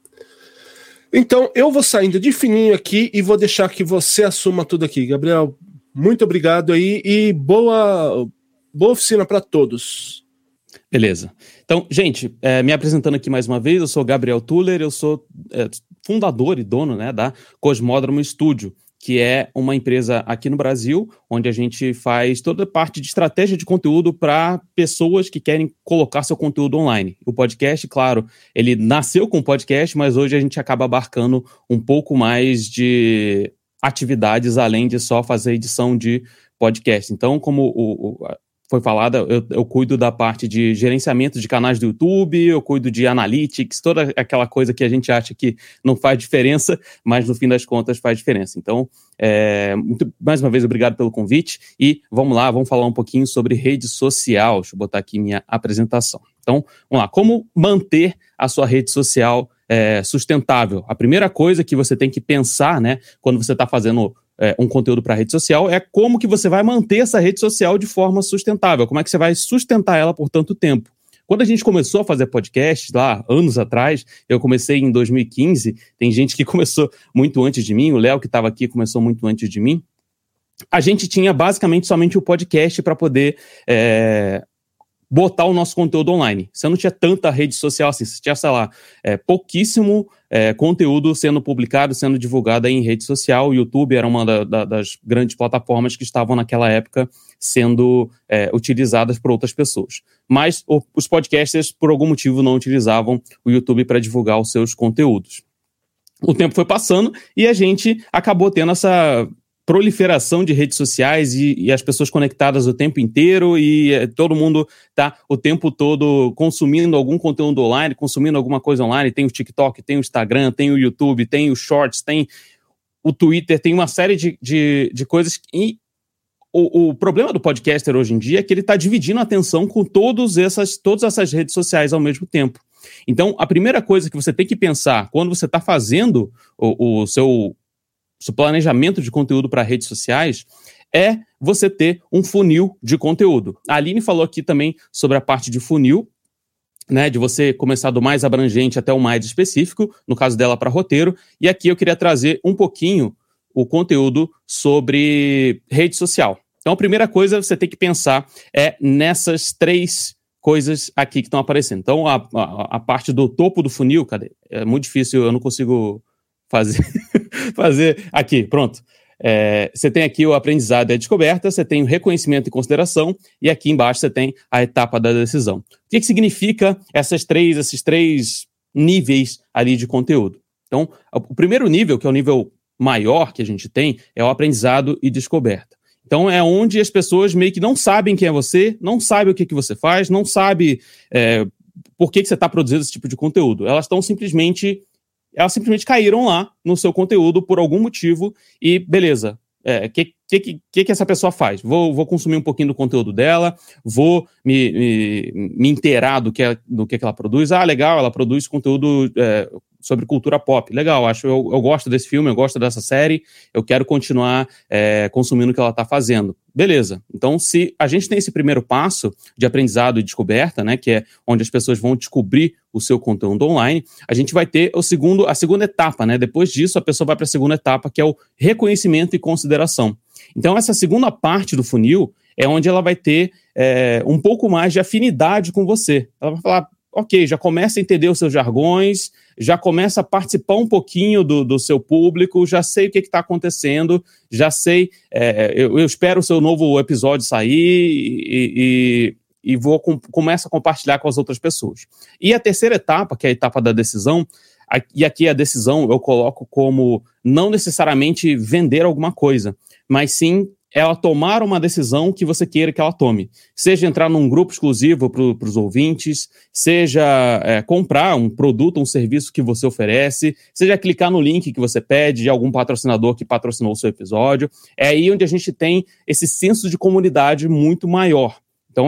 Então, eu vou saindo de fininho aqui e vou deixar que você assuma tudo aqui. Gabriel, muito obrigado aí e boa oficina para todos. Beleza. Então, gente, me apresentando aqui mais uma vez, eu sou Gabriel Tuller, eu sou fundador e dono, né, da Cosmódromo Studio, que é uma empresa aqui no Brasil, onde a gente faz toda a parte de estratégia de conteúdo para pessoas que querem colocar seu conteúdo online. O podcast, claro, ele nasceu com o podcast, mas hoje a gente acaba abarcando um pouco mais de atividades, além de só fazer edição de podcast. Então, como foi falado, eu cuido da parte de gerenciamento de canais do YouTube, eu cuido de analytics, toda aquela coisa que a gente acha que não faz diferença, mas no fim das contas faz diferença. Então, mais uma vez, obrigado pelo convite e vamos lá, vamos falar um pouquinho sobre rede social. Deixa eu botar aqui minha apresentação. Então, vamos lá, como manter a sua rede social sustentável? A primeira coisa que você tem que pensar, né, quando você está fazendo um conteúdo para a rede social, é como que você vai manter essa rede social de forma sustentável, como é que você vai sustentar ela por tanto tempo. Quando a gente começou a fazer podcast, lá, anos atrás, eu comecei em 2015, tem gente que começou muito antes de mim, o Léo que estava aqui começou muito antes de mim, a gente tinha basicamente somente o podcast para poder botar o nosso conteúdo online. Você não tinha tanta rede social assim, você tinha, sei lá, pouquíssimo conteúdo sendo publicado, sendo divulgado em rede social. O YouTube era uma das grandes plataformas que estavam naquela época sendo utilizadas por outras pessoas. Mas os podcasters, por algum motivo, não utilizavam o YouTube para divulgar os seus conteúdos. O tempo foi passando e a gente acabou tendo essa proliferação de redes sociais e as pessoas conectadas o tempo inteiro e todo mundo tá o tempo todo consumindo algum conteúdo online, consumindo alguma coisa online. Tem o TikTok, tem o Instagram, tem o YouTube, tem o Shorts, tem o Twitter, tem uma série de coisas. E o problema do podcaster hoje em dia é que ele está dividindo a atenção com todas essas redes sociais ao mesmo tempo. Então, a primeira coisa que você tem que pensar quando você está fazendo o seu planejamento de conteúdo para redes sociais é você ter um funil de conteúdo. A Aline falou aqui também sobre a parte de funil, né, de você começar do mais abrangente até o mais específico, no caso dela para roteiro, e aqui eu queria trazer um pouquinho o conteúdo sobre rede social. Então a primeira coisa você tem que pensar é nessas 3 coisas aqui que estão aparecendo. Então a parte do topo do funil, cadê? É muito difícil, eu não consigo fazer aqui, pronto. Você tem aqui o aprendizado e a descoberta, você tem o reconhecimento e consideração, e aqui embaixo você tem a etapa da decisão. O que significa esses três níveis ali de conteúdo? Então, o primeiro nível, que é o nível maior que a gente tem, é o aprendizado e descoberta. Então, é onde as pessoas meio que não sabem quem é você, não sabem o que você faz, não sabem por que você está produzindo esse tipo de conteúdo. Elas simplesmente caíram lá no seu conteúdo por algum motivo e beleza, que essa pessoa faz? Vou consumir um pouquinho do conteúdo dela, vou me inteirar do que ela produz. Ah, legal, ela produz conteúdo sobre cultura pop. Legal, eu gosto desse filme, eu gosto dessa série, eu quero continuar consumindo o que ela está fazendo. Beleza. Então, se a gente tem esse primeiro passo de aprendizado e descoberta, né, que é onde as pessoas vão descobrir o seu conteúdo online, a gente vai ter a segunda etapa, né? Depois disso, a pessoa vai para a segunda etapa, que é o reconhecimento e consideração. Então, essa segunda parte do funil é onde ela vai ter um pouco mais de afinidade com você. Ela vai falar, ok, já começa a entender os seus jargões, já começa a participar um pouquinho do seu público, já sei o que está acontecendo, já sei, eu espero o seu novo episódio sair e começo a compartilhar com as outras pessoas. E a terceira etapa, que é a etapa da decisão, e aqui a decisão eu coloco como não necessariamente vender alguma coisa, mas sim ela tomar uma decisão que você queira que ela tome. Seja entrar num grupo exclusivo para os ouvintes, seja comprar um produto, um serviço que você oferece, seja clicar no link que você pede de algum patrocinador que patrocinou o seu episódio. É aí onde a gente tem esse senso de comunidade muito maior. Então,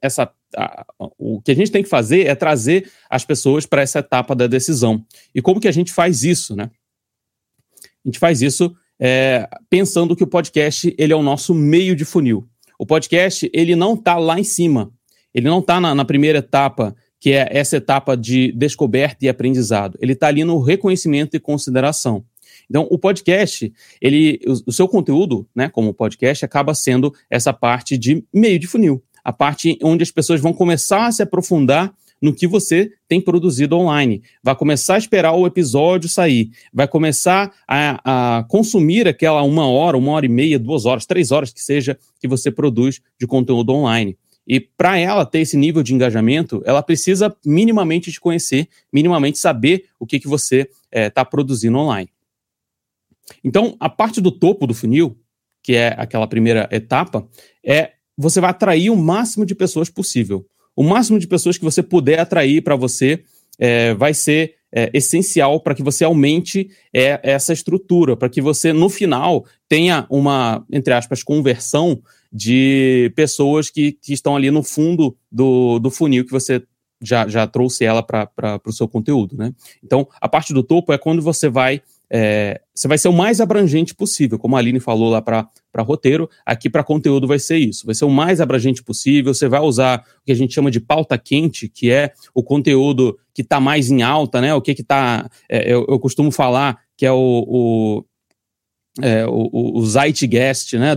o que a gente tem que fazer é trazer as pessoas para essa etapa da decisão. E como que a gente faz isso, né? A gente faz isso pensando que o podcast ele é o nosso meio de funil. O podcast ele não está lá em cima, ele não está na primeira etapa, que é essa etapa de descoberta e aprendizado. Ele está ali no reconhecimento e consideração. Então, o podcast, o seu conteúdo, né, como podcast, acaba sendo essa parte de meio de funil, a parte onde as pessoas vão começar a se aprofundar no que você tem produzido online. Vai começar a esperar o episódio sair. Vai começar a consumir aquela 1 hora, 1h30, 2 horas, 3 horas que seja que você produz de conteúdo online. E para ela ter esse nível de engajamento, ela precisa minimamente te conhecer, minimamente saber o que você está produzindo online. Então, a parte do topo do funil, que é aquela primeira etapa, você vai atrair o máximo de pessoas possível. O máximo de pessoas que você puder atrair para você vai ser essencial para que você aumente essa estrutura, para que você, no final, tenha uma, entre aspas, conversão de pessoas que estão ali no fundo do funil que você já trouxe ela para o seu conteúdo, né? Então, a parte do topo é quando você vai ser o mais abrangente possível, como a Aline falou lá para roteiro, aqui para conteúdo vai ser isso, vai ser o mais abrangente possível, você vai usar o que a gente chama de pauta quente, que é o conteúdo que está mais em alta, né, o que está, eu costumo falar que é o Zeitgeist, né,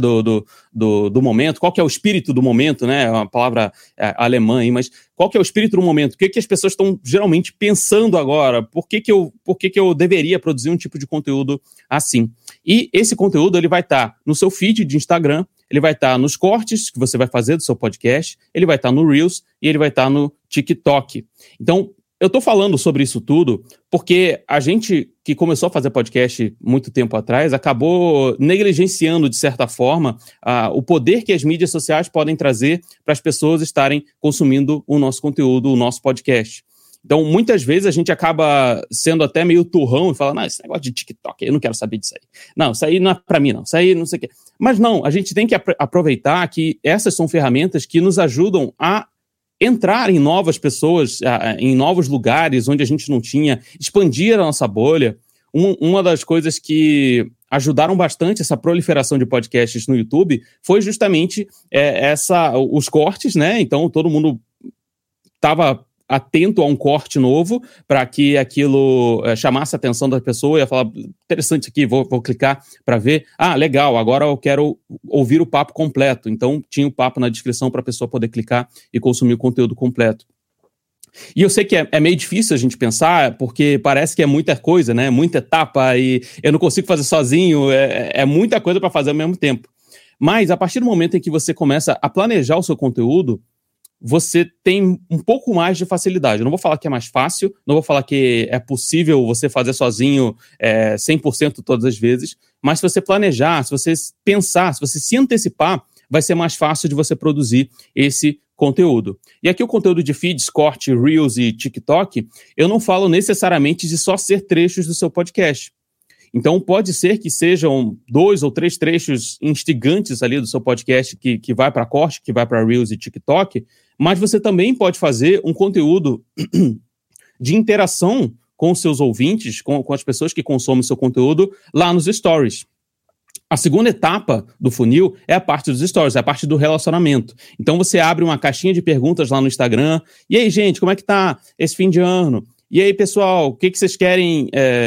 do momento. Qual que é o espírito do momento, né, é uma palavra alemã aí, mas qual que é o espírito do momento? O que as pessoas estão geralmente pensando agora? Por que eu deveria produzir um tipo de conteúdo assim? E esse conteúdo ele vai estar no seu feed de Instagram, ele vai estar nos cortes que você vai fazer do seu podcast, ele vai estar no Reels e ele vai estar no TikTok. Então, eu estou falando sobre isso tudo porque a gente que começou a fazer podcast muito tempo atrás acabou negligenciando, de certa forma, o poder que as mídias sociais podem trazer para as pessoas estarem consumindo o nosso conteúdo, o nosso podcast. Então, muitas vezes a gente acaba sendo até meio turrão e falando, não, esse negócio de TikTok, eu não quero saber disso aí. Não, isso aí não é para mim, não. Isso aí não sei o quê. Mas não, a gente tem que aproveitar que essas são ferramentas que nos ajudam a entrar em novas pessoas, em novos lugares onde a gente não tinha, expandir a nossa bolha. Uma das coisas que ajudaram bastante essa proliferação de podcasts no YouTube foi justamente os cortes, né? Então, todo mundo estava atento a um corte novo para que aquilo chamasse a atenção da pessoa e ia falar, interessante aqui, vou clicar para ver. Ah, legal, agora eu quero ouvir o papo completo. Então, tinha o papo na descrição para a pessoa poder clicar e consumir o conteúdo completo. E eu sei que é meio difícil a gente pensar, porque parece que é muita coisa, né? Muita etapa e eu não consigo fazer sozinho, é muita coisa para fazer ao mesmo tempo. Mas, a partir do momento em que você começa a planejar o seu conteúdo, você tem um pouco mais de facilidade. Eu não vou falar que é mais fácil, não vou falar que é possível você fazer sozinho 100% todas as vezes, mas se você planejar, se você pensar, se você se antecipar, vai ser mais fácil de você produzir esse conteúdo. E aqui o conteúdo de feeds, corte, Reels e TikTok, eu não falo necessariamente de só ser trechos do seu podcast. Então, pode ser que sejam 2 ou 3 trechos instigantes ali do seu podcast que vai para corte, que vai para Reels e TikTok, mas você também pode fazer um conteúdo de interação com os seus ouvintes, com as pessoas que consomem o seu conteúdo lá nos stories. A segunda etapa do funil é a parte dos stories, é a parte do relacionamento. Então você abre uma caixinha de perguntas lá no Instagram. E aí, gente, como é que tá esse fim de ano? E aí, pessoal, o que vocês querem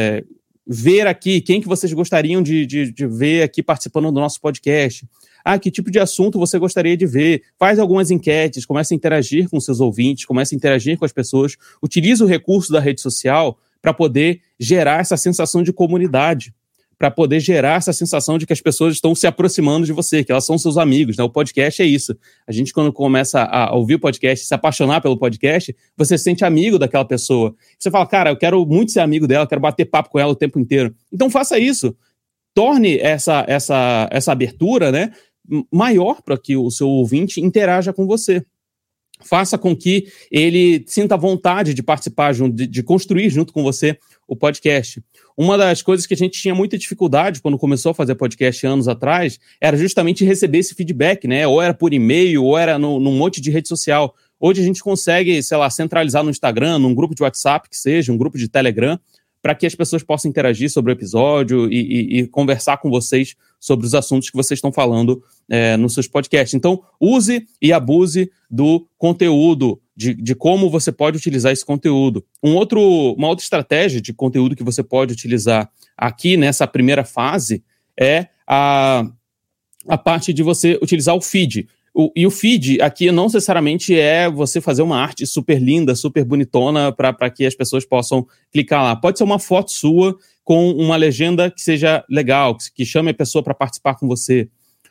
ver aqui? Quem que vocês gostariam de ver aqui participando do nosso podcast? Que tipo de assunto você gostaria de ver? Faz algumas enquetes, começa a interagir com seus ouvintes, começa a interagir com as pessoas. Utiliza o recurso da rede social para poder gerar essa sensação de comunidade, para poder gerar essa sensação de que as pessoas estão se aproximando de você, que elas são seus amigos, né? O podcast é isso. A gente, quando começa a ouvir o podcast, se apaixonar pelo podcast, você se sente amigo daquela pessoa. Você fala, cara, eu quero muito ser amigo dela, quero bater papo com ela o tempo inteiro. Então faça isso. Torne essa abertura, né, maior para que o seu ouvinte interaja com você. Faça com que ele sinta vontade de participar, de construir junto com você o podcast. Uma das coisas que a gente tinha muita dificuldade quando começou a fazer podcast anos atrás era justamente receber esse feedback, né? Ou era por e-mail, ou era num monte de rede social. Hoje a gente consegue, sei lá, centralizar no Instagram, num grupo de WhatsApp que seja, um grupo de Telegram, para que as pessoas possam interagir sobre o episódio e conversar com vocês sobre os assuntos que vocês estão falando nos seus podcasts. Então, use e abuse do conteúdo, de como você pode utilizar esse conteúdo. Uma outra estratégia de conteúdo que você pode utilizar aqui nessa primeira fase é a parte de você utilizar o feed. E o feed aqui não necessariamente é você fazer uma arte super linda, super bonitona para que as pessoas possam clicar lá. Pode ser uma foto sua com uma legenda que seja legal, que chame a pessoa para participar com você.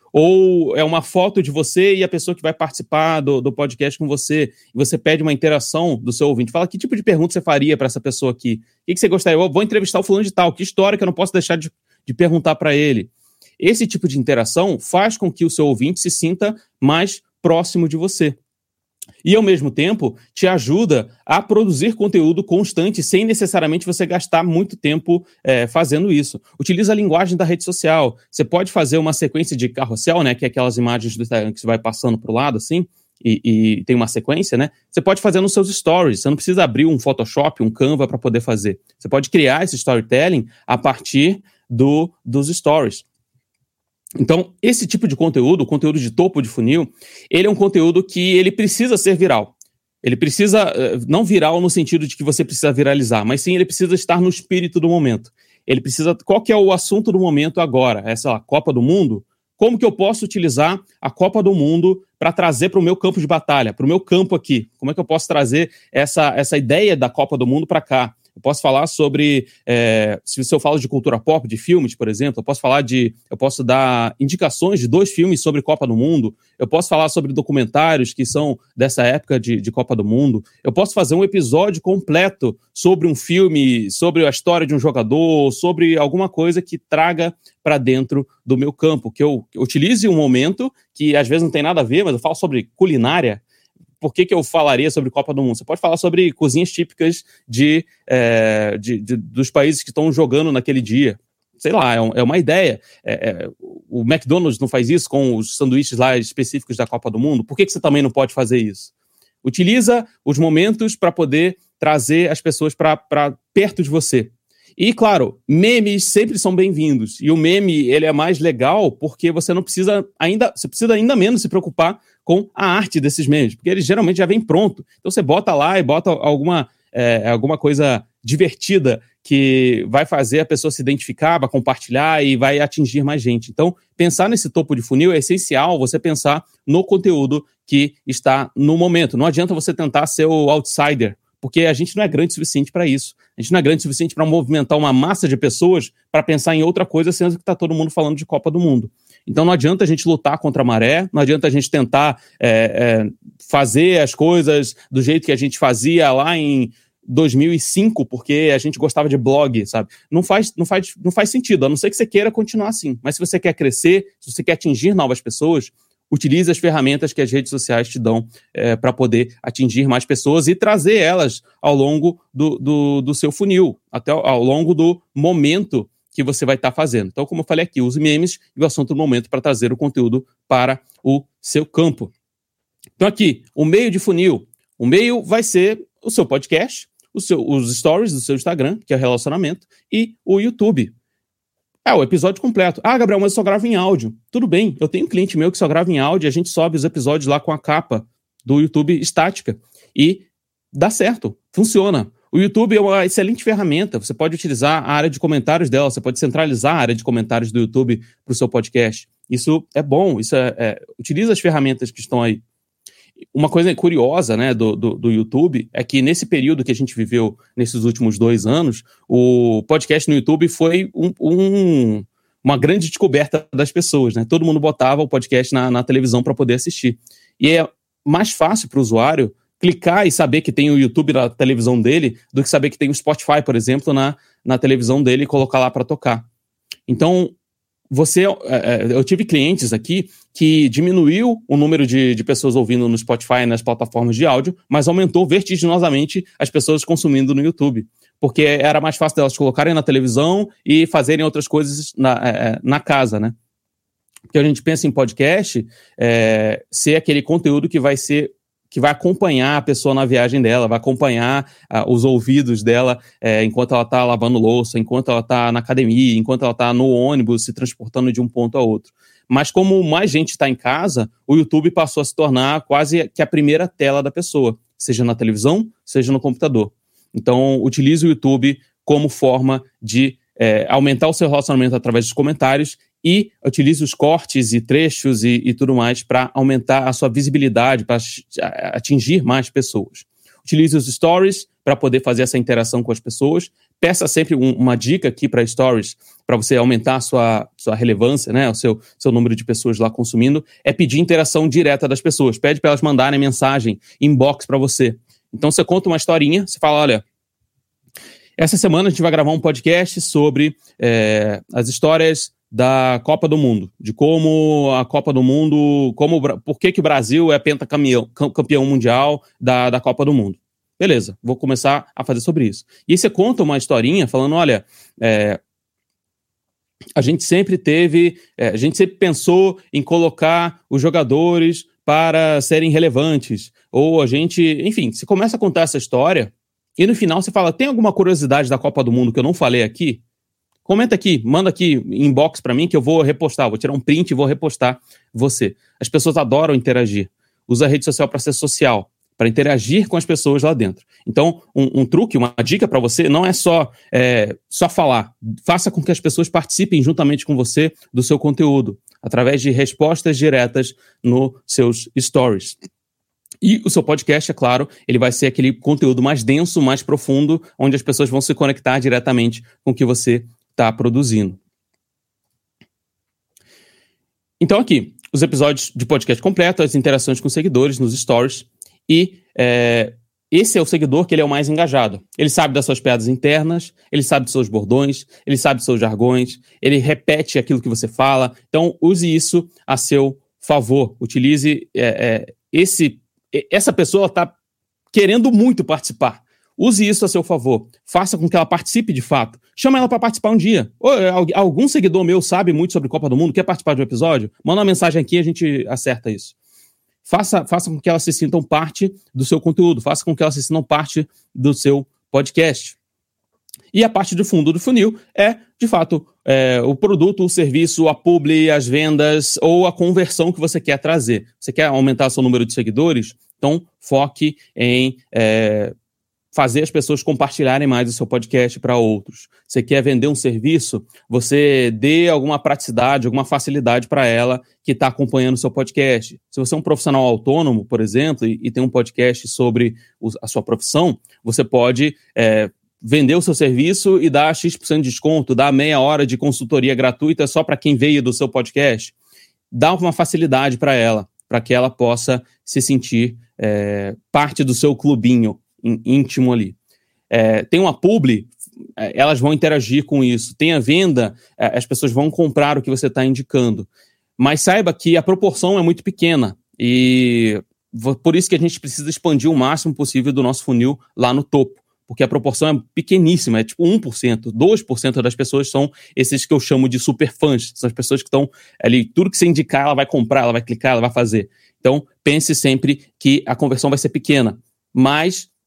Ou é uma foto de você e a pessoa que vai participar do podcast com você. E você pede uma interação do seu ouvinte. Fala que tipo de pergunta você faria para essa pessoa aqui. O que você gostaria? Eu vou entrevistar o fulano de tal. Que história que eu não posso deixar de perguntar para ele? Esse tipo de interação faz com que o seu ouvinte se sinta mais próximo de você. E, ao mesmo tempo, te ajuda a produzir conteúdo constante sem necessariamente você gastar muito tempo fazendo isso. Utiliza a linguagem da rede social. Você pode fazer uma sequência de carrossel, né, que é aquelas imagens do Instagram que você vai passando para o lado, assim, e tem uma sequência, né? Você pode fazer nos seus stories. Você não precisa abrir um Photoshop, um Canva para poder fazer. Você pode criar esse storytelling a partir dos stories. Então, esse tipo de conteúdo, o conteúdo de topo de funil, ele é um conteúdo que ele precisa ser viral. Ele precisa, não viral no sentido de que você precisa viralizar, mas sim ele precisa estar no espírito do momento. Ele precisa, qual que é o assunto do momento agora? Essa Copa do Mundo? Como que eu posso utilizar a Copa do Mundo para trazer para o meu campo de batalha, para o meu campo aqui? Como é que eu posso trazer essa ideia da Copa do Mundo para cá? Eu posso falar sobre, se eu falo de cultura pop, de filmes, por exemplo, eu posso dar indicações de 2 filmes sobre Copa do Mundo, eu posso falar sobre documentários que são dessa época de Copa do Mundo, eu posso fazer um episódio completo sobre um filme, sobre a história de um jogador, sobre alguma coisa que traga para dentro do meu campo, que eu utilize um momento que às vezes não tem nada a ver, mas eu falo sobre culinária. Por que eu falaria sobre Copa do Mundo? Você pode falar sobre cozinhas típicas dos países que estão jogando naquele dia. Sei lá, é uma ideia. O McDonald's não faz isso com os sanduíches lá específicos da Copa do Mundo. Por que você também não pode fazer isso? Utiliza os momentos para poder trazer as pessoas para perto de você. E, claro, memes sempre são bem-vindos. E o meme, ele é mais legal porque você precisa ainda menos se preocupar com a arte desses memes, porque ele geralmente já vem pronto. Então você bota lá e bota alguma coisa divertida que vai fazer a pessoa se identificar, vai compartilhar e vai atingir mais gente. Então, pensar nesse topo de funil é essencial você pensar no conteúdo que está no momento. Não adianta você tentar ser o outsider, porque a gente não é grande o suficiente para isso. A gente não é grande o suficiente para movimentar uma massa de pessoas para pensar em outra coisa, sendo que está todo mundo falando de Copa do Mundo. Então não adianta a gente lutar contra a maré, não adianta a gente tentar fazer as coisas do jeito que a gente fazia lá em 2005, porque a gente gostava de blog, sabe? Não faz sentido, a não ser que você queira continuar assim. Mas se você quer crescer, se você quer atingir novas pessoas, utilize as ferramentas que as redes sociais te dão para poder atingir mais pessoas e trazer elas ao longo do seu funil, até ao longo do momento que você vai estar fazendo. Então, como eu falei aqui, use memes e o assunto do momento para trazer o conteúdo para o seu campo. Então aqui, o meio de funil. O meio vai ser o seu podcast, os stories do seu Instagram, que é o relacionamento, e o YouTube. É o episódio completo. Ah, Gabriel, mas eu só gravo em áudio. Tudo bem, eu tenho um cliente meu que só grava em áudio e a gente sobe os episódios lá com a capa do YouTube estática. E dá certo, funciona. O YouTube é uma excelente ferramenta. Você pode utilizar a área de comentários dela, você pode centralizar a área de comentários do YouTube para o seu podcast. Isso é bom, utiliza as ferramentas que estão aí. Uma coisa curiosa, né, do YouTube é que nesse período que a gente viveu nesses últimos 2 anos, o podcast no YouTube foi uma grande descoberta das pessoas, né? Todo mundo botava o podcast na televisão para poder assistir. E é mais fácil para o usuário clicar e saber que tem o YouTube na televisão dele do que saber que tem o Spotify, por exemplo, na televisão dele e colocar lá para tocar. Então, eu tive clientes aqui que diminuiu o número de pessoas ouvindo no Spotify e nas plataformas de áudio, mas aumentou vertiginosamente as pessoas consumindo no YouTube, porque era mais fácil delas colocarem na televisão e fazerem outras coisas na casa, né? Porque a gente pensa em podcast ser aquele conteúdo que vai acompanhar a pessoa na viagem dela, vai acompanhar os ouvidos dela enquanto ela está lavando louça, enquanto ela está na academia, enquanto ela está no ônibus, se transportando de um ponto a outro. Mas como mais gente está em casa, o YouTube passou a se tornar quase que a primeira tela da pessoa, seja na televisão, seja no computador. Então, utilize o YouTube como forma de aumentar o seu relacionamento através dos comentários e utilize os cortes e trechos e tudo mais para aumentar a sua visibilidade, para atingir mais pessoas. Utilize os stories para poder fazer essa interação com as pessoas. Peça sempre uma dica aqui para stories, para você aumentar a sua relevância, né? O seu número de pessoas lá consumindo. É pedir interação direta das pessoas. Pede para elas mandarem mensagem, inbox para você. Então você conta uma historinha, você fala, olha, essa semana a gente vai gravar um podcast sobre as histórias da Copa do Mundo, de como a Copa do Mundo, por que o Brasil é pentacampeão mundial da Copa do Mundo. Beleza, vou começar a fazer sobre isso. E aí você conta uma historinha falando, olha, a gente sempre pensou em colocar os jogadores para serem relevantes, ou enfim, você começa a contar essa história e no final você fala, tem alguma curiosidade da Copa do Mundo que eu não falei aqui? Comenta aqui, manda aqui inbox pra mim que eu vou repostar, vou tirar um print e vou repostar você. As pessoas adoram interagir. Usa a rede social para ser social, para interagir com as pessoas lá dentro. Então, um truque, uma dica para você não é só falar. Faça com que as pessoas participem juntamente com você do seu conteúdo, através de respostas diretas nos seus stories. E o seu podcast, é claro, ele vai ser aquele conteúdo mais denso, mais profundo, onde as pessoas vão se conectar diretamente com o que você está produzindo. Então aqui, os episódios de podcast completo, as interações com seguidores nos stories, e esse é o seguidor que ele é o mais engajado. Ele sabe das suas piadas internas, ele sabe dos seus bordões, ele sabe dos seus jargões, ele repete aquilo que você fala, então use isso a seu favor, utilize essa pessoa está querendo muito participar. Use isso a seu favor. Faça com que ela participe de fato. Chama ela para participar um dia. Algum seguidor meu sabe muito sobre Copa do Mundo, quer participar de um episódio? Manda uma mensagem aqui e a gente acerta isso. Faça com que elas se sintam parte do seu conteúdo. Faça com que elas se sintam parte do seu podcast. E a parte do fundo do funil é, de fato, o produto, o serviço, a publi, as vendas ou a conversão que você quer trazer. Você quer aumentar seu número de seguidores? Então, foque em fazer as pessoas compartilharem mais o seu podcast para outros. Você quer vender um serviço? Você dê alguma praticidade, alguma facilidade para ela que está acompanhando o seu podcast. Se você é um profissional autônomo, por exemplo, e tem um podcast sobre a sua profissão, você pode vender o seu serviço e dar X% de desconto, dar meia hora de consultoria gratuita só para quem veio do seu podcast. Dá uma facilidade para ela, para que ela possa se sentir parte do seu clubinho íntimo ali. Tem uma publi, elas vão interagir com isso. Tem a venda, as pessoas vão comprar o que você está indicando. Mas saiba que a proporção é muito pequena e por isso que a gente precisa expandir o máximo possível do nosso funil lá no topo. Porque a proporção é pequeníssima, é tipo 1%, 2% das pessoas são esses que eu chamo de super fãs. São as pessoas que estão ali, tudo que você indicar, ela vai comprar, ela vai clicar, ela vai fazer. Então, pense sempre que a conversão vai ser pequena. Mas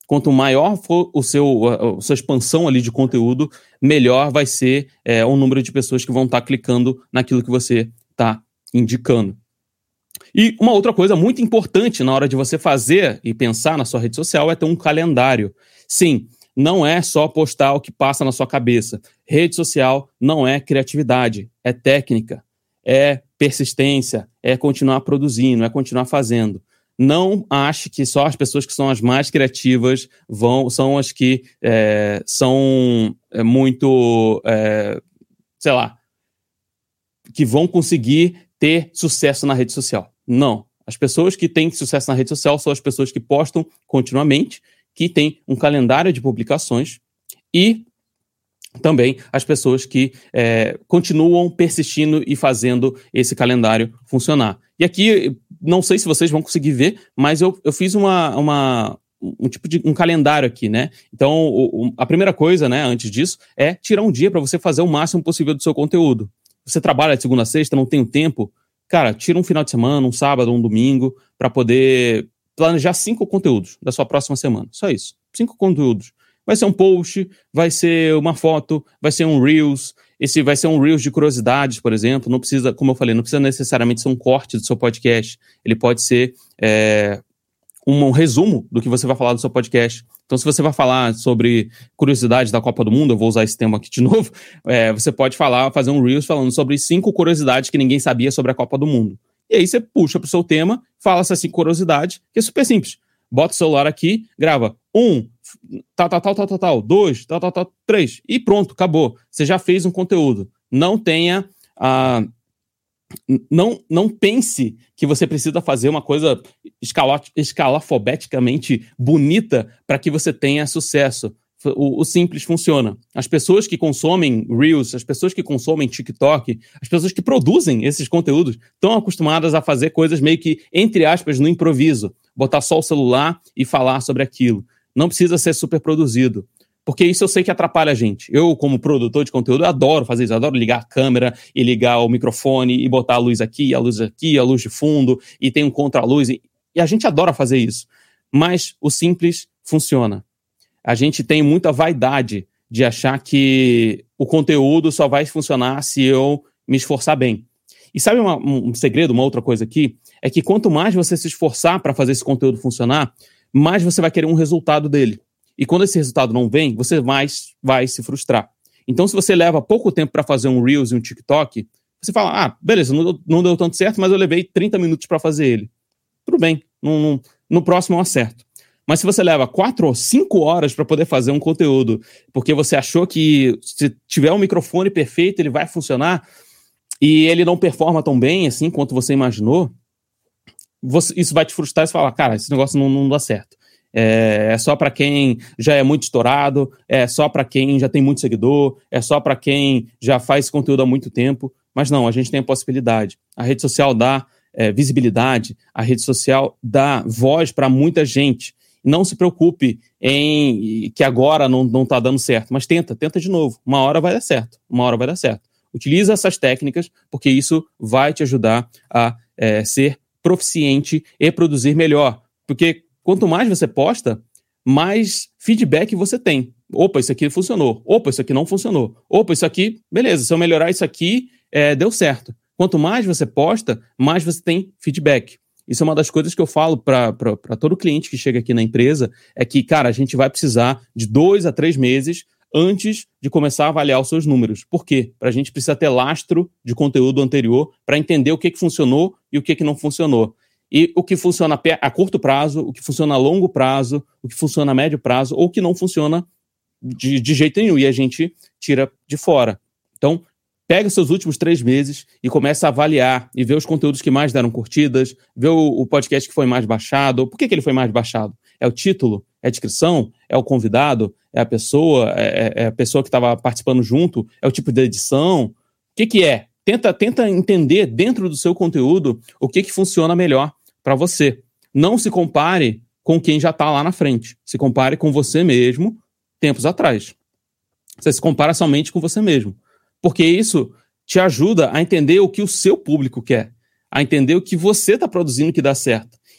Quanto maior for a sua expansão ali de conteúdo, melhor vai ser o número de pessoas que vão estar clicando naquilo que você está indicando. E uma outra coisa muito importante na hora de você fazer e pensar na sua rede social é ter um calendário. Sim, não é só postar o que passa na sua cabeça. Rede social não é criatividade, é técnica, é persistência, é continuar produzindo, é continuar fazendo. Não ache que só as pessoas que são as mais criativas são as que são muito, sei lá, que vão conseguir ter sucesso na rede social. Não. As pessoas que têm sucesso na rede social são as pessoas que postam continuamente, que têm um calendário de publicações e também as pessoas que continuam persistindo e fazendo esse calendário funcionar. E aqui, não sei se vocês vão conseguir ver, mas eu fiz um tipo de um calendário aqui, né? Então, a primeira coisa, né, antes disso, é tirar um dia para você fazer o máximo possível do seu conteúdo. Você trabalha de segunda a sexta, não tem o tempo, cara, tira um final de semana, um sábado, um domingo, para poder planejar 5 conteúdos da sua próxima semana. Só isso. 5 conteúdos. Vai ser um post, vai ser uma foto, vai ser um Reels. Esse vai ser um Reels de curiosidades, por exemplo. Não precisa, como eu falei, não precisa necessariamente ser um corte do seu podcast. Ele pode ser um resumo do que você vai falar do seu podcast. Então, se você vai falar sobre curiosidades da Copa do Mundo, eu vou usar esse tema aqui de novo, você pode fazer um Reels falando sobre 5 curiosidades que ninguém sabia sobre a Copa do Mundo. E aí você puxa pro seu tema, fala essas 5 curiosidades, que é super simples. Bota o celular aqui, grava 1, tal, 2, tal, 3, e pronto, acabou. Você já fez um conteúdo. Não tenha não pense que você precisa fazer uma coisa escalafobeticamente bonita para que você tenha sucesso. O simples funciona. As pessoas que consomem Reels, as pessoas que consomem TikTok, as pessoas que produzem esses conteúdos estão acostumadas a fazer coisas meio que, entre aspas, no improviso. Botar só o celular e falar sobre aquilo. Não precisa ser super produzido. Porque isso eu sei que atrapalha a gente. Eu, como produtor de conteúdo, eu adoro fazer isso. Eu adoro ligar a câmera e ligar o microfone e botar a luz aqui, a luz de fundo, e tem um contra-luz. E a gente adora fazer isso. Mas o simples funciona. A gente tem muita vaidade de achar que o conteúdo só vai funcionar se eu me esforçar bem. E sabe um segredo, uma outra coisa aqui? É que quanto mais você se esforçar para fazer esse conteúdo funcionar, mais você vai querer um resultado dele. E quando esse resultado não vem, você mais vai se frustrar. Então, se você leva pouco tempo para fazer um Reels e um TikTok, você fala, beleza, não deu tanto certo, mas eu levei 30 minutos para fazer ele. Tudo bem, no próximo eu acerto. Mas se você leva 4 ou 5 horas para poder fazer um conteúdo, porque você achou que se tiver um microfone perfeito, ele vai funcionar, e ele não performa tão bem assim quanto você imaginou, isso vai te frustrar e você fala, cara, esse negócio não dá certo. É só para quem já é muito estourado, é só para quem já tem muito seguidor, é só para quem já faz conteúdo há muito tempo. Mas não, a gente tem a possibilidade. A rede social dá visibilidade, a rede social dá voz para muita gente. Não se preocupe em que agora não está dando certo, mas tenta de novo. Uma hora vai dar certo. Utiliza essas técnicas, porque isso vai te ajudar a ser proficiente e produzir melhor. Porque quanto mais você posta, mais feedback você tem. Opa, isso aqui funcionou. Opa, isso aqui não funcionou. Opa, isso aqui, beleza, se eu melhorar isso aqui, deu certo. Quanto mais você posta, mais você tem feedback. Isso é uma das coisas que eu falo para todo cliente que chega aqui na empresa, é que, cara, a gente vai precisar de 2 a 3 meses antes de começar a avaliar os seus números. Por quê? Para a gente precisa ter lastro de conteúdo anterior para entender o que funcionou e o que não funcionou. E o que funciona a curto prazo, o que funciona a longo prazo, o que funciona a médio prazo, ou o que não funciona de jeito nenhum, e a gente tira de fora. Então, pega os seus últimos 3 meses e começa a avaliar e ver os conteúdos que mais deram curtidas, ver o podcast que foi mais baixado. Por que ele foi mais baixado? É o título? É a descrição? É o convidado? É a pessoa? É a pessoa que estava participando junto? É o tipo de edição? O que é? Tenta entender dentro do seu conteúdo o que funciona melhor para você. Não se compare com quem já está lá na frente. Se compare com você mesmo tempos atrás. Você se compara somente com você mesmo. Porque isso te ajuda a entender o que o seu público quer, a entender o que você está produzindo que dá certo.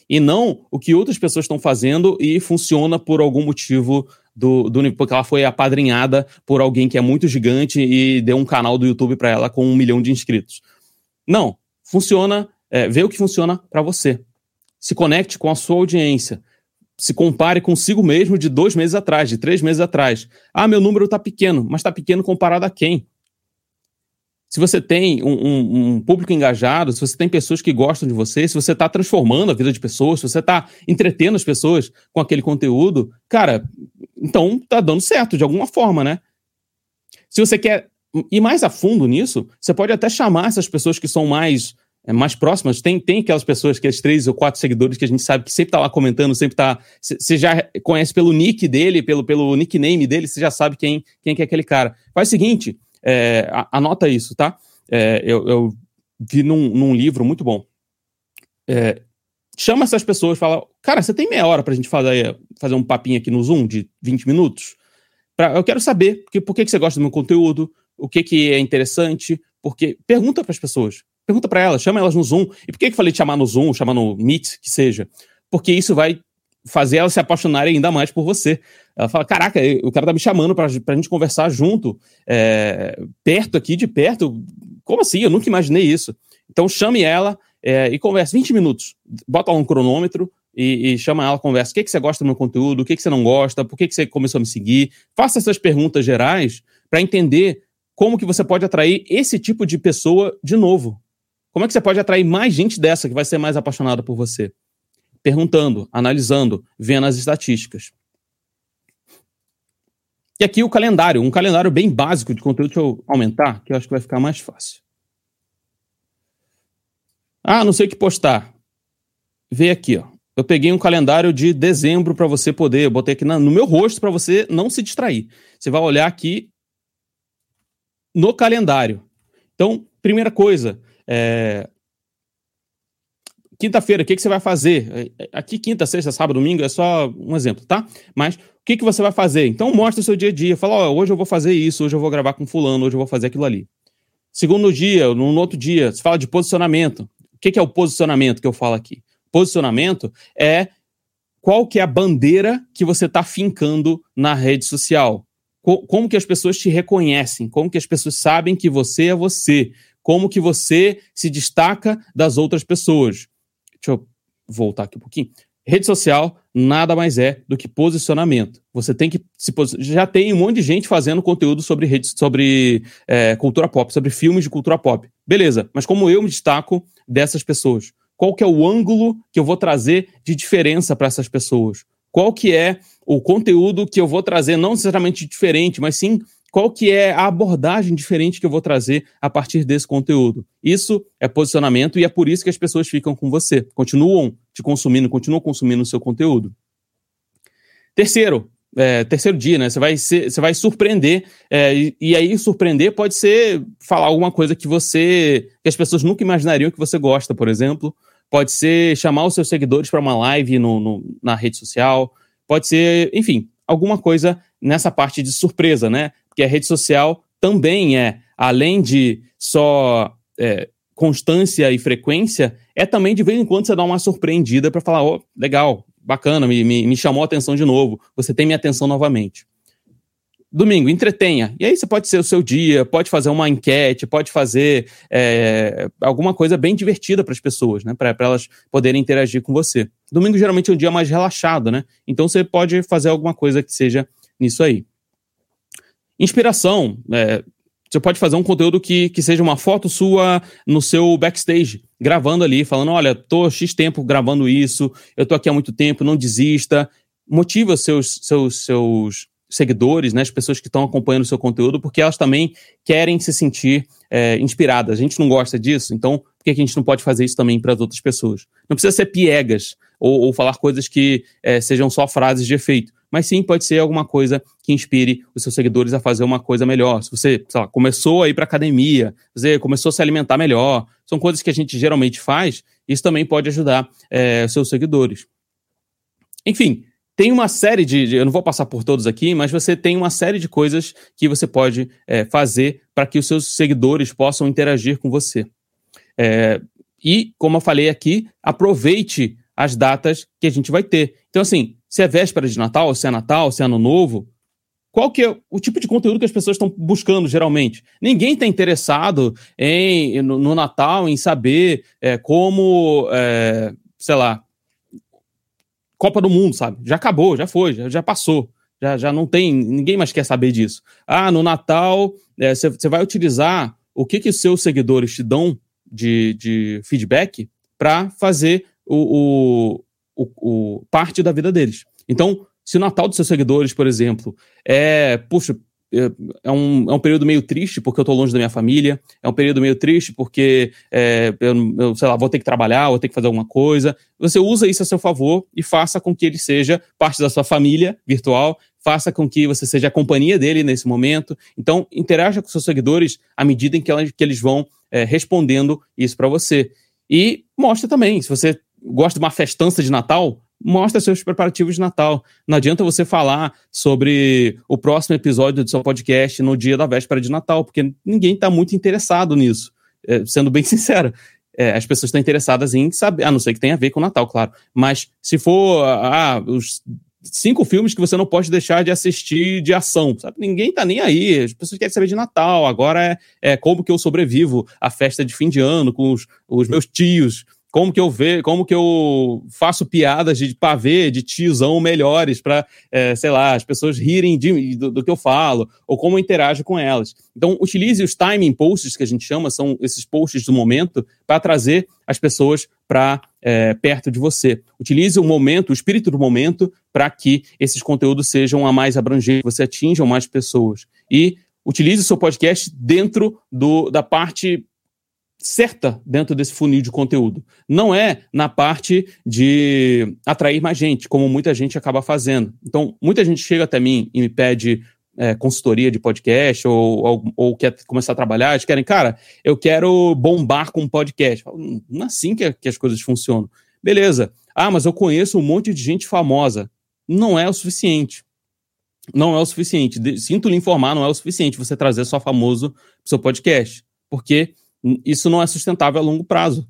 e não o que outras pessoas estão fazendo e funciona por algum motivo porque ela foi apadrinhada por alguém que é muito gigante e deu um canal do YouTube para ela com 1 milhão de inscritos. Não, funciona, vê o que funciona para você. Se conecte com a sua audiência. Se compare consigo mesmo de 2 meses atrás, de 3 meses atrás. Ah, meu número está pequeno, mas está pequeno comparado a quem? Se você tem um público engajado, se você tem pessoas que gostam de você, se você está transformando a vida de pessoas, se você está entretendo as pessoas com aquele conteúdo, cara, então tá dando certo de alguma forma, né? Se você quer ir mais a fundo nisso, você pode até chamar essas pessoas que são mais próximas. Tem aquelas pessoas que as 3 ou 4 seguidores que a gente sabe que sempre tá lá comentando, sempre tá... Você já conhece pelo nick dele, pelo nickname dele, você já sabe quem que é aquele cara. Faz o seguinte... anota isso, tá? Eu vi num livro muito bom. Chama essas pessoas e fala, cara, você tem meia hora pra gente fazer um papinho aqui no Zoom de 20 minutos? Eu quero saber por que você gosta do meu conteúdo, o que é interessante, porque pergunta pras pessoas, pergunta pra elas, chama elas no Zoom. E por que eu falei de chamar no Zoom, chamar no Meet, que seja? Porque isso vai fazer elas se apaixonarem ainda mais por você. Ela fala, caraca, o cara tá me chamando pra gente conversar junto, de perto. Como assim? Eu nunca imaginei isso. Então chame ela e converse 20 minutos. Bota lá um cronômetro e chama ela, conversa. O que você gosta do meu conteúdo? O que você não gosta? Por que você começou a me seguir? Faça essas perguntas gerais para entender como que você pode atrair esse tipo de pessoa de novo. Como é que você pode atrair mais gente dessa que vai ser mais apaixonada por você? Perguntando, analisando, vendo as estatísticas. E aqui o calendário, um calendário bem básico de conteúdo. Deixa eu aumentar, que eu acho que vai ficar mais fácil. Ah, não sei o que postar. Vê aqui, ó. Eu peguei um calendário de dezembro para você poder, eu botei aqui no meu rosto para você não se distrair. Você vai olhar aqui no calendário. Então, primeira coisa, quinta-feira, o que você vai fazer? Aqui, quinta, sexta, sábado, domingo, é só um exemplo, tá? Mas o que você vai fazer? Então, mostra o seu dia a dia. Fala, hoje eu vou fazer isso, hoje eu vou gravar com fulano, hoje eu vou fazer aquilo ali. Segundo dia, no outro dia, você fala de posicionamento. O que é o posicionamento que eu falo aqui? Posicionamento é qual que é a bandeira que você está fincando na rede social. Como que as pessoas te reconhecem, como que as pessoas sabem que você é você, como que você se destaca das outras pessoas. Deixa eu voltar aqui um pouquinho. Rede social nada mais é do que posicionamento. Você tem que se posicionar. Já tem um monte de gente fazendo conteúdo sobre cultura pop, sobre filmes de cultura pop. Beleza, mas como eu me destaco dessas pessoas? Qual que é o ângulo que eu vou trazer de diferença para essas pessoas? Qual que é o conteúdo que eu vou trazer, não necessariamente diferente, mas sim qual que é a abordagem diferente que eu vou trazer a partir desse conteúdo. Isso é posicionamento e é por isso que as pessoas ficam com você, continuam te consumindo, continuam consumindo o seu conteúdo. Terceiro dia, né? Você vai surpreender, e aí surpreender pode ser falar alguma coisa que as pessoas nunca imaginariam que você gosta, por exemplo. Pode ser chamar os seus seguidores para uma live na rede social. Pode ser, enfim, alguma coisa nessa parte de surpresa, né? Porque a rede social também além de só constância e frequência, também de vez em quando você dá uma surpreendida para falar, legal, bacana, me chamou a atenção de novo, você tem minha atenção novamente. Domingo, entretenha. E aí você pode ser o seu dia, pode fazer uma enquete, pode fazer alguma coisa bem divertida para as pessoas, né? Para elas poderem interagir com você. Domingo geralmente é um dia mais relaxado, né? Então você pode fazer alguma coisa que seja nisso aí. Inspiração. Você pode fazer um conteúdo que seja uma foto sua no seu backstage, gravando ali, falando, olha, tô X tempo gravando isso, eu tô aqui há muito tempo, não desista. Motiva seus seguidores, né, as pessoas que estão acompanhando o seu conteúdo, porque elas também querem se sentir inspiradas. A gente não gosta disso, então por que a gente não pode fazer isso também para as outras pessoas? Não precisa ser piegas ou falar coisas que sejam só frases de efeito, mas sim pode ser alguma coisa que inspire os seus seguidores a fazer uma coisa melhor. Se você, sei lá, começou a ir para academia, você começou a se alimentar melhor, são coisas que a gente geralmente faz, isso também pode ajudar os seus seguidores. Enfim, tem uma série eu não vou passar por todos aqui, mas você tem uma série de coisas que você pode fazer para que os seus seguidores possam interagir com você. E, como eu falei aqui, aproveite as datas que a gente vai ter. Então, assim, se é véspera de Natal, se é Ano Novo, qual que é o tipo de conteúdo que as pessoas estão buscando, geralmente? Ninguém está interessado no Natal, em saber como, sei lá, Copa do Mundo, sabe? Já acabou, já foi, já passou. Já não tem, ninguém mais quer saber disso. No Natal, você vai utilizar o que os seus seguidores te dão de feedback para fazer parte da vida deles. Então, se o Natal dos seus seguidores, por exemplo, é um período meio triste porque eu tô longe da minha família, é um período meio triste porque eu sei lá, vou ter que trabalhar, vou ter que fazer alguma coisa, você usa isso a seu favor e faça com que ele seja parte da sua família virtual, faça com que você seja a companhia dele nesse momento. Então, interaja com seus seguidores à medida em que eles vão respondendo isso para você. E mostra também, se você gosta de uma festança de Natal, mostra seus preparativos de Natal. Não adianta você falar sobre o próximo episódio do seu podcast no dia da véspera de Natal, porque ninguém está muito interessado nisso. Sendo bem sincero, as pessoas estão interessadas em saber, a não ser que tenha a ver com o Natal, claro. Mas se for os 5 filmes que você não pode deixar de assistir de ação, sabe? Ninguém tá nem aí, as pessoas querem saber de Natal, agora como que eu sobrevivo à festa de fim de ano com os meus tios, como que eu faço piadas de pavê, de tiozão melhores para, sei lá, as pessoas rirem do que eu falo, ou como eu interajo com elas. Então, utilize os timing posts, que a gente chama, são esses posts do momento, para trazer as pessoas para perto de você. Utilize o momento, o espírito do momento, para que esses conteúdos sejam a mais abrangentes, você atinjam mais pessoas. E utilize o seu podcast dentro da parte certa dentro desse funil de conteúdo. Não é na parte de atrair mais gente, como muita gente acaba fazendo. Então, muita gente chega até mim e me pede consultoria de podcast ou quer começar a trabalhar, eles querem, cara, eu quero bombar com um podcast. Não é assim que as coisas funcionam. Beleza. Mas eu conheço um monte de gente famosa. Não é o suficiente. Não é o suficiente. Sinto lhe informar, não é o suficiente você trazer só famoso pro seu podcast. Porque isso não é sustentável a longo prazo.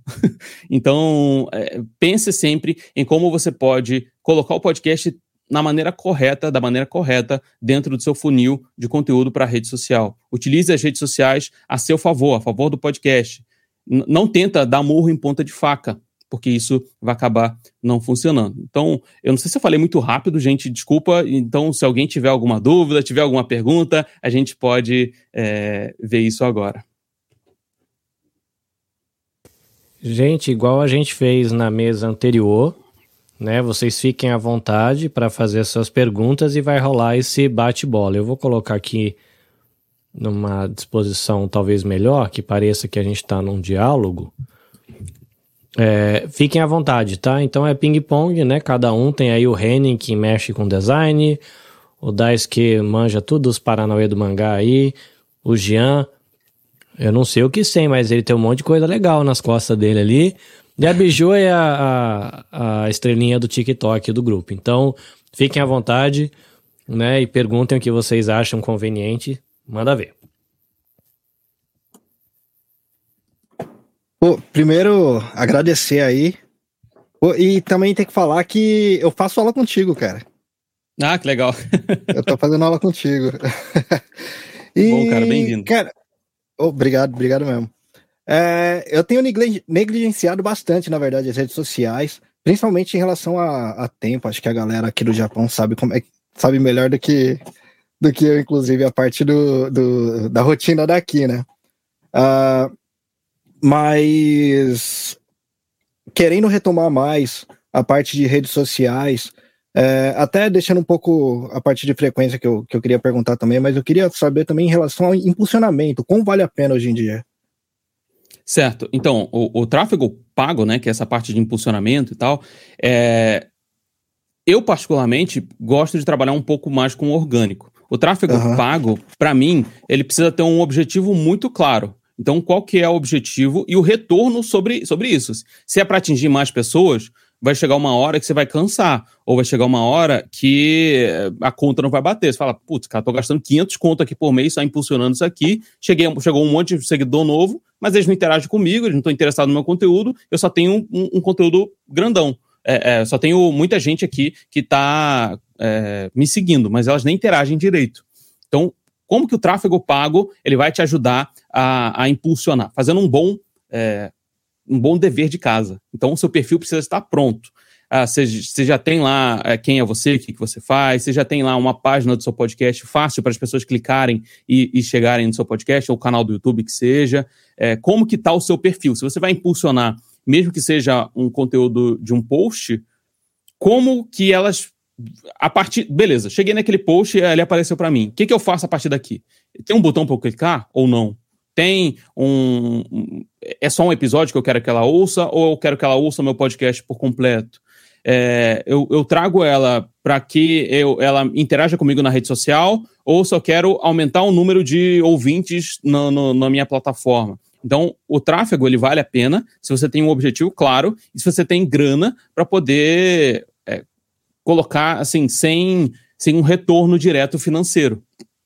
Então, pense sempre em como você pode colocar o podcast da maneira correta, dentro do seu funil de conteúdo para a rede social. Utilize as redes sociais a seu favor, a favor do podcast. Não tenta dar murro em ponta de faca, porque isso vai acabar não funcionando. Então, eu não sei se eu falei muito rápido, gente, desculpa. Então, se alguém tiver alguma dúvida, tiver alguma pergunta, a gente pode ver isso agora. Gente, igual a gente fez na mesa anterior, né? Vocês fiquem à vontade para fazer suas perguntas e vai rolar esse bate-bola. Eu vou colocar aqui numa disposição talvez melhor, que pareça que a gente está num diálogo. Fiquem à vontade, tá? Então é ping-pong, né? Cada um tem aí o Henning que mexe com design, o Dais que manja tudo os Paranauê do mangá aí, o Jean... Eu não sei o que sei, mas ele tem um monte de coisa legal nas costas dele ali. E a Biju é a estrelinha do TikTok do grupo. Então, fiquem à vontade, né? E perguntem o que vocês acham conveniente. Manda ver. Primeiro, agradecer aí. E também tem que falar que eu faço aula contigo, cara. Que legal. Eu tô fazendo aula contigo. Bom, cara, bem-vindo. Cara, obrigado mesmo. Eu tenho negligenciado bastante, na verdade, as redes sociais, principalmente em relação a tempo. Acho que a galera aqui do Japão sabe sabe melhor do que eu, inclusive, a parte da rotina daqui, né? Mas querendo retomar mais a parte de redes sociais, até deixando um pouco a parte de frequência que eu queria perguntar também, mas eu queria saber também em relação ao impulsionamento, como vale a pena hoje em dia? Certo. Então, o tráfego pago, né, que é essa parte de impulsionamento e tal, eu particularmente gosto de trabalhar um pouco mais com o orgânico. O tráfego pago, para mim, ele precisa ter um objetivo muito claro. Então, qual que é o objetivo e o retorno sobre isso? Se é para atingir mais pessoas, vai chegar uma hora que você vai cansar, ou vai chegar uma hora que a conta não vai bater. Você fala, putz, cara, tô gastando 500 conto aqui por mês só impulsionando isso aqui, chegou um monte de seguidor novo, mas eles não interagem comigo, eles não estão interessados no meu conteúdo, eu só tenho um conteúdo grandão. só tenho muita gente aqui que está me seguindo, mas elas nem interagem direito. Então, como que o tráfego pago ele vai te ajudar a impulsionar? Fazendo um bom dever de casa. Então, o seu perfil precisa estar pronto. Você já tem lá quem é você, o que você faz, você já tem lá uma página do seu podcast fácil para as pessoas clicarem e chegarem no seu podcast, ou o canal do YouTube que seja. Como que está o seu perfil? Se você vai impulsionar, mesmo que seja um conteúdo de um post, como que elas... Beleza, cheguei naquele post e ele apareceu para mim. O que eu faço a partir daqui? Tem um botão para eu clicar ou não? Tem é só um episódio que eu quero que ela ouça, ou eu quero que ela ouça o meu podcast por completo? Eu trago ela para que ela interaja comigo na rede social, ou só quero aumentar o número de ouvintes na minha plataforma? Então, o tráfego ele vale a pena se você tem um objetivo claro e se você tem grana para poder colocar assim, sem um retorno direto financeiro.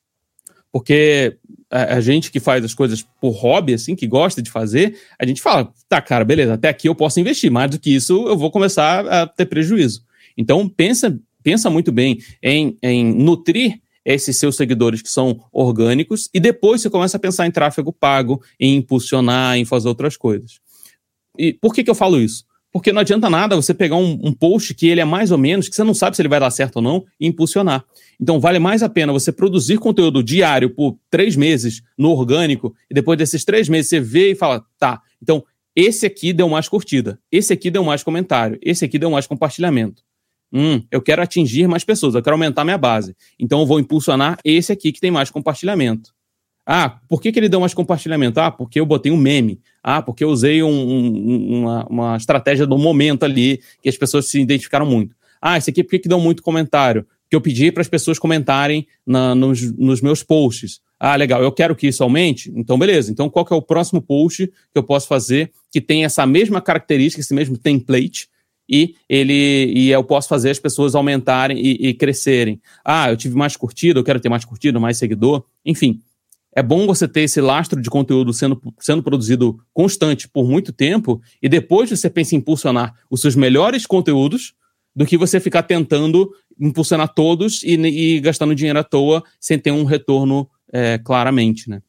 Porque a gente que faz as coisas por hobby, assim, que gosta de fazer, a gente fala, tá, cara, beleza, até aqui eu posso investir, mais do que isso eu vou começar a ter prejuízo. Então, pensa muito bem em nutrir esses seus seguidores que são orgânicos e depois você começa a pensar em tráfego pago, em impulsionar, em fazer outras coisas. E por que eu falo isso? Porque não adianta nada você pegar um post que ele é mais ou menos, que você não sabe se ele vai dar certo ou não, e impulsionar. Então vale mais a pena você produzir conteúdo diário por 3 meses no orgânico, e depois desses 3 meses você vê e fala, tá, então esse aqui deu mais curtida, esse aqui deu mais comentário, esse aqui deu mais compartilhamento. Eu quero atingir mais pessoas, eu quero aumentar minha base. Então eu vou impulsionar esse aqui que tem mais compartilhamento. Por que ele deu mais compartilhamento? Porque eu botei um meme. Porque eu usei uma estratégia do momento ali, que as pessoas se identificaram muito. Esse aqui por que deu muito comentário? Porque eu pedi para as pessoas comentarem nos meus posts. Legal, eu quero que isso aumente? Então, beleza. Então, qual que é o próximo post que eu posso fazer que tem essa mesma característica, esse mesmo template, e eu posso fazer as pessoas aumentarem e crescerem? Eu tive mais curtida, eu quero ter mais curtida, mais seguidor. Enfim, é bom você ter esse lastro de conteúdo sendo produzido constante por muito tempo e depois você pensa em impulsionar os seus melhores conteúdos do que você ficar tentando impulsionar todos e gastando dinheiro à toa sem ter um retorno claramente, né?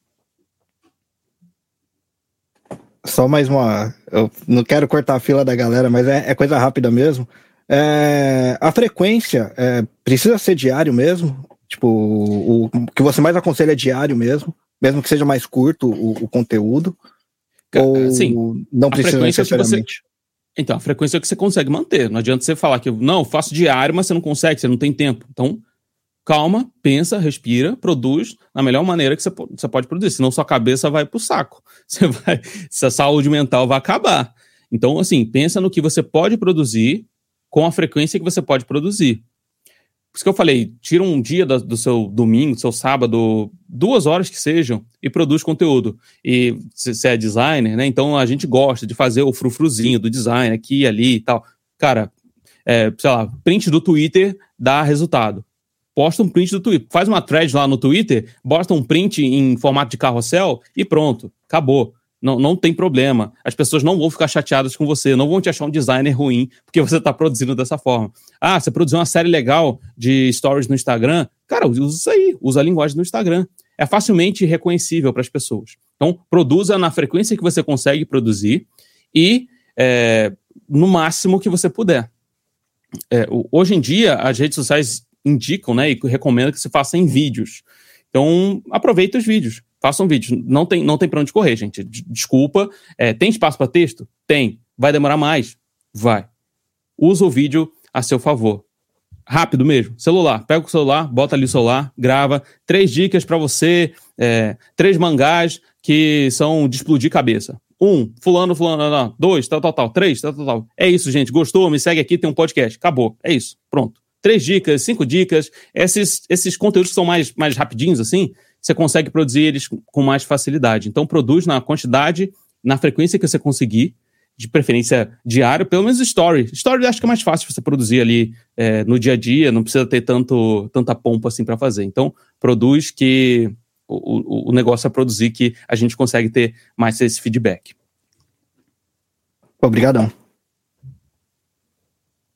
Só mais uma... Eu não quero cortar a fila da galera, mas é coisa rápida mesmo. A frequência precisa ser diário mesmo? Tipo, o que você mais aconselha é diário mesmo que seja mais curto o conteúdo? Ou sim, não precisa necessariamente? Então, a frequência é que você consegue manter. Não adianta você falar que eu faço diário, mas você não consegue, você não tem tempo. Então, calma, pensa, respira, produz da melhor maneira que você pode produzir. Senão sua cabeça vai pro saco. Sua saúde mental vai acabar. Então, assim, pensa no que você pode produzir com a frequência que você pode produzir. Por isso que eu falei, tira um dia do seu domingo, do seu sábado, 2 horas que sejam, e produz conteúdo. E você é designer, né? Então a gente gosta de fazer o frufruzinho do design aqui e ali e tal. Cara, sei lá, print do Twitter dá resultado. Posta um print do Twitter. Faz uma thread lá no Twitter, bota um print em formato de carrossel e pronto, acabou. Não tem problema. As pessoas não vão ficar chateadas com você, não vão te achar um designer ruim porque você está produzindo dessa forma. Você produziu uma série legal de stories no Instagram? Cara, usa isso aí, usa a linguagem do Instagram. É facilmente reconhecível para as pessoas. Então, produza na frequência que você consegue produzir e no máximo que você puder. Hoje em dia, as redes sociais indicam, né, e recomendam que você faça em vídeos. Então, aproveita os vídeos. Faça um vídeo. Não tem pra onde correr, gente. Desculpa. Tem espaço para texto? Tem. Vai demorar mais? Vai. Usa o vídeo a seu favor. Rápido mesmo. Celular. Pega o celular, bota ali o celular, grava. 3 dicas para você. 3 mangás que são de explodir cabeça. 1, fulano, 2, tal. 3, tal. É isso, gente. Gostou? Me segue aqui, tem um podcast. Acabou. É isso. Pronto. 3 dicas, 5 dicas. Esses conteúdos que são mais rapidinhos, assim, você consegue produzir eles com mais facilidade. Então, produz na quantidade, na frequência que você conseguir, de preferência diário, pelo menos story. Story eu acho que é mais fácil você produzir ali no dia a dia, não precisa ter tanta pompa assim para fazer. Então, produz que o negócio é produzir que a gente consegue ter mais esse feedback. Obrigadão.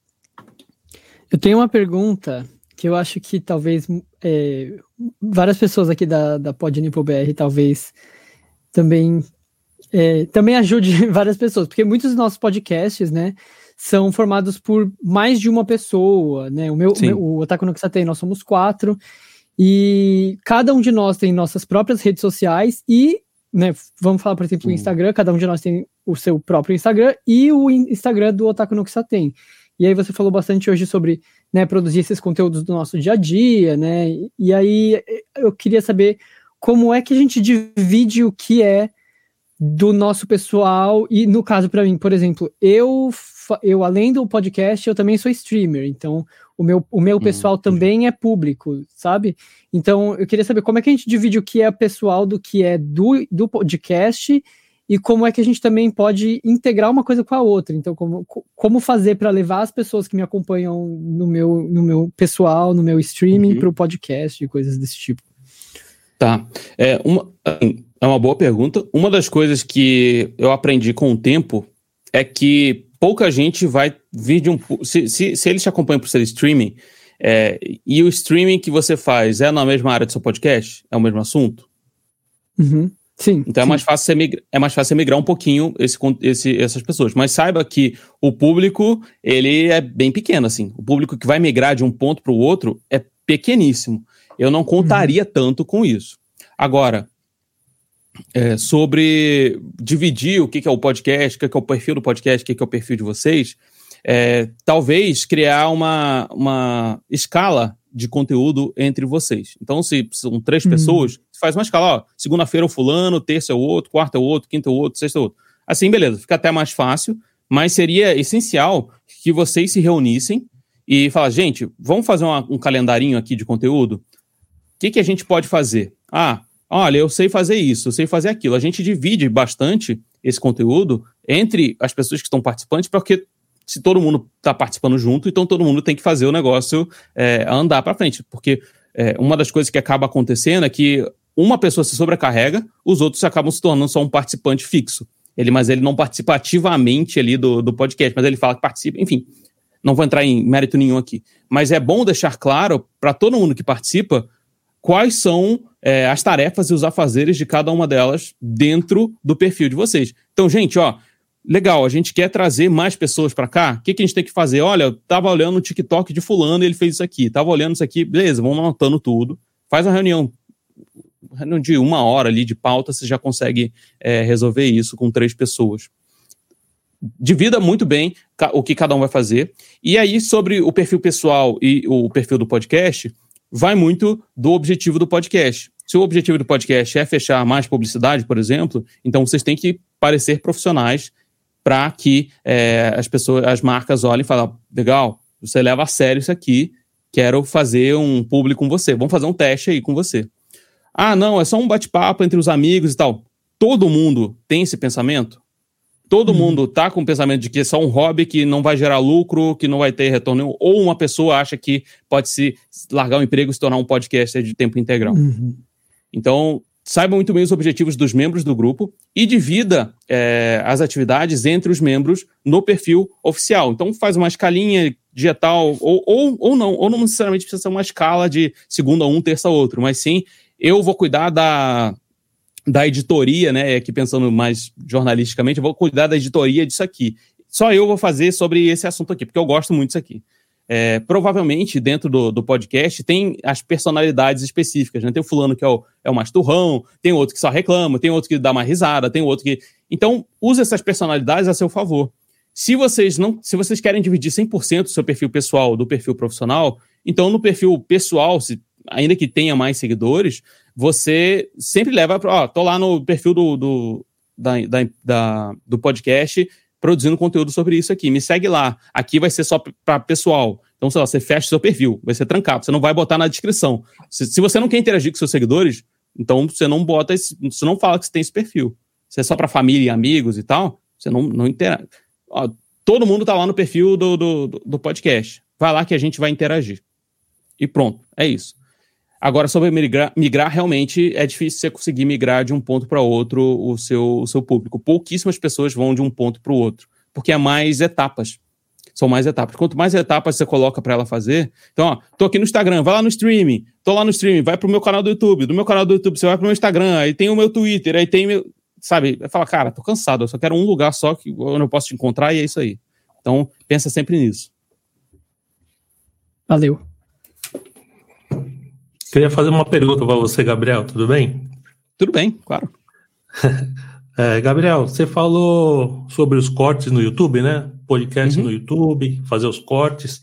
Eu tenho uma pergunta que eu acho que talvez várias pessoas aqui da Podnipo BR talvez também ajude várias pessoas, porque muitos dos nossos podcasts, né, são formados por mais de uma pessoa, né? O Otaku no Kisaten, nós somos 4, e cada um de nós tem nossas próprias redes sociais e, né, vamos falar, por exemplo, o Instagram, cada um de nós tem o seu próprio Instagram e o Instagram do Otaku no Kisaten. E aí você falou bastante hoje sobre, né, produzir esses conteúdos do nosso dia a dia, né? E aí eu queria saber como é que a gente divide o que é do nosso pessoal, e no caso para mim, por exemplo, eu além do podcast, eu também sou streamer, então o meu pessoal também é público, sabe? Então eu queria saber como é que a gente divide o que é pessoal do que é do podcast, e como é que a gente também pode integrar uma coisa com a outra. Então, como fazer para levar as pessoas que me acompanham no meu pessoal, no meu streaming, para o podcast e coisas desse tipo. Tá. É uma boa pergunta. Uma das coisas que eu aprendi com o tempo é que pouca gente vai vir de um... Se eles te acompanham por ser streaming, e o streaming que você faz é na mesma área do seu podcast? É o mesmo assunto? Uhum. Sim. Então é mais fácil você migrar um pouquinho essas pessoas. Mas saiba que o público, ele é bem pequeno, assim. O público que vai migrar de um ponto para o outro é pequeníssimo. Eu não contaria tanto com isso. Agora, sobre dividir o que é o podcast, o que é o perfil do podcast, o que é o perfil de vocês, talvez criar uma escala de conteúdo entre vocês. Então, se são 3 pessoas, faz uma escala, segunda-feira é o fulano, terça é o outro, quarta é o outro, quinta é o outro, sexta é o outro. Assim, beleza, fica até mais fácil, mas seria essencial que vocês se reunissem e falar, gente, vamos fazer um calendarinho aqui de conteúdo? O que a gente pode fazer? Olha, eu sei fazer isso, eu sei fazer aquilo. A gente divide bastante esse conteúdo entre as pessoas que estão participantes, porque se todo mundo está participando junto, então todo mundo tem que fazer o negócio andar para frente. Porque uma das coisas que acaba acontecendo é que uma pessoa se sobrecarrega, os outros acabam se tornando só um participante fixo. Mas ele não participa ativamente ali do podcast, mas ele fala que participa, enfim. Não vou entrar em mérito nenhum aqui. Mas é bom deixar claro para todo mundo que participa quais são as tarefas e os afazeres de cada uma delas dentro do perfil de vocês. Então, gente, legal, a gente quer trazer mais pessoas para cá, o que a gente tem que fazer? Olha, eu tava olhando o TikTok de fulano e ele fez isso aqui, tava olhando isso aqui, beleza, vamos anotando tudo, faz uma reunião de 1 hora ali de pauta, você já consegue resolver isso com 3 pessoas. Divida muito bem o que cada um vai fazer, e aí sobre o perfil pessoal e o perfil do podcast, vai muito do objetivo do podcast. Se o objetivo do podcast é fechar mais publicidade, por exemplo, então vocês têm que parecer profissionais para que as marcas olhem e falem, legal, você leva a sério isso aqui, quero fazer um público com você, vamos fazer um teste aí com você. Não, é só um bate-papo entre os amigos e tal. Todo mundo tem esse pensamento? Todo mundo tá com o pensamento de que é só um hobby que não vai gerar lucro, que não vai ter retorno nenhum, ou uma pessoa acha que pode se largar o emprego e se tornar um podcaster de tempo integral. Então, saiba muito bem os objetivos dos membros do grupo e divida as atividades entre os membros no perfil oficial. Então, faz uma escalinha dia tal, ou não necessariamente precisa ser uma escala de segunda um, terça outro, mas sim, eu vou cuidar da editoria, né, aqui pensando mais jornalisticamente, eu vou cuidar da editoria disso aqui. Só eu vou fazer sobre esse assunto aqui, porque eu gosto muito disso aqui. Provavelmente, dentro do podcast, tem as personalidades específicas, né? Tem o fulano que é o mais turrão, tem outro que só reclama, tem outro que dá mais risada, tem outro que... Então, use essas personalidades a seu favor. Se vocês querem dividir 100% o seu perfil pessoal do perfil profissional, então no perfil pessoal, ainda que tenha mais seguidores, você sempre leva para... tô lá no perfil do podcast produzindo conteúdo sobre isso aqui. Me segue lá. Aqui vai ser só para pessoal. Então, sei lá, você fecha o seu perfil. Vai ser trancado. Você não vai botar na descrição. Se você não quer interagir com seus seguidores, então você não bota você não fala que você tem esse perfil. Se é só para família e amigos e tal, você não interage. Todo mundo tá lá no perfil do podcast. Vai lá que a gente vai interagir. E pronto. É isso. Agora, sobre migrar, realmente é difícil você conseguir migrar de um ponto para outro o seu público. Pouquíssimas pessoas vão de um ponto para o outro, porque é mais etapas. são mais etapas. Quanto mais etapas você coloca para ela fazer... Então, ó, tô aqui no Instagram, vai lá no streaming. Tô lá no streaming, vai pro meu canal do YouTube. Do meu canal do YouTube, você vai pro meu Instagram. Aí tem o meu Twitter, aí tem meu... Sabe? Fala, cara, tô cansado, eu só quero um lugar só onde eu posso te encontrar e é isso aí. Então, pensa sempre nisso. Valeu. Queria fazer uma pergunta para você, Gabriel, tudo bem? Tudo bem, claro. Gabriel, você falou sobre os cortes no YouTube, né? Podcast no YouTube, fazer os cortes.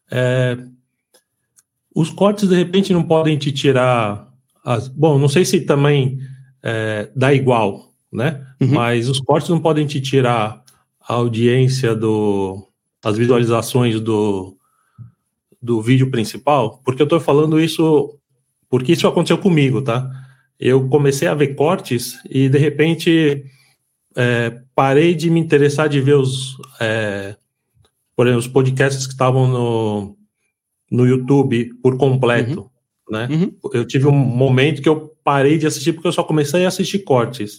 Os cortes, de repente, não podem te tirar... Bom, não sei se também dá igual, né? Mas os cortes não podem te tirar a audiência as visualizações do vídeo principal, porque eu tô falando isso... Porque isso aconteceu comigo, tá? Eu comecei a ver cortes e, de repente, parei de me interessar de ver por exemplo, os podcasts que estavam no YouTube por completo, né? Eu tive um momento que eu parei de assistir porque eu só comecei a assistir cortes.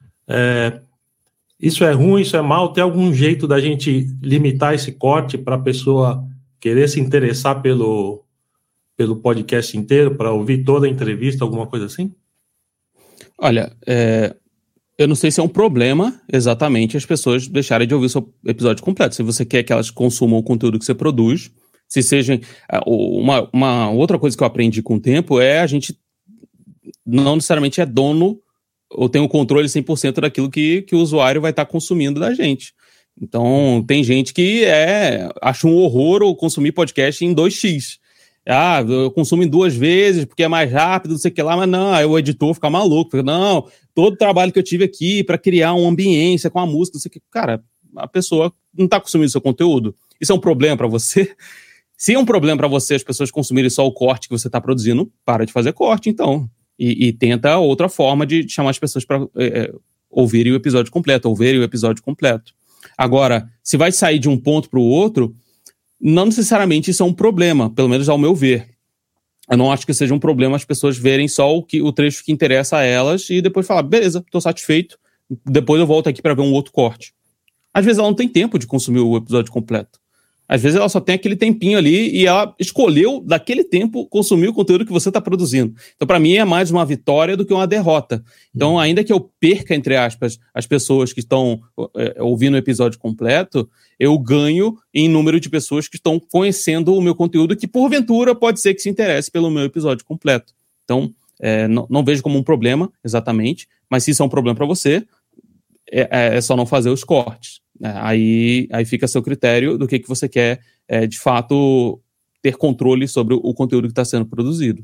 Isso é ruim, isso é mal? Tem algum jeito da gente limitar esse corte para a pessoa querer se interessar pelo podcast inteiro, para ouvir toda a entrevista, alguma coisa assim? Olha, eu não sei se é um problema exatamente as pessoas deixarem de ouvir o seu episódio completo. Se você quer que elas consumam o conteúdo que você produz, se seja... Uma outra coisa que eu aprendi com o tempo é a gente não necessariamente é dono ou tem o controle 100% daquilo que o usuário vai estar consumindo da gente. Então, tem gente que acha um horror ou consumir podcast em 2x. Eu consumo em 2 vezes porque é mais rápido, não sei o que lá, mas não, aí o editor fica maluco, porque não, todo o trabalho que eu tive aqui para criar uma ambiência com a música, não sei o que, cara, a pessoa não está consumindo seu conteúdo. Isso é um problema para você? Se é um problema para você as pessoas consumirem só o corte que você está produzindo, para de fazer corte, então, e tenta outra forma de chamar as pessoas para ouvirem o episódio completo, ou verem o episódio completo. Agora, se vai sair de um ponto para o outro, não necessariamente isso é um problema, pelo menos ao meu ver. Eu não acho que seja um problema as pessoas verem só o trecho que interessa a elas e depois falar, beleza, estou satisfeito, depois eu volto aqui para ver um outro corte. Às vezes ela não tem tempo de consumir o episódio completo. Às vezes ela só tem aquele tempinho ali e ela escolheu, daquele tempo, consumir o conteúdo que você está produzindo. Então, para mim, é mais uma vitória do que uma derrota. Então, ainda que eu perca, entre aspas, as pessoas que estão ouvindo o episódio completo, eu ganho em número de pessoas que estão conhecendo o meu conteúdo que, porventura, pode ser que se interesse pelo meu episódio completo. Então, não vejo como um problema, exatamente, mas se isso é um problema para você, é só não fazer os cortes. Aí fica a seu critério do que você quer, de fato, ter controle sobre o conteúdo que está sendo produzido.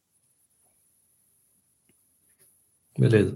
Beleza.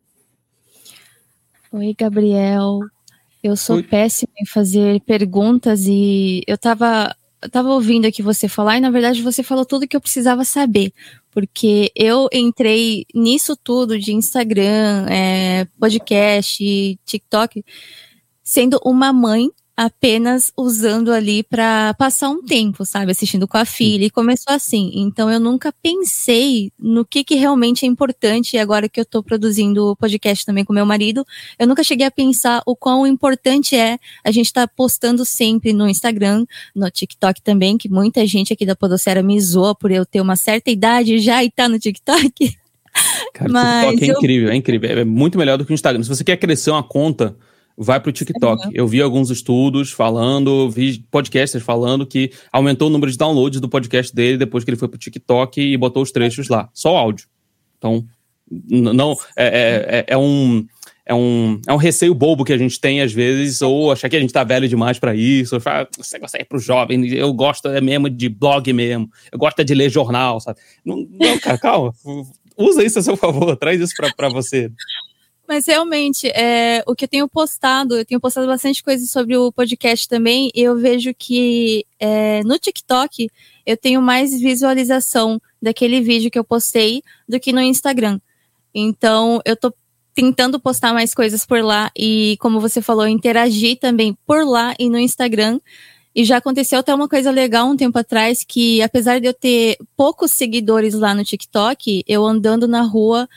Oi, Gabriel. Eu sou péssima em fazer perguntas e eu tava ouvindo aqui você falar e, na verdade, você falou tudo que eu precisava saber. Porque eu entrei nisso tudo de Instagram, podcast, TikTok, sendo uma mãe apenas usando ali para passar um tempo, sabe? Assistindo com a filha e começou assim. Então eu nunca pensei no que realmente é importante. E agora que eu tô produzindo o podcast também com meu marido, eu nunca cheguei a pensar o quão importante é a gente estar postando sempre no Instagram, no TikTok também, que muita gente aqui da Podosfera me zoa por eu ter uma certa idade já e tá no TikTok. Cara, o TikTok é incrível. É muito melhor do que o Instagram. Se você quer crescer uma conta, vai pro TikTok. Eu vi alguns estudos vi podcasters falando que aumentou o número de downloads do podcast dele depois que ele foi pro TikTok e botou os trechos lá. Só o áudio. Então, não é um receio bobo que a gente tem às vezes, ou achar que a gente tá velho demais pra isso, ou falar, esse negócio aí é pro jovem, eu gosto mesmo de blog mesmo, eu gosto de ler jornal, sabe? Não, cara, calma. Usa isso a seu favor, traz isso pra você. Mas realmente, o que eu tenho postado bastante coisa sobre o podcast também, e eu vejo que no TikTok eu tenho mais visualização daquele vídeo que eu postei do que no Instagram. Então, eu tô tentando postar mais coisas por lá e, como você falou, interagir também por lá e no Instagram. E já aconteceu até uma coisa legal um tempo atrás, que apesar de eu ter poucos seguidores lá no TikTok, eu andando na rua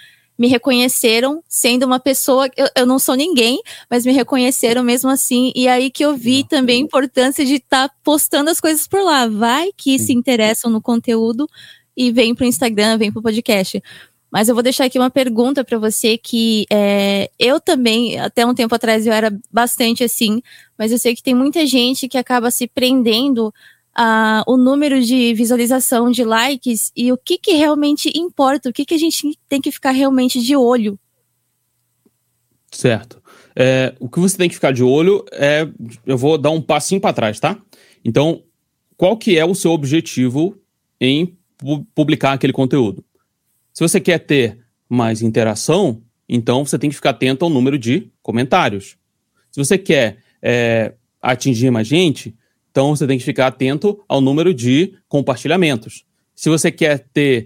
me reconheceram sendo uma pessoa, eu não sou ninguém, mas me reconheceram mesmo assim, e aí que eu vi também a importância de estar postando as coisas por lá. Vai que se interessam no conteúdo e vem pro Instagram, vem pro podcast. Mas eu vou deixar aqui uma pergunta para você que eu também, até um tempo atrás eu era bastante assim, mas eu sei que tem muita gente que acaba se prendendo o número de visualização, de likes, e o que realmente importa, o que a gente tem que ficar realmente de olho. Certo. O que você tem que ficar de olho eu vou dar um passinho para trás, tá? Então, qual que é o seu objetivo em publicar aquele conteúdo? Se você quer ter mais interação, então você tem que ficar atento ao número de comentários. Se você quer atingir mais gente, então você tem que ficar atento ao número de compartilhamentos. Se você quer ter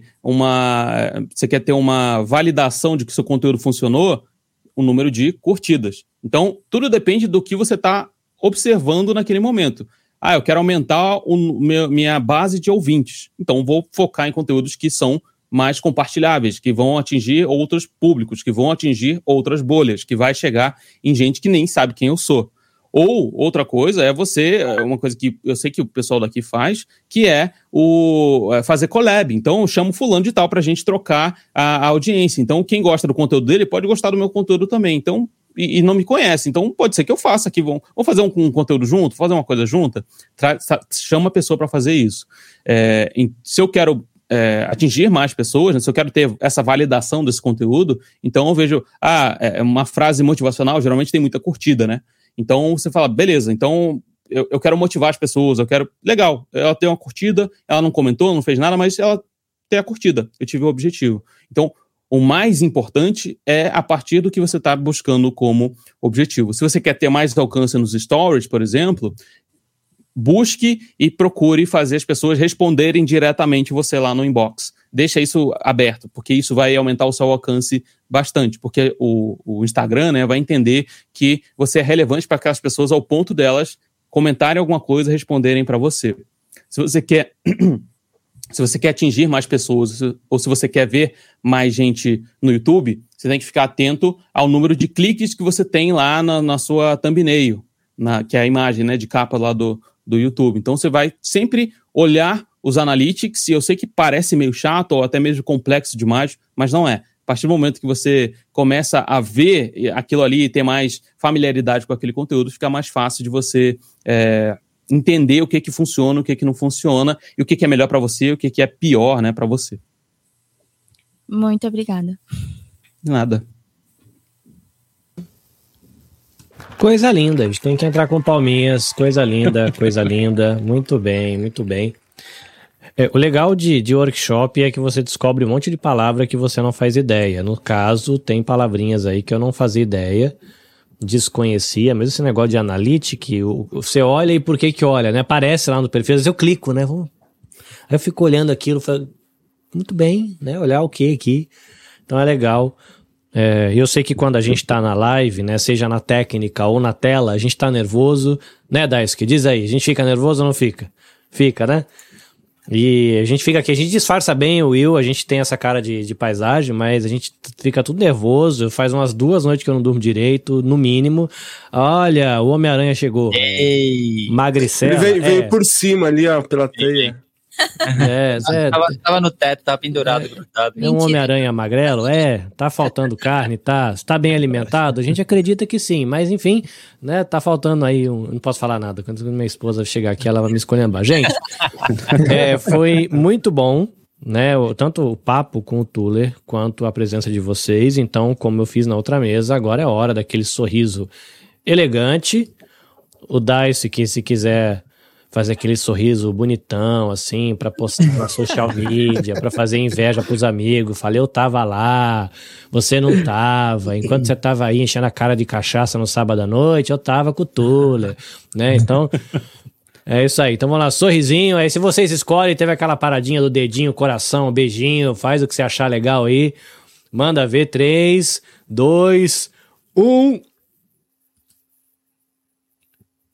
uma validação de que seu conteúdo funcionou, o número de curtidas. Então, tudo depende do que você está observando naquele momento. Eu quero aumentar minha base de ouvintes. Então, vou focar em conteúdos que são mais compartilháveis, que vão atingir outros públicos, que vão atingir outras bolhas, que vai chegar em gente que nem sabe quem eu sou. Ou outra coisa uma coisa que eu sei que o pessoal daqui faz, que é fazer collab. Então eu chamo fulano de tal pra gente trocar a audiência. Então quem gosta do conteúdo dele pode gostar do meu conteúdo também. Então, e não me conhece. Então pode ser que eu faça aqui, vamos fazer um conteúdo junto, fazer uma coisa junta, chama a pessoa para fazer isso. Se eu quero atingir mais pessoas, né? Se eu quero ter essa validação desse conteúdo, então eu vejo, uma frase motivacional geralmente tem muita curtida, né? Então você fala, beleza, então eu quero motivar as pessoas, legal, ela tem uma curtida, ela não comentou, não fez nada, mas ela tem a curtida, eu tive o objetivo. Então o mais importante é a partir do que você está buscando como objetivo. Se você quer ter mais alcance nos stories, por exemplo, busque e procure fazer as pessoas responderem diretamente você lá no inbox. Deixa isso aberto, porque isso vai aumentar o seu alcance bastante, porque o Instagram, né, vai entender que você é relevante para aquelas pessoas ao ponto delas comentarem alguma coisa e responderem para você. Se você quer atingir mais pessoas, ou se você quer ver mais gente no YouTube, você tem que ficar atento ao número de cliques que você tem lá na sua thumbnail, que é a imagem, né, de capa lá do YouTube. Então você vai sempre olhar os analytics, e eu sei que parece meio chato ou até mesmo complexo demais, mas não é. A partir do momento que você começa a ver aquilo ali e ter mais familiaridade com aquele conteúdo, fica mais fácil de você entender o que funciona, o que não funciona, e o que é melhor para você, o que é pior, né, para você. Muito obrigada. De nada. Coisa linda, a gente tem que entrar com palminhas, coisa linda, muito bem, muito bem. O legal de workshop é que você descobre um monte de palavra que você não faz ideia. No caso, tem palavrinhas aí que eu não fazia ideia, desconhecia, mesmo esse negócio de analytics, você olha e por que olha, né? Aparece lá no perfil, às vezes eu clico, né? Aí eu fico olhando aquilo, falo, muito bem, né? Olhar o que aqui, então é legal. Eu sei que quando a gente tá na live, né, seja na técnica ou na tela, a gente tá nervoso, né, Daisuke? Diz aí, a gente fica nervoso ou não fica? Fica, né? E a gente fica aqui, a gente disfarça bem o Will, a gente tem essa cara de paisagem, mas a gente fica tudo nervoso, faz umas 2 noites que eu não durmo direito, no mínimo. Olha, o Homem-Aranha chegou. Magricela. Ele veio por cima ali, ó, pela teia. Tava no teto, tava pendurado, grudado. É um Homem-Aranha magrelo? Tá faltando carne, está bem alimentado? A gente acredita que sim, mas enfim, né, tá faltando aí não posso falar nada, quando minha esposa chegar aqui, ela vai me escolher. Gente, foi muito bom, né, tanto o papo com o Tuller, quanto a presença de vocês. Então, como eu fiz na outra mesa, agora é hora daquele sorriso elegante. O Dice, que se quiser fazer aquele sorriso bonitão, assim, pra postar na social media, pra fazer inveja pros amigos. Falei, eu tava lá, você não tava. Enquanto você tava aí enchendo a cara de cachaça no sábado à noite, eu tava com o Tuller, né? Então, é isso aí. Então vamos lá, sorrisinho. Aí se vocês escolhem, teve aquela paradinha do dedinho, coração, beijinho, faz o que você achar legal aí. Manda ver, 3, 2, 1...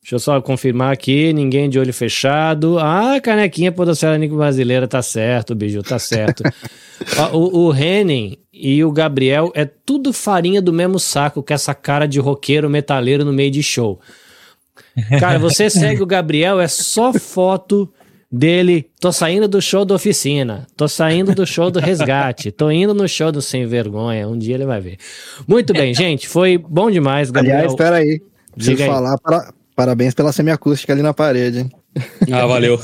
Deixa eu só confirmar aqui, ninguém de olho fechado. Ah, canequinha Podosfera Nipo Brasileira, tá certo, Biju, tá certo. o Renan e o Gabriel é tudo farinha do mesmo saco, com essa cara de roqueiro metaleiro no meio de show. Cara, você segue o Gabriel, é só foto dele. Tô saindo do show da Oficina, tô saindo do show do Resgate, tô indo no show do Sem Vergonha, um dia ele vai ver. Muito bem, gente, foi bom demais, Gabriel. Aliás, espera aí, preciso falar, parabéns pela semiacústica ali na parede, hein? Ah, valeu.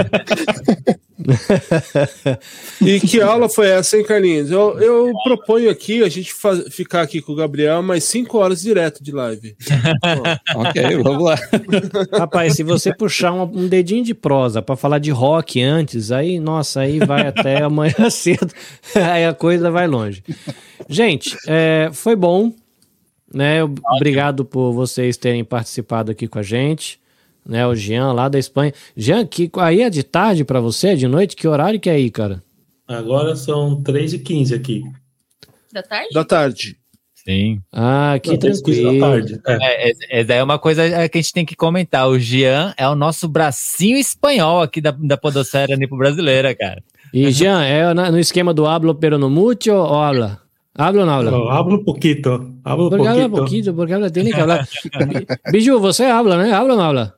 E que aula foi essa, hein, Carlinhos? Eu proponho aqui a gente ficar aqui com o Gabriel mais 5 horas direto de live. Ok, vamos lá. Rapaz, se você puxar um dedinho de prosa pra falar de rock antes, aí, nossa, aí vai até amanhã cedo, aí a coisa vai longe. Gente, foi bom, né? Obrigado por vocês terem participado aqui com a gente. Né, o Jean lá da Espanha. Jean, aí é de tarde pra você? É de noite? Que horário que é aí, cara? Agora são 3h15 aqui. Da tarde? Da tarde. Sim. Ah, que tranquilo. Da tarde. Essa é uma coisa que a gente tem que comentar. O Jean é o nosso bracinho espanhol aqui da Podosfera Nipo Brasileira, cara. E Jean, é no esquema do hablo pero no mucho ou habla? ¿Habla o no habla? No, hablo poquito. Porque habla poquito, porque habla, tiene que hablar. Biju, você habla, né? Habla ou não habla?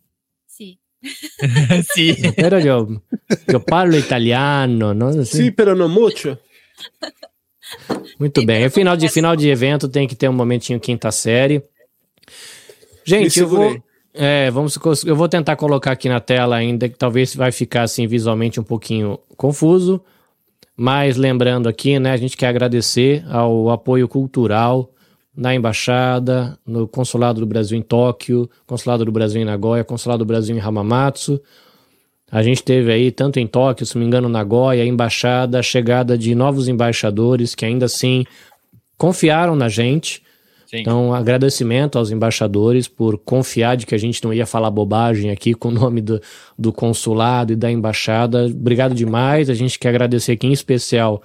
Sim. Pero eu parlo italiano, não sei. Sim, pero no mucho. Muito bem. Final de evento tem que ter um momentinho quinta série. Gente, eu vou tentar colocar aqui na tela ainda, que talvez vai ficar assim visualmente um pouquinho confuso, mas lembrando aqui, né, a gente quer agradecer ao apoio cultural na Embaixada, no Consulado do Brasil em Tóquio, Consulado do Brasil em Nagoya, Consulado do Brasil em Hamamatsu. A gente teve aí, tanto em Tóquio, se não me engano, Nagoya, a Embaixada, a chegada de novos embaixadores que ainda assim confiaram na gente. Sim. Então, agradecimento aos embaixadores por confiar de que a gente não ia falar bobagem aqui com o nome do consulado e da embaixada. Obrigado demais. A gente quer agradecer aqui em especial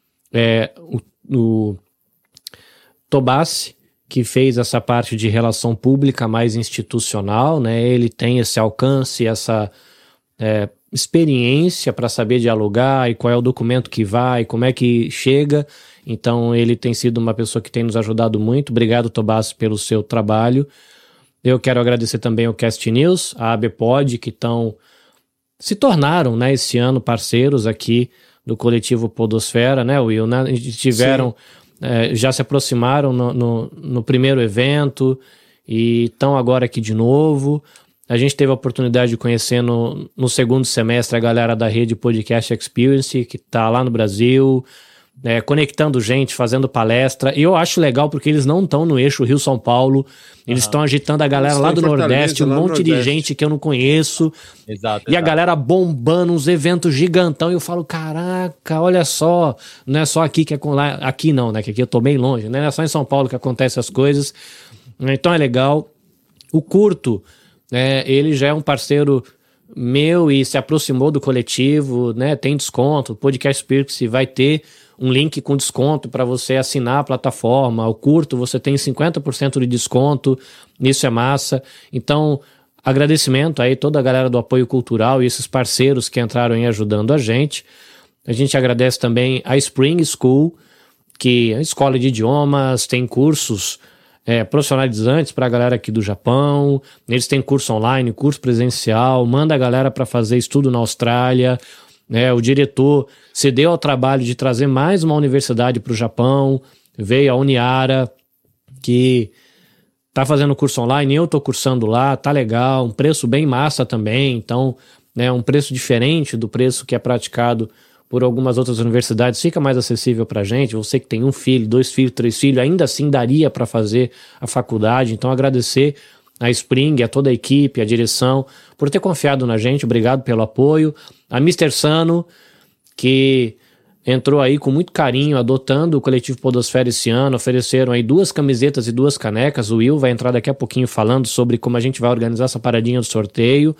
o Tobassi, que fez essa parte de relação pública mais institucional, né? Ele tem esse alcance, essa experiência para saber dialogar e qual é o documento que vai, como é que chega. Então ele tem sido uma pessoa que tem nos ajudado muito. Obrigado, Tobassi, pelo seu trabalho. Eu quero agradecer também ao Cast News, a ABPod, que se tornaram, né, esse ano parceiros aqui do coletivo Podosfera, né, Will? Né? Tiveram... já se aproximaram no primeiro evento e estão agora aqui de novo. A gente teve a oportunidade de conhecer no segundo semestre a galera da rede Podcast Experience, que está lá no Brasil, conectando gente, fazendo palestra. E eu acho legal porque eles não estão no eixo Rio-São Paulo, eles estão agitando a galera lá do Nordeste, um monte de gente que eu não conheço. Exato. E a galera bombando uns eventos gigantão. E eu falo, caraca, olha só, não é só aqui que é lá, aqui não, né? Que aqui eu tô bem longe, né? Não é só em São Paulo que acontecem as coisas. Então é legal. O Curto, ele já é um parceiro meu e se aproximou do coletivo, né? Tem desconto, o Podcast Experience vai ter um link com desconto para você assinar a plataforma. O Curto, você tem 50% de desconto, isso é massa. Então, agradecimento aí toda a galera do apoio cultural e esses parceiros que entraram aí ajudando a gente. A gente agradece também a Spring School, que é uma escola de idiomas, tem cursos profissionalizantes para a galera aqui do Japão. Eles têm curso online, curso presencial, manda a galera para fazer estudo na Austrália. O diretor se deu ao trabalho de trazer mais uma universidade para o Japão, veio a Uniara, que tá fazendo curso online, eu tô cursando lá, tá legal, um preço bem massa também, então, um preço diferente do preço que é praticado por algumas outras universidades, fica mais acessível pra gente. Você que tem 1 filho, 2 filhos, 3 filhos, ainda assim daria para fazer a faculdade. Então agradecer a Spring, a toda a equipe, a direção, por ter confiado na gente, obrigado pelo apoio. A Mr. Sano, que entrou aí com muito carinho, adotando o coletivo Podosfera esse ano, ofereceram aí 2 camisetas e 2 canecas. O Will vai entrar daqui a pouquinho falando sobre como a gente vai organizar essa paradinha do sorteio.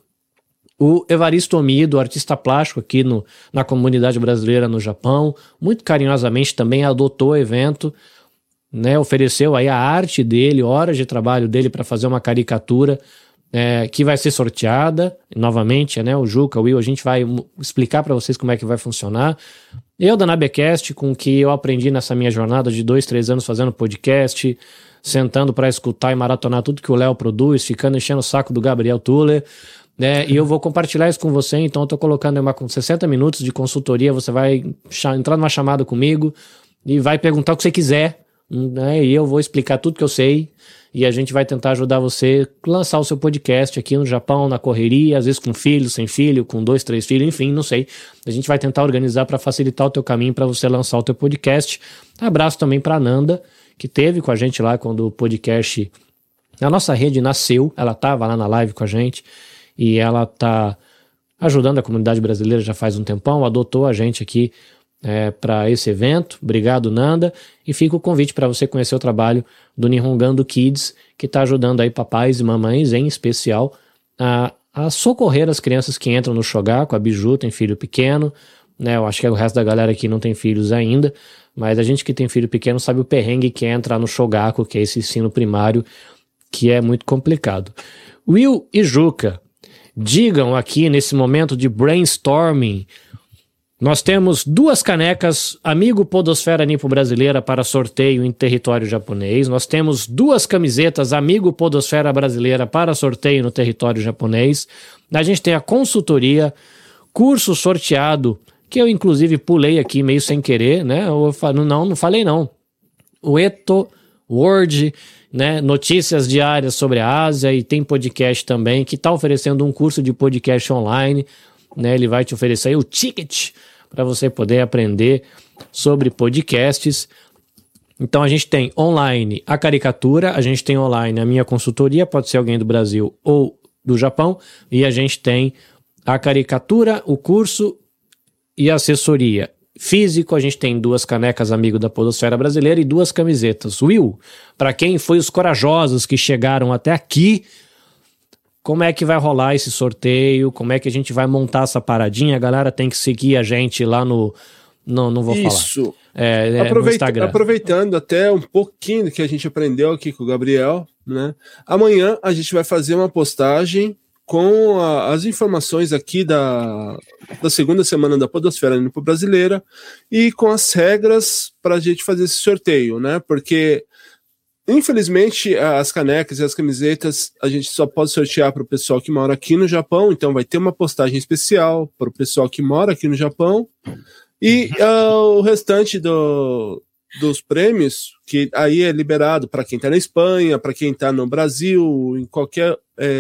O Evaristo Omido, artista plástico aqui na comunidade brasileira no Japão, muito carinhosamente também adotou o evento, né, ofereceu aí a arte dele, horas de trabalho dele para fazer uma caricatura que vai ser sorteada novamente, né? O Juca, o Will, a gente vai explicar para vocês como é que vai funcionar. Eu, da Nabecast, com o que eu aprendi nessa minha jornada de 2-3 anos fazendo podcast, sentando para escutar e maratonar tudo que o Léo produz, ficando enchendo o saco do Gabriel Tuller, né? E eu vou compartilhar isso com você, então eu tô colocando com 60 minutos de consultoria, você vai entrar numa chamada comigo e vai perguntar o que você quiser, né? E eu vou explicar tudo que eu sei, e a gente vai tentar ajudar você a lançar o seu podcast aqui no Japão, na correria, às vezes com filho, sem filho, com 2, 3 filhos, enfim, não sei. A gente vai tentar organizar para facilitar o teu caminho para você lançar o teu podcast. Abraço também para Nanda, que teve com a gente lá quando o podcast, a nossa rede nasceu, ela estava lá na live com a gente, e ela está ajudando a comunidade brasileira já faz um tempão, adotou a gente aqui para esse evento. Obrigado, Nanda, e fica o convite para você conhecer o trabalho do Nihongando Kids, que está ajudando aí papais e mamães, em especial, a socorrer as crianças que entram no Shogaku. A Biju tem filho pequeno, né? Eu acho que o resto da galera aqui não tem filhos ainda, mas a gente que tem filho pequeno sabe o perrengue que é entrar no Shogaku, que é esse ensino primário, que é muito complicado. Will e Juca, digam aqui nesse momento de brainstorming. Nós temos 2 canecas Amigo Podosfera Nipo Brasileira para sorteio em território japonês. Nós temos 2 camisetas Amigo Podosfera Brasileira para sorteio no território japonês. A gente tem a consultoria, curso sorteado, que eu inclusive pulei aqui meio sem querer, né? Não falei não. O Eto Word, né? Notícias diárias sobre a Ásia, e tem podcast também, que está oferecendo um curso de podcast online, né? Ele vai te oferecer aí o ticket para você poder aprender sobre podcasts. Então a gente tem online a caricatura, a gente tem online a minha consultoria, pode ser alguém do Brasil ou do Japão, e a gente tem a caricatura, o curso e a assessoria. Físico, a gente tem 2 canecas Amigo da Podosfera Brasileira e 2 camisetas. Will, para quem foi os corajosos que chegaram até aqui, como é que vai rolar esse sorteio? Como é que a gente vai montar essa paradinha? A galera tem que seguir a gente lá no... Não vou falar. Isso. No Instagram. Aproveitando até um pouquinho do que a gente aprendeu aqui com o Gabriel, né? Amanhã a gente vai fazer uma postagem com as informações aqui da segunda semana da Podosfera Nipo Brasileira e com as regras para a gente fazer esse sorteio, né? Porque infelizmente, as canecas e as camisetas a gente só pode sortear para o pessoal que mora aqui no Japão, então vai ter uma postagem especial para o pessoal que mora aqui no Japão, e o restante dos prêmios, que aí é liberado para quem está na Espanha, para quem está no Brasil, em qualquer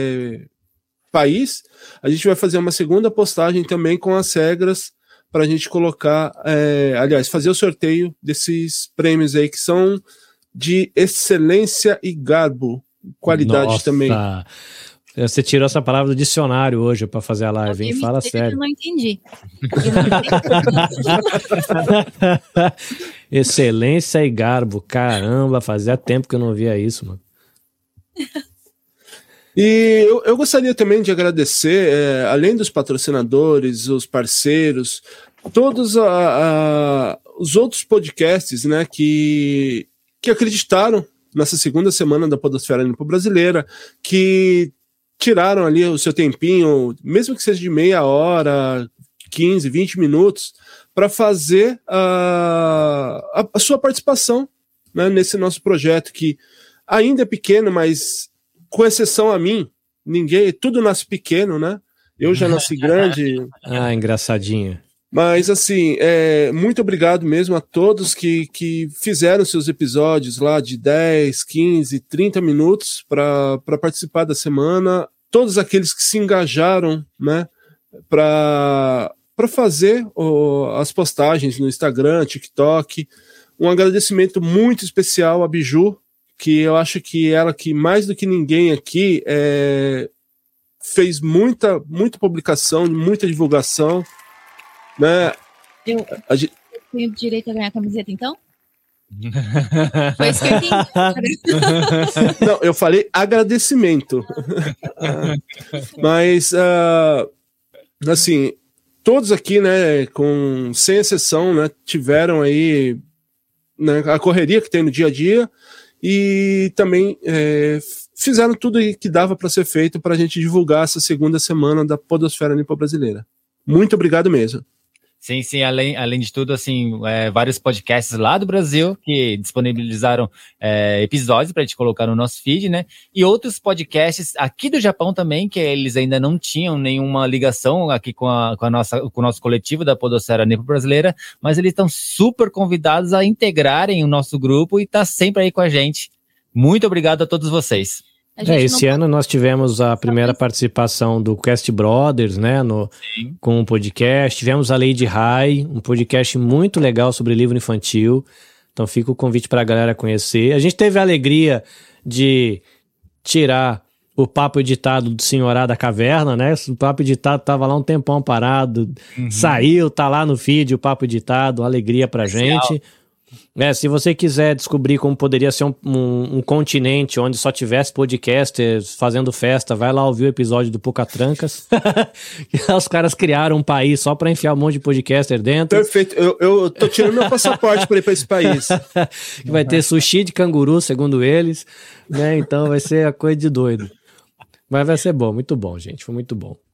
país. A gente vai fazer uma segunda postagem também com as regras para a gente colocar, fazer o sorteio desses prêmios aí que são de excelência e garbo, qualidade. Nossa, também. Você tirou essa palavra do dicionário hoje para fazer a live, hein? Fala sério. Eu não entendi. Excelência e garbo, caramba, fazia tempo que eu não via isso, mano. E eu gostaria também de agradecer, além dos patrocinadores, os parceiros, todos os outros podcasts, né, que acreditaram nessa segunda semana da Podosfera Nipo Brasileira, que tiraram ali o seu tempinho, mesmo que seja de meia hora, 15, 20 minutos, para fazer a sua participação, né, nesse nosso projeto, que ainda é pequeno, mas com exceção a mim, tudo nasce pequeno, né? Eu já nasci grande. Engraçadinho. Mas, assim, muito obrigado mesmo a todos que fizeram seus episódios lá de 10, 15, 30 minutos para participar da semana. Todos aqueles que se engajaram, né, para fazer as postagens no Instagram, TikTok. Um agradecimento muito especial a Biju, que eu acho que ela, que mais do que ninguém aqui, fez muita publicação, muita divulgação. Né? Eu tenho direito a ganhar a camiseta, então? Foi isso que eu entendi. Não, eu falei agradecimento. Mas, assim, todos aqui, né, sem exceção, né, tiveram aí, né, a correria que tem no dia a dia, e também fizeram tudo que dava para ser feito para a gente divulgar essa segunda semana da Podosfera Nipo-Brasileira. Muito obrigado mesmo. Sim, além de tudo, assim, vários podcasts lá do Brasil que disponibilizaram episódios para a gente colocar no nosso feed, né? E outros podcasts aqui do Japão também, que eles ainda não tinham nenhuma ligação aqui com o nosso coletivo da Podosfera Nipo-Brasileira, mas eles estão super convidados a integrarem o nosso grupo e tá sempre aí com a gente. Muito obrigado a todos vocês. Esse ano nós tivemos a primeira participação do Cast Brothers, né, com um podcast. Tivemos a Lady High, um podcast muito legal sobre livro infantil. Então fica o convite para a galera conhecer. A gente teve a alegria de tirar o papo editado do Senhorá da Caverna, né? O papo editado tava lá um tempão parado, saiu, tá lá no feed o papo editado, alegria pra gente. Se você quiser descobrir como poderia ser um continente onde só tivesse podcasters fazendo festa, vai lá ouvir o episódio do Pucatrancas. Os caras criaram um país só pra enfiar um monte de podcaster dentro. Perfeito, eu tô tirando meu passaporte pra ir pra esse país. Vai ter sushi de canguru, segundo eles, né? Então vai ser a coisa de doido. Mas vai ser bom, muito bom, gente, foi muito bom.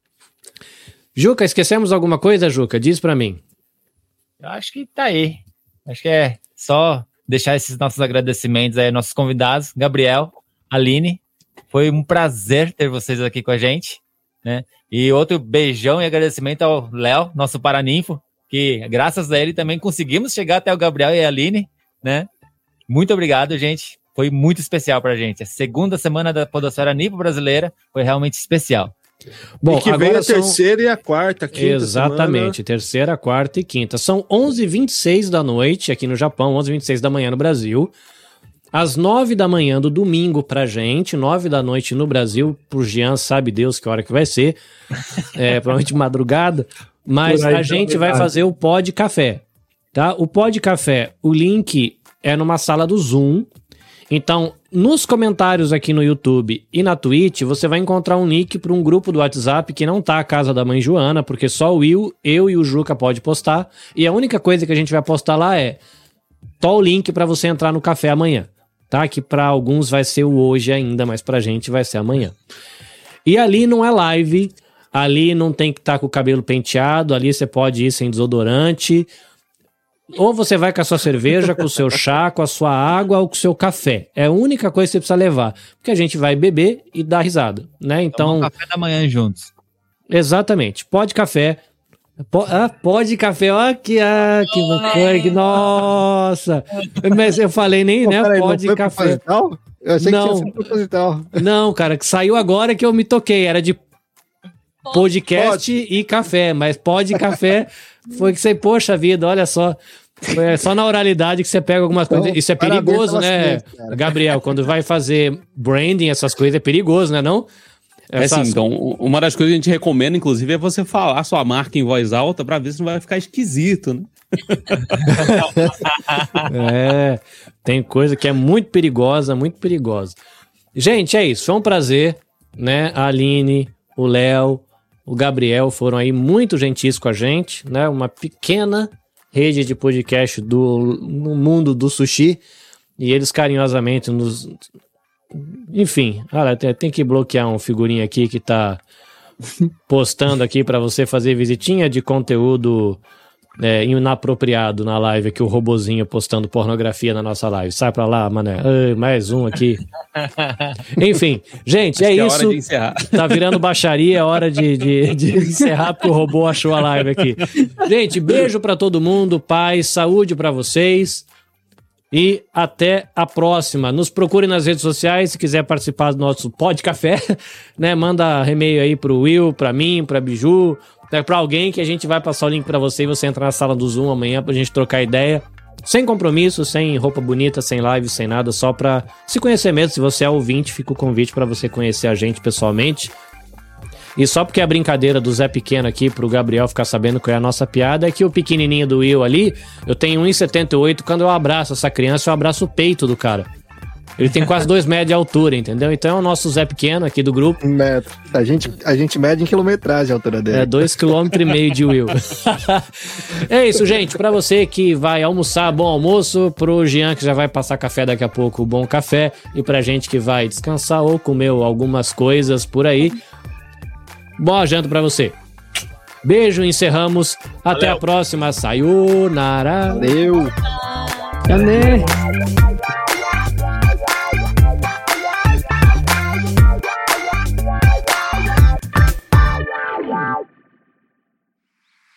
Juca, esquecemos alguma coisa, Juca? Diz pra mim. Eu acho que tá aí. Acho que é só deixar esses nossos agradecimentos aí aos nossos convidados, Gabriel, Aline, foi um prazer ter vocês aqui com a gente, né? E outro beijão e agradecimento ao Léo, nosso paraninfo, que graças a ele também conseguimos chegar até o Gabriel e a Aline, né? Muito obrigado, gente. Foi muito especial pra gente. A segunda semana da Podosfera Nipo-Brasileira foi realmente especial. Bom, e que vem a terceira e a quarta, quinta. Exatamente, semana. Terceira, quarta e quinta. São 11h26 da noite aqui no Japão, 11h26 da manhã no Brasil. Às 9 da manhã do domingo pra gente, 9 da noite no Brasil, pro Jean, sabe Deus que hora que vai ser. Provavelmente madrugada. Mas a gente vai fazer o Pod Café, tá? O Pod Café, o link é numa sala do Zoom. Então, nos comentários aqui no YouTube e na Twitch, você vai encontrar um link para um grupo do WhatsApp que não tá a casa da mãe Joana, porque só o Will, eu e o Juca pode postar. E a única coisa que a gente vai postar lá é o link para você entrar no café amanhã, tá? Que para alguns vai ser o hoje ainda, mas pra gente vai ser amanhã. E ali não é live, ali não tem que estar com o cabelo penteado, ali você pode ir sem desodorante. Ou você vai com a sua cerveja, com o seu chá, com a sua água ou com o seu café. É a única coisa que você precisa levar. Porque a gente vai beber e dar risada, né? Então, café da manhã juntos. Exatamente. Pod Café. Pod Café. Ó, que bacana. Nossa. Mas eu falei nem, né? Peraí, Pod Café. Eu achei que tinha sido proposital. Não, cara, que saiu agora que eu me toquei. Era de podcast e café. Mas Pod Café... Foi que você, poxa vida, olha só. É só na oralidade que você pega algumas coisas. Isso é perigoso, né, Gabriel? Quando vai fazer branding, essas coisas, é perigoso, né, não? Então, uma das coisas que a gente recomenda, inclusive, é você falar sua marca em voz alta pra ver se não vai ficar esquisito, né? Tem coisa que é muito perigosa, muito perigosa. Gente, é isso. Foi um prazer, né? A Aline, o Léo, o Gabriel foram aí muito gentis com a gente, né? Uma pequena rede de podcast no mundo do sushi. E eles carinhosamente nos... Enfim, olha, tem que bloquear um figurinha aqui que tá postando aqui para você fazer visitinha de conteúdo inapropriado na live aqui, o robozinho postando pornografia na nossa live. Sai pra lá, mané. Ai, mais um aqui. Enfim, gente, é isso. Hora de encerrar. Tá virando baixaria, é hora de encerrar porque o robô achou a live aqui. Gente, beijo pra todo mundo, paz, saúde pra vocês e até a próxima. Nos procure nas redes sociais se quiser participar do nosso Pod Café, né? Manda e-mail aí pro Will, pra mim, pra Biju, pra alguém que a gente vai passar o link pra você e você entra na sala do Zoom amanhã pra gente trocar ideia. Sem compromisso, sem roupa bonita, sem live, sem nada, só pra se conhecer mesmo. Se você é ouvinte, fica o convite pra você conhecer a gente pessoalmente. E só porque a brincadeira do Zé Pequeno aqui, pro Gabriel ficar sabendo qual é a nossa piada, é que o pequenininho do Will ali, eu tenho 1,78, quando eu abraço essa criança, eu abraço o peito do cara. Ele tem quase 2 metros de altura, entendeu? Então é o nosso Zé Pequeno aqui do grupo. 1 metro. A gente mede em quilometragem a altura dele. 2,5 km de Will. É isso, gente. Pra você que vai almoçar, bom almoço. Pro Jean, que já vai passar café daqui a pouco, bom café. E pra gente que vai descansar ou comer algumas coisas por aí, boa janta pra você. Beijo, encerramos. Até a próxima. Sayonara. Valeu. Cadê?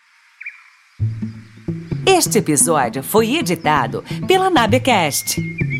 Este episódio foi editado pela Nabecast.